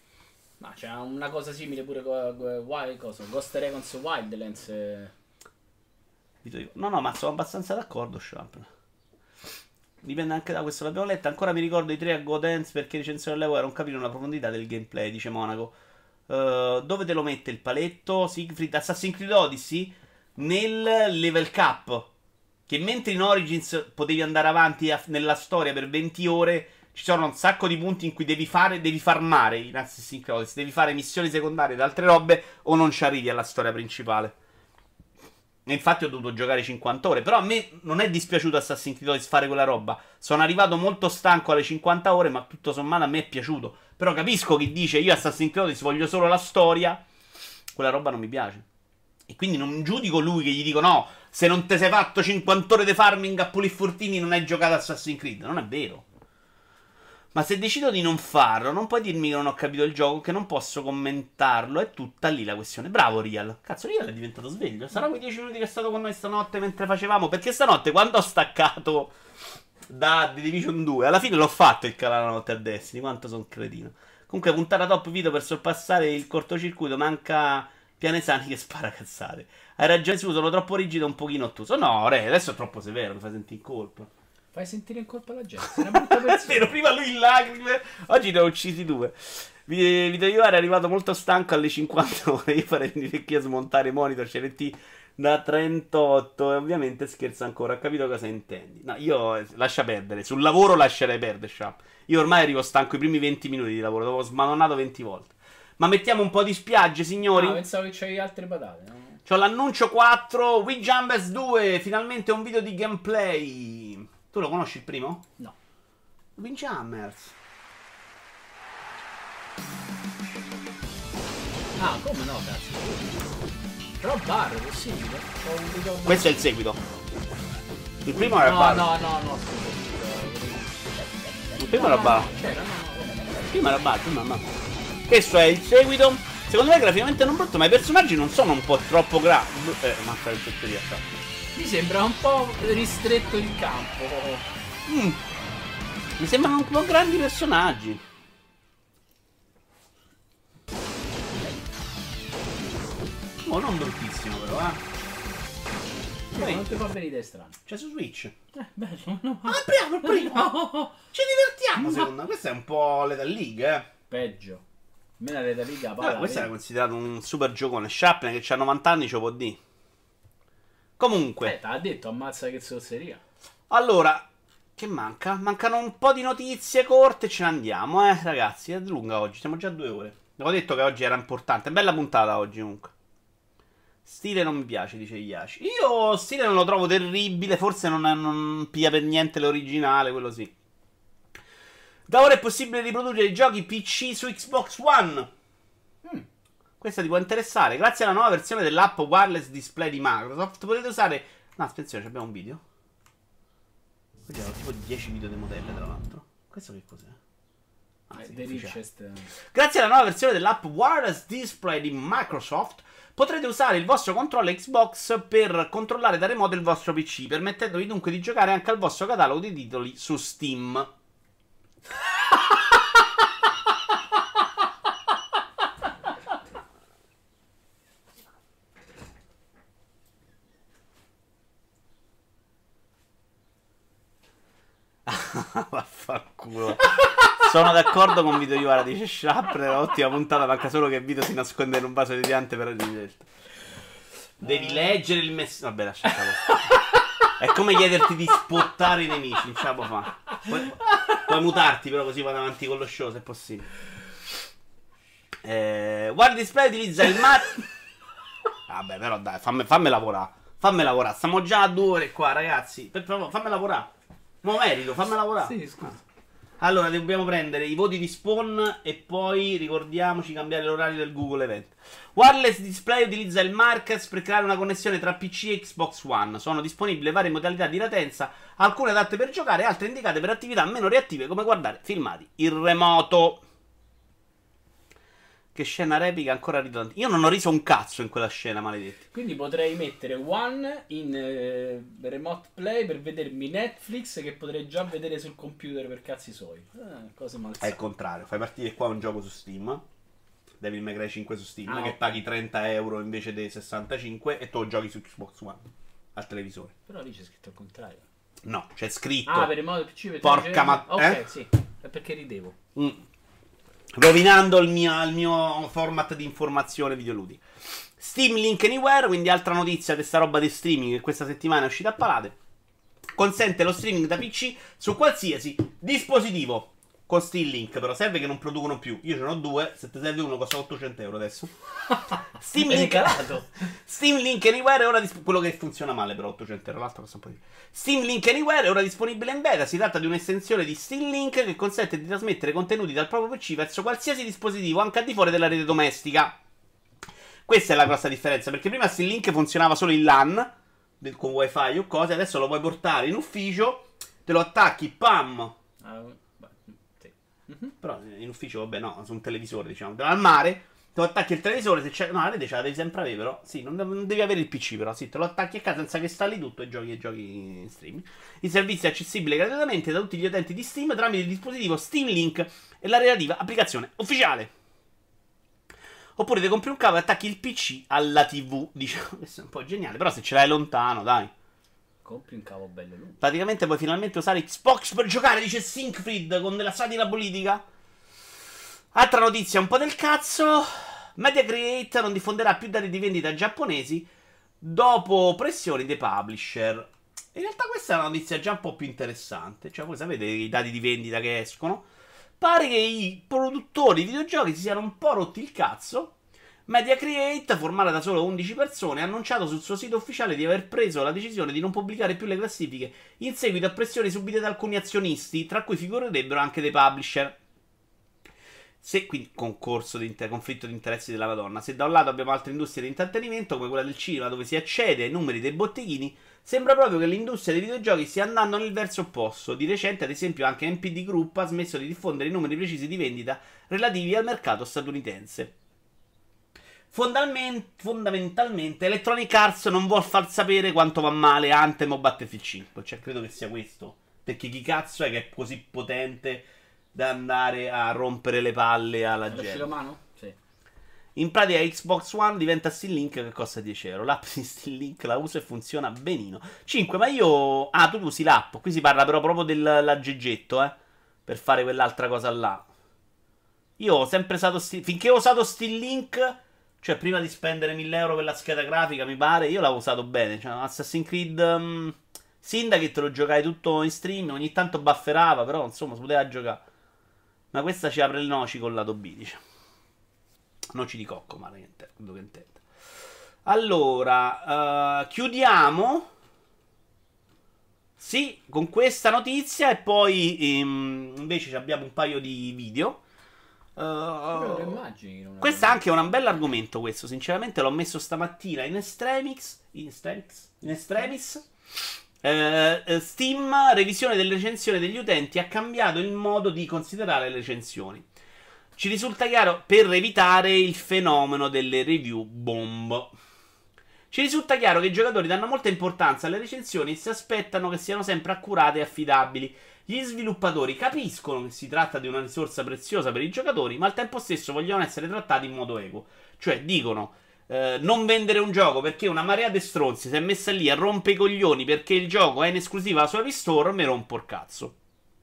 Ma c'è una cosa simile pure con Wild, cosa? Ghost Recon Wildlands. eh. No, no, ma sono abbastanza d'accordo, Sharp. Dipende anche da questo, l'abbiamo letto. Ancora mi ricordo i tre a Go Dance perché recensione all'epoca era un capire una profondità del gameplay, dice Monaco. Uh, dove te lo mette il paletto? Siegfried, Assassin's Creed Odyssey nel level cap. Che mentre in Origins potevi andare avanti a- nella storia per venti ore, ci sono un sacco di punti in cui devi fare, devi farmare in Assassin's Creed Odyssey, devi fare missioni secondarie ed altre robe o non ci arrivi alla storia principale. E infatti ho dovuto giocare cinquanta ore. Però a me non è dispiaciuto Assassin's Creed Odyssey fare quella roba. Sono arrivato molto stanco alle cinquanta ore, ma tutto sommato a me è piaciuto. Però capisco chi dice io Assassin's Creed Odyssey voglio solo la storia. Quella roba non mi piace. E quindi non giudico lui che gli dico no, se non ti sei fatto cinquanta ore di farming a pulire fortini non hai giocato Assassin's Creed. Non è vero. Ma se decido di non farlo, non puoi dirmi che non ho capito il gioco, che non posso commentarlo. È tutta lì la questione. Bravo Real. Cazzo, Real è diventato sveglio. Sarà quei dieci minuti che è stato con noi stanotte mentre facevamo. Perché stanotte, quando ho staccato da The Division due, alla fine l'ho fatto il calare la notte a Destiny. Quanto sono cretino. Comunque, puntata top video per sorpassare il cortocircuito. Manca Pianesani che spara cazzate. Hai ragione, su, sono troppo rigido, un pochino ottuso. No, re, adesso è troppo severo. Mi fai sentire in colpa. Fai sentire in colpa la gente. Sei una brutta È persona. vero, prima lui in lacrime, oggi ne ho uccisi due. Video Ivar è arrivato molto stanco alle cinquanta ore. Io farei venire qui a smontare monitor, C R T da trentotto e ovviamente scherzo ancora. Ho capito cosa intendi. No, io eh, lascia perdere. Sul lavoro lascerei perdere, Sharp. Io ormai arrivo stanco i primi venti minuti di lavoro. Dopo smanonato venti volte. Ma mettiamo un po' di spiagge, signori. Ah, pensavo che c'avevi altre patate, no? C'ho l'annuncio quattro. Windjammers due. Finalmente un video di gameplay. Tu lo conosci il primo? No. Windjammers. Ah, come no, cazzo. Però bar, è possibile? Ho un video... Questo è il seguito. Il primo era no, bar. No, no, no, Il primo era bar. C'era, no, no. Il primo era bar, prima no. Questo è il seguito. Secondo me graficamente non brutto, ma i personaggi non sono un po' troppo grandi. Eh, mazza il petteria. Mi sembra un po' ristretto il campo. Mm. Mi sembrano un po' grandi personaggi. Oh, non bruttissimo però, eh. Poi non ti fa venire strano. C'è su Switch. Eh, bello, no. Ah, apriamo il primo. No. Ci divertiamo, No. secondo me. Questa è un po' Lethal League, eh. Peggio. Me la Reda Liga Vabbè, palla. questo era considerato un super giocone. Sharpne che ha novanta anni ce lo può dire. Comunque. Aspetta, ha detto ammazza che zozzeria. Allora, che manca? Mancano un po' di notizie corte e ce ne andiamo, eh, ragazzi. È lunga oggi, siamo già a due ore. Avevo detto che oggi era importante. Bella puntata oggi, comunque. Stile non mi piace, dice Yashi. Io stile non lo trovo terribile. Forse non, è, non piglia per niente l'originale, quello sì. Da ora è possibile riprodurre i giochi P C su Xbox One. Mm. Questa ti può interessare. Grazie alla nuova versione dell'app Wireless Display di Microsoft potete usare... No, attenzione, abbiamo un video. Vediamo tipo dieci video di modelle, tra l'altro. Questo che cos'è? Ah, Eh, sì, The ufficiale. Richest. Grazie alla nuova versione dell'app Wireless Display di Microsoft potrete usare il vostro controllo Xbox per controllare da remoto il vostro P C, permettendovi dunque di giocare anche al vostro catalogo di titoli su Steam. Vaffanculo. Sono d'accordo con Vito Iovara, dice Shrapper. Ottima puntata, manca solo che Vito si nasconde in un vaso di piante per rigelto. Devi leggere il messaggio. Vabbè, lascia stare. È come chiederti di spottare i nemici, non ce la può fare. Puoi, puoi mutarti, però così vado avanti con lo show, se è possibile. Eh, Wild Display utilizza il mat. Vabbè, però dai, fammi, fammi lavorare. Fammi lavorare. Stiamo già a due ore qua, ragazzi. Per favore, fammi lavorare. Mo merito, fammi lavorare. Sì, scusa. Allora, dobbiamo prendere i voti di spawn e poi ricordiamoci di cambiare l'orario del Google Event. Wireless Display utilizza il Marcus per creare una connessione tra P C e Xbox One. Sono disponibili varie modalità di latenza, alcune adatte per giocare, altre indicate per attività meno reattive come guardare filmati in remoto. Che scena replica ancora ridondante. Io non ho riso un cazzo in quella scena, maledetti. Quindi potrei mettere One in eh, remote play per vedermi Netflix che potrei già vedere sul computer per cazzi suoi. Eh, cose È il malsane. contrario, fai partire qua un gioco su Steam, Devil May Cry cinque su Steam, Ah, che ok. paghi trenta euro invece dei sessantacinque e tu lo giochi su Xbox One al televisore. Però lì c'è scritto il contrario. No, c'è scritto. Ah, per remote P C per Porca telecamera? ma- Ok, eh? sì. È perché ridevo. Mm. Rovinando il mio, il mio format di informazione videoludica. Steam Link Anywhere, quindi altra notizia di sta roba di streaming che questa settimana è uscita a palate. Consente lo streaming da P C su qualsiasi dispositivo. Con Steam Link, però serve che non producono più. Io ce ne ho due, se te serve uno costa ottocento euro adesso. Steam È Link ricalato. Steam Link Anywhere è ora disponibile. Quello che funziona male, però ottocento euro, l'altro costa un po' di più. Steam Link Anywhere è ora disponibile in beta. Si tratta di un'estensione di Steam Link che consente di trasmettere contenuti dal proprio P C verso qualsiasi dispositivo, anche al di fuori della rete domestica. Questa è la grossa differenza, perché prima Steam Link funzionava solo in LAN con wifi o cose, adesso lo puoi portare in ufficio, te lo attacchi, pam. Ah, beh, sì. Mhm. Però in ufficio, vabbè, no, su un televisore, diciamo. Al mare, te lo attacchi il televisore, se c'è... No, la rete ce la devi sempre avere, però. Sì, non, non devi avere il P C, però. Sì, te lo attacchi a casa senza che installi tutto e giochi e giochi in streaming. Il servizio è accessibile gratuitamente da tutti gli utenti di Steam tramite il dispositivo Steam Link e la relativa applicazione ufficiale. Oppure ti compri un cavo e attacchi il P C alla tivù. Diciamo, questo è un po' geniale, però se ce l'hai lontano, dai. Compri un cavo bello lungo. Praticamente puoi finalmente usare Xbox per giocare, dice Sinkfried, con della satira politica. Altra notizia un po' del cazzo. Media Create non diffonderà più dati di vendita giapponesi dopo pressioni dei publisher. In realtà questa è una notizia già un po' più interessante. Cioè, voi sapete i dati di vendita che escono. Pare che i produttori di videogiochi si siano un po' rotti il cazzo. Media Create, formata da solo undici persone, ha annunciato sul suo sito ufficiale di aver preso la decisione di non pubblicare più le classifiche in seguito a pressioni subite da alcuni azionisti, tra cui figurerebbero anche dei publisher. Se, quindi concorso di inter- conflitto di interessi della Madonna. Se da un lato abbiamo altre industrie di intrattenimento come quella del cinema dove si accede ai numeri dei botteghini, sembra proprio che l'industria dei videogiochi stia andando nel verso opposto. Di recente, ad esempio, anche N P D Group ha smesso di diffondere i numeri precisi di vendita relativi al mercato statunitense. Fondalmen- fondamentalmente Electronic Arts non vuol far sapere quanto va male Anthem o Battlefield cinque. Cioè, credo che sia questo. Perché chi cazzo è che è così potente da andare a rompere le palle alla È gente? mano? Sì. In pratica Xbox One diventa Steam Link che costa dieci euro. L'app di Steam Link la uso e funziona benino. cinque, ma io... Ah, tu usi l'app. Qui si parla però proprio dell'aggeggetto, eh. Per fare quell'altra cosa là. Io ho sempre usato Steam... Finché ho usato Steam Link, cioè prima di spendere mille euro per la scheda grafica, mi pare, io l'avevo usato bene. Cioè, Assassin's Creed... Um... Syndicate lo giocai tutto in stream. Ogni tanto bufferava, però insomma si poteva giocare. Ma questa ci apre le noci col lato B, dice. Noci di cocco, ma che intendo, che intendo. Allora, uh, chiudiamo. Sì, con questa notizia. E poi um, invece abbiamo un paio di video. Uh, immagini, questo è anche un bel argomento, questo. Sinceramente l'ho messo stamattina in extremis. In extremis. In extremis. Uh, Steam, revisione delle recensioni degli utenti, ha cambiato il modo di considerare le recensioni. Ci risulta chiaro per evitare il fenomeno delle review bomb. Ci risulta chiaro che i giocatori danno molta importanza alle recensioni e si aspettano che siano sempre accurate e affidabili. Gli sviluppatori capiscono che si tratta di una risorsa preziosa per i giocatori, ma al tempo stesso vogliono essere trattati in modo equo. Cioè dicono: Uh, non vendere un gioco perché una marea di stronzi si è messa lì a rompe i coglioni perché il gioco è in esclusiva su App Store, me rompo il cazzo.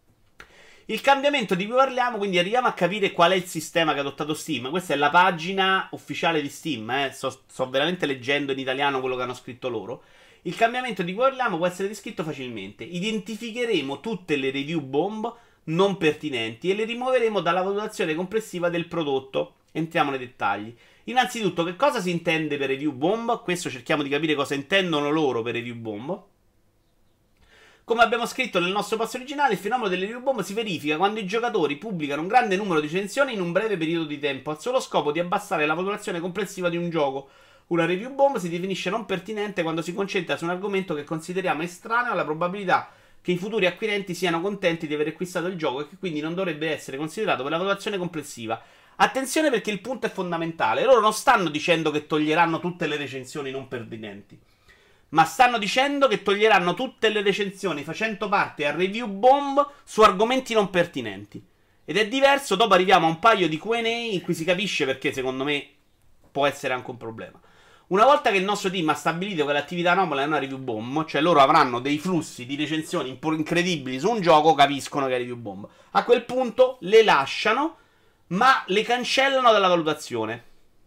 Il cambiamento di cui parliamo, quindi arriviamo a capire qual è il sistema che ha adottato Steam. Questa è la pagina ufficiale di Steam, eh. sto, sto veramente leggendo in italiano quello che hanno scritto loro. Il cambiamento di cui parliamo può essere descritto facilmente. Identificheremo tutte le review bomb non pertinenti e le rimuoveremo dalla valutazione complessiva del prodotto. Entriamo nei dettagli. Innanzitutto, che cosa si intende per review bomb? Questo cerchiamo di capire cosa intendono loro per review bomb. Come abbiamo scritto nel nostro post originale, il fenomeno delle review bomb si verifica quando i giocatori pubblicano un grande numero di recensioni in un breve periodo di tempo, al solo scopo di abbassare la valutazione complessiva di un gioco. Una review bomb si definisce non pertinente quando si concentra su un argomento che consideriamo estraneo alla probabilità che i futuri acquirenti siano contenti di aver acquistato il gioco e che quindi non dovrebbe essere considerato per la valutazione complessiva. Attenzione, perché il punto è fondamentale. Loro non stanno dicendo che toglieranno tutte le recensioni non pertinenti, ma stanno dicendo che toglieranno tutte le recensioni facendo parte a review bomb su argomenti non pertinenti. Ed è diverso. Dopo arriviamo a un paio di Q and A in cui si capisce perché secondo me può essere anche un problema. Una volta che il nostro team ha stabilito che l'attività anomala è una review bomb, cioè loro avranno dei flussi di recensioni incredibili su un gioco, capiscono che è review bomb. A quel punto le lasciano, ma le cancellano dalla valutazione.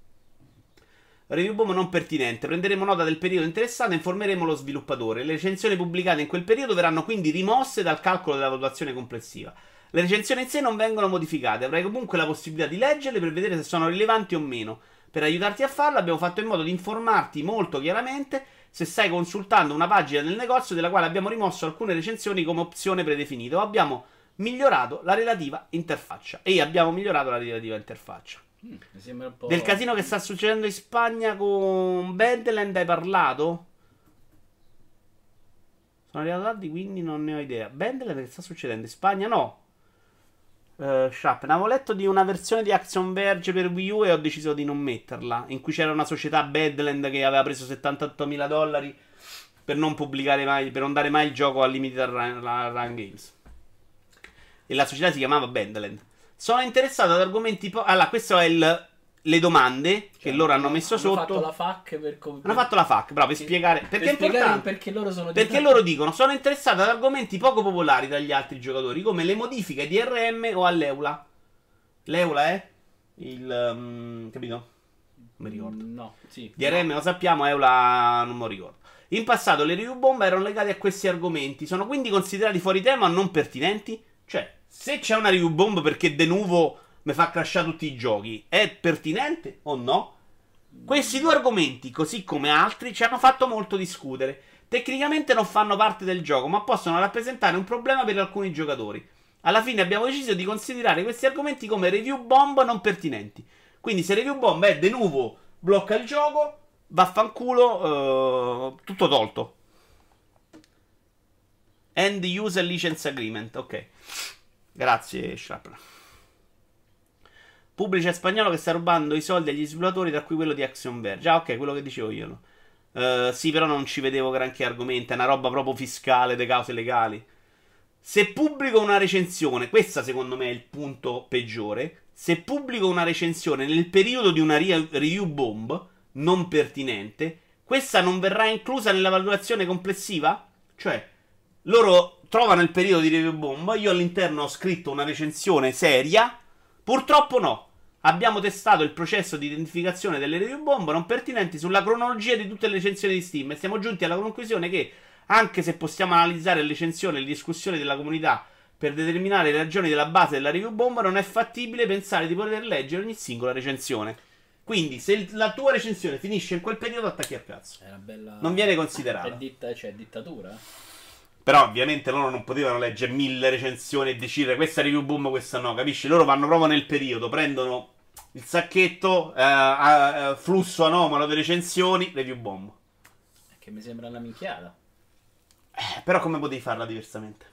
Review bomb non pertinente. Prenderemo nota del periodo interessato e informeremo lo sviluppatore. Le recensioni pubblicate in quel periodo verranno quindi rimosse dal calcolo della valutazione complessiva. Le recensioni in sé non vengono modificate. Avrai comunque la possibilità di leggerle per vedere se sono rilevanti o meno. Per aiutarti a farlo abbiamo fatto in modo di informarti molto chiaramente se stai consultando una pagina del negozio della quale abbiamo rimosso alcune recensioni come opzione predefinita o abbiamo migliorato la relativa interfaccia. E abbiamo migliorato la relativa interfaccia. Mm, mi sembra un po'... Del casino che sta succedendo in Spagna con Badland hai parlato? Sono arrivato tardi, quindi non ne ho idea. Badland che sta succedendo in Spagna? No. Uh, Sharp, ne avevo letto di una versione di Action Verge per Wii U e ho deciso di non metterla. In cui c'era una società, Badland, che aveva preso settantottomila dollari per non pubblicare mai, per non dare mai il gioco al Limited Run, Run Games. E la società si chiamava Badland. Sono interessato ad argomenti. Po- allora, questo è il. Le domande che cioè, loro hanno messo hanno sotto. Hanno fatto la F A Q per. Com- hanno fatto la F A Q, bravo, per sì, spiegare. Perché per è importante. Perché loro sono. Perché loro dicono: sono interessato ad argomenti poco popolari dagli altri giocatori, come le modifiche di R M o all'Eula. L'Eula è il. Um, capito? mi ricordo. Mm, no, sì. D R M lo sappiamo, Eula non mi ricordo. In passato le review bomba erano legate a questi argomenti, sono quindi considerati fuori tema o non pertinenti? Cioè, se c'è una review bomb perché de nuovo mi fa crashare tutti i giochi, è pertinente o no? Questi due argomenti, così come altri, ci hanno fatto molto discutere. Tecnicamente non fanno parte del gioco, ma possono rappresentare un problema per alcuni giocatori. Alla fine abbiamo deciso di considerare questi argomenti come review bomb non pertinenti. Quindi se review bomb è de nuovo blocca il gioco, vaffanculo, uh, tutto tolto. End user license agreement, ok. Grazie Shrapnel. Pubblica spagnolo che sta rubando i soldi agli sviluppatori, tra cui quello di Axiom Verge. Ah, ok, quello che dicevo io. Uh, sì, però non ci vedevo granché argomenti. È una roba proprio fiscale, de cause legali. Se pubblico una recensione, questa secondo me è il punto peggiore. Se pubblico una recensione nel periodo di una review bomb non pertinente, questa non verrà inclusa nella valutazione complessiva? Cioè, loro trovano il periodo di review bomb, io all'interno ho scritto una recensione seria. Purtroppo no. Abbiamo testato il processo di identificazione delle review bomb non pertinenti sulla cronologia di tutte le recensioni di Steam e siamo giunti alla conclusione che, anche se possiamo analizzare le recensioni e le discussioni della comunità per determinare le ragioni della base della review bomb, non è fattibile pensare di poter leggere ogni singola recensione. Quindi, se la tua recensione finisce in quel periodo, attacchi al cazzo. È una bella... Non viene considerata. È ditta... Cioè, dittatura? Però ovviamente loro non potevano leggere mille recensioni e decidere questa review bomb, questa no, capisci? Loro vanno proprio nel periodo, prendono il sacchetto, eh, a, flusso anomalo di recensioni, review bomb. È che mi sembra una minchiata. Eh, però come potevi farla diversamente?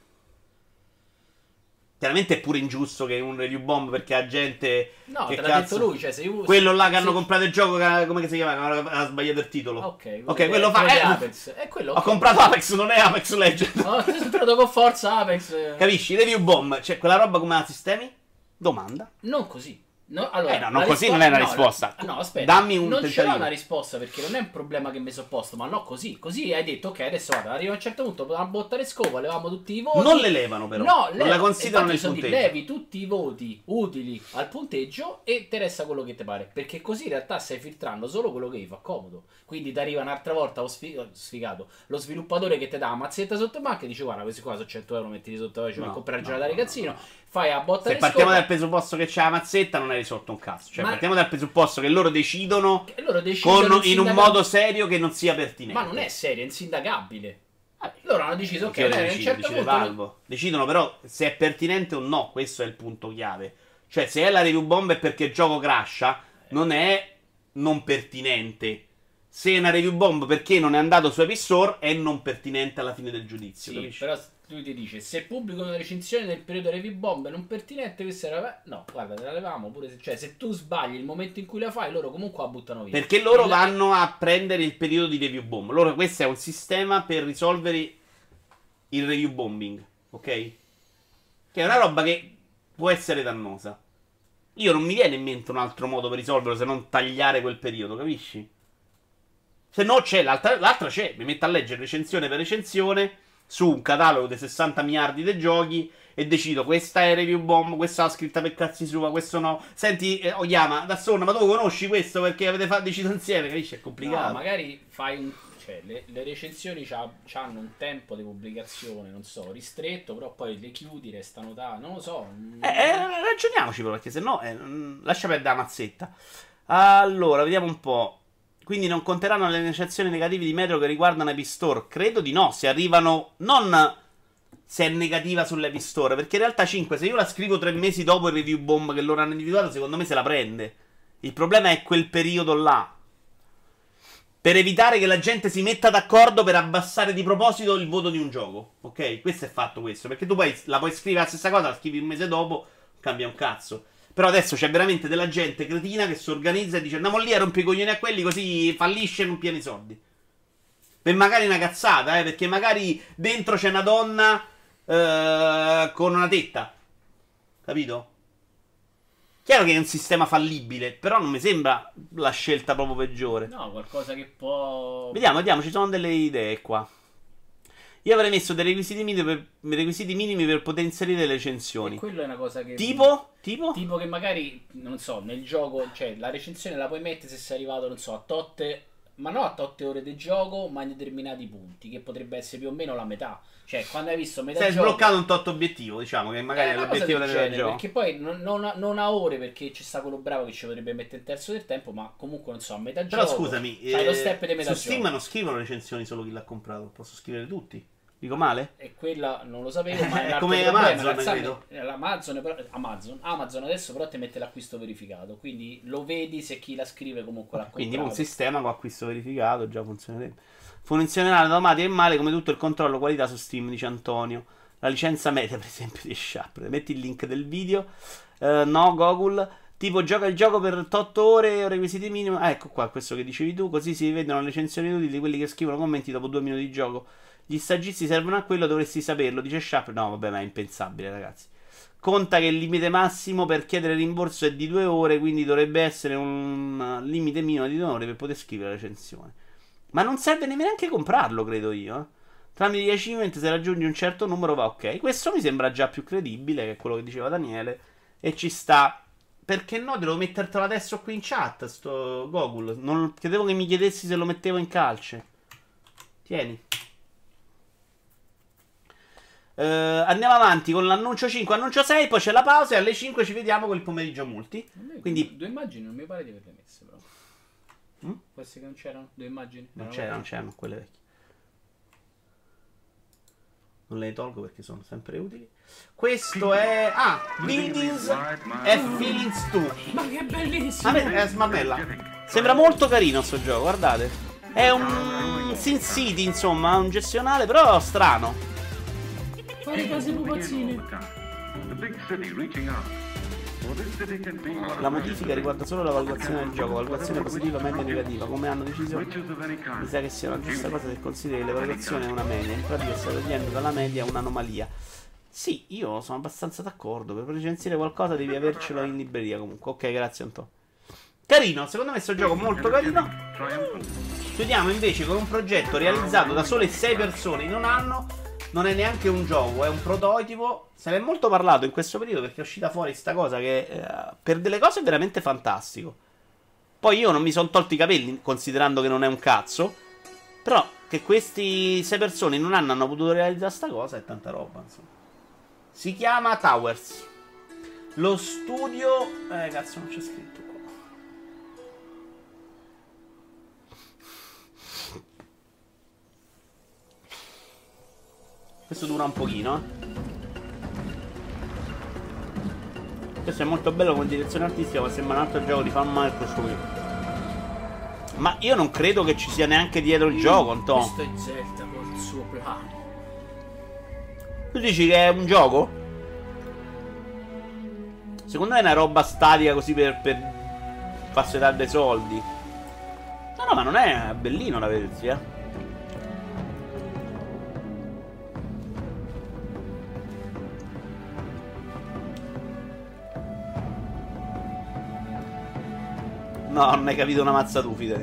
Chiaramente è pure ingiusto che un review bomb, perché la gente... No, che te l'ha cazzo... detto lui, cioè se io... Quello là che se... hanno comprato il gioco, che, come si chiama? Ha sbagliato il titolo. Ok, ok, quello fa... Eh, Apex. È quello, Ho okay. comprato Apex, non è Apex Legends. Ho comprato con forza Apex. Capisci? Review bomb, cioè quella roba come la sistemi? Domanda. Non così. No, allora, eh no, non così risposta... non è una no, risposta. No, no, aspetta. Dammi un non tentativo. c'era una risposta perché non è un problema che mi sono posto, ma no così. Così hai detto, ok, adesso guarda, arriva a un certo punto, potevamo buttare scopa, levavamo tutti i voti. Non le levano però. No, non la considerano nel punteggio. punteggio. Levi tutti i voti utili al punteggio e ti resta quello che ti pare. Perché così in realtà stai filtrando solo quello che gli fa comodo. Quindi ti arriva un'altra volta, ho sfigato, lo sviluppatore che ti dà una mazzetta sotto banca e dice guarda, questi qua sono cento euro, mettili sotto e ci vai a comprare il gelato da ragazzino. Fai a botta. Se partiamo dal presupposto che c'è la mazzetta, non hai risolto un cazzo. Cioè, ma... partiamo dal presupposto che loro decidono, che loro decidono con, in un modo serio che non sia pertinente. Ma non è serio, è insindacabile. Vabbè, loro hanno deciso, ok, che a un decido, certo decide punto Valvo. Non... Decidono però se è pertinente o no. Questo è il punto chiave. Cioè, se è la review bomb è perché il gioco crasha, non è non pertinente. Se è una review bomb perché non è andato su Epic Store, è non pertinente alla fine del giudizio. Sì, capisci? però lui ti dice, se pubblico una recensione nel periodo review bomb non pertinente, questa era... No, guarda, te la levamo pure se... Cioè, se tu sbagli il momento in cui la fai, loro comunque la buttano via. Perché loro il... vanno a prendere il periodo di review bomb. Loro, questo è un sistema per risolvere il review bombing, ok? Che è una roba che può essere dannosa. Io non mi viene in mente un altro modo per risolverlo se non tagliare quel periodo, capisci? Se no c'è l'altra, l'altra c'è, mi metto a leggere recensione per recensione su un catalogo di sessanta miliardi di giochi e decido questa è review bomb, questa l'ha scritta per cazzi sua, questo no. Senti, eh, Oyama, da solo, ma tu conosci questo perché avete fatto deciso insieme, capisci? È complicato. No, magari fai un... Cioè, le, le recensioni hanno un tempo di pubblicazione, non so, ristretto, però poi le chiudi, restano da... non lo so. Eh, eh, ragioniamoci però, perché se no eh, lascia perdere la mazzetta. Allora, vediamo un po'. Quindi non conteranno le recensioni negative di Metro che riguardano Epic Store? Credo di no, se arrivano... Non se è negativa sull'Epic Store, perché in realtà cinque, se io la scrivo tre mesi dopo il review bomb che loro hanno individuato, secondo me se la prende. Il problema è quel periodo là. Per evitare che la gente si metta d'accordo per abbassare di proposito il voto di un gioco. Ok? Questo è fatto questo. Perché tu poi la puoi scrivere la stessa cosa, la scrivi un mese dopo, cambia un cazzo. Però adesso c'è veramente della gente cretina che si organizza e dice andiamo lì a rompere i coglioni a quelli così fallisce e non pieni i soldi. Per magari una cazzata, eh, perché magari dentro c'è una donna eh, con una tetta. Capito? Chiaro che è un sistema fallibile, però non mi sembra la scelta proprio peggiore. No, qualcosa che può... Vediamo, vediamo, ci sono delle idee qua. Io avrei messo dei requisiti minimi per, requisiti minimi per poter inserire le recensioni. E quello è una cosa che... Tipo? Tipo? Tipo che magari, non so, nel gioco, cioè la recensione la puoi mettere se sei arrivato, non so, a tot, ma non a tot ore di gioco, ma in determinati punti, che potrebbe essere più o meno la metà. Cioè, quando hai visto metà sei gioco... sbloccato un tot obiettivo, diciamo, che magari è è una l'obiettivo cosa del del genere, gioco. perché poi non, non, ha, non ha ore, perché ci sta quello bravo che ci potrebbe mettere il terzo del tempo, ma comunque, non so, a metà Però gioco... scusami, fai eh, lo step di metà su Steam gioco. non scrivono recensioni solo chi l'ha comprato, posso scrivere tutti. Dico male? E quella non lo sapevo, ma è un altro come problema, Amazon, ragazzi, credo. Amazon, però- Amazon, Amazon adesso però ti mette l'acquisto verificato, quindi lo vedi se chi la scrive comunque l'ha Quindi comprato. un sistema con acquisto verificato già funzionerebbe. Funzionerà automatico e male come tutto il controllo qualità su Steam, dice Antonio. La licenza media, per esempio, di Sharp. Metti il link del video. Uh, no, Google. Tipo, gioca il gioco per otto ore, requisiti minimi. Ah, ecco qua, questo che dicevi tu. Così si vedono le recensioni utili di quelli che scrivono commenti dopo due minuti di gioco. Gli stagisti servono a quello, dovresti saperlo, dice Sharp. No, vabbè, ma è impensabile, ragazzi. Conta che il limite massimo per chiedere rimborso è di due ore, quindi dovrebbe essere un limite minimo di due ore per poter scrivere la recensione. Ma non serve nemmeno anche comprarlo, credo io. Eh. Tramite gli achievement, se raggiungi un certo numero va ok. Questo mi sembra già più credibile, che è quello che diceva Daniele. E ci sta. Perché no? Devo mettertelo adesso qui in chat, sto Google. Non credevo che mi chiedessi se lo mettevo in calce. Tieni. Uh, andiamo avanti con l'annuncio cinque, annuncio sei, poi c'è la pausa e alle cinque ci vediamo con il pomeriggio multi. Quindi due immagini non mi pare di averle messe, però. Mm? Può essere che non c'erano due immagini? Non Erano c'erano, non vecchie. c'erano quelle vecchie. Non le tolgo perché sono sempre utili. Questo è... Ah, Buildings e Feelings due. Ma che bellissimo! Ah, vedi, è smarmella. Sembra molto carino sto gioco, guardate. È un Sin City, insomma, un gestionale, però strano. Fare cose pupazzine. La modifica riguarda solo la valutazione del gioco, valutazione positiva, media e negativa. Come hanno deciso, mi sa che sia una giusta cosa se consideri le valutazioni una media. In pratica sta togliendo dalla media un'anomalia. Sì, io sono abbastanza d'accordo. Per recensire qualcosa devi avercelo in libreria comunque. Ok, grazie Antonio. Carino, secondo me sto gioco molto carino. Chiudiamo invece con un progetto realizzato da sole sei persone in un anno. Non è neanche un gioco, è un prototipo. Se ne è molto parlato in questo periodo perché è uscita fuori sta cosa che eh, per delle cose è veramente fantastico. Poi io non mi sono tolto i capelli considerando che non è un cazzo. Però che questi sei persone in un anno hanno potuto realizzare sta cosa è tanta roba, insomma. Si chiama Towers. Lo studio... Eh, cazzo, non c'è scritto qua. Questo dura un pochino, eh. Questo è molto bello come direzione artistica, ma sembra un altro gioco di fan male questo qui. Ma io non credo che ci sia neanche dietro il gioco, Anton. Questo è Zelda col suo piano. Tu dici che è un gioco? Secondo me è una roba statica così per, per farsi dare dei soldi. No, no, ma non è bellino da vedersi, eh. No, non hai capito una mazza tu, fidati.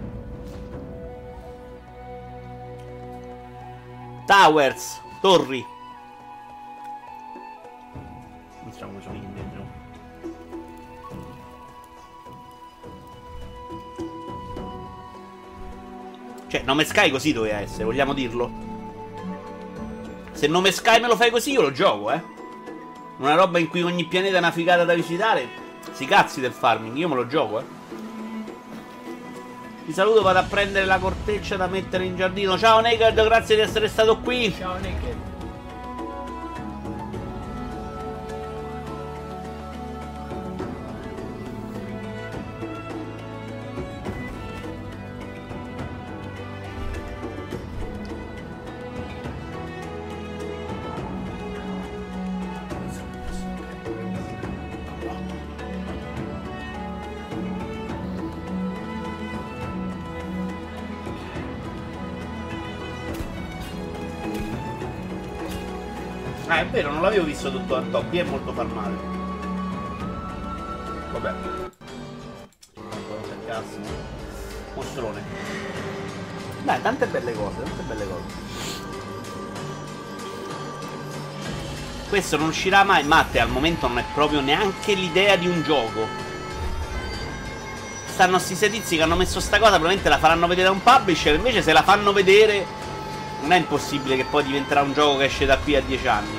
Towers, torri. Non so come sono in dentro. Cioè, Nome Sky così doveva essere, vogliamo dirlo? Se Nome Sky me lo fai così io lo gioco, eh. Una roba in cui ogni pianeta è una figata da visitare. Si cazzi del farming, io me lo gioco, eh. Ti saluto, vado a prendere la corteccia da mettere in giardino. Ciao Naked, grazie di essere stato qui. Ciao Naked. Ah, è vero, non l'avevo visto tutto a top. Qui è molto farmato. Vabbè. Cazzo. Mostrone. Dai, tante belle cose, tante belle cose. Questo non uscirà mai. Matte al momento non è proprio neanche l'idea di un gioco. Stanno sti sedizi che hanno messo sta cosa, probabilmente la faranno vedere a un publisher. Invece se la fanno vedere non è impossibile che poi diventerà un gioco che esce da qui a dieci anni.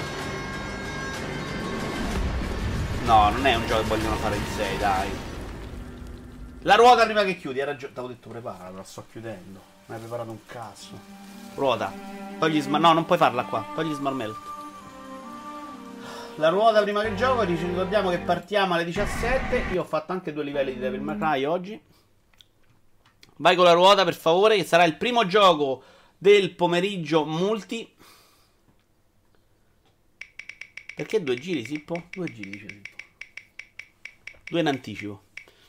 No, non è un gioco che vogliono fare in sei, dai. La ruota prima che chiudi, hai ragione. T'avevo detto prepara, la sto chiudendo. Non hai preparato un cazzo. Ruota. Togli smar... No, non puoi farla qua. Togli smarmello. La ruota prima che gioco, ci ricordiamo che partiamo alle diciassette. Io ho fatto anche due livelli di Devil May Cry oggi. Vai con la ruota per favore, che sarà il primo gioco del pomeriggio multi. Perché due giri, Sippo? Due giri, dice Sippo. Due in anticipo.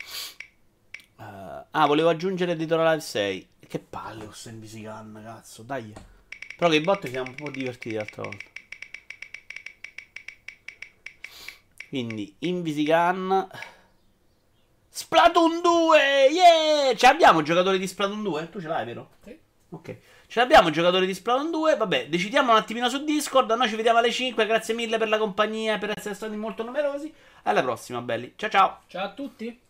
Uh, ah, volevo aggiungere Editor Live sei. Che palle questo Invisigun, cazzo, dai. Però che i bot siamo un po' divertiti l'altra volta. Quindi Invisigun, Splatoon due, yeah! Ce l'abbiamo giocatori di Splatoon due? Tu ce l'hai, vero? Sì. Ok. Ce l'abbiamo giocatori di Splatoon due. Vabbè, decidiamo un attimino su Discord. Noi ci vediamo alle cinque. Grazie mille per la compagnia e per essere stati molto numerosi. Alla prossima, belli. Ciao ciao. Ciao a tutti.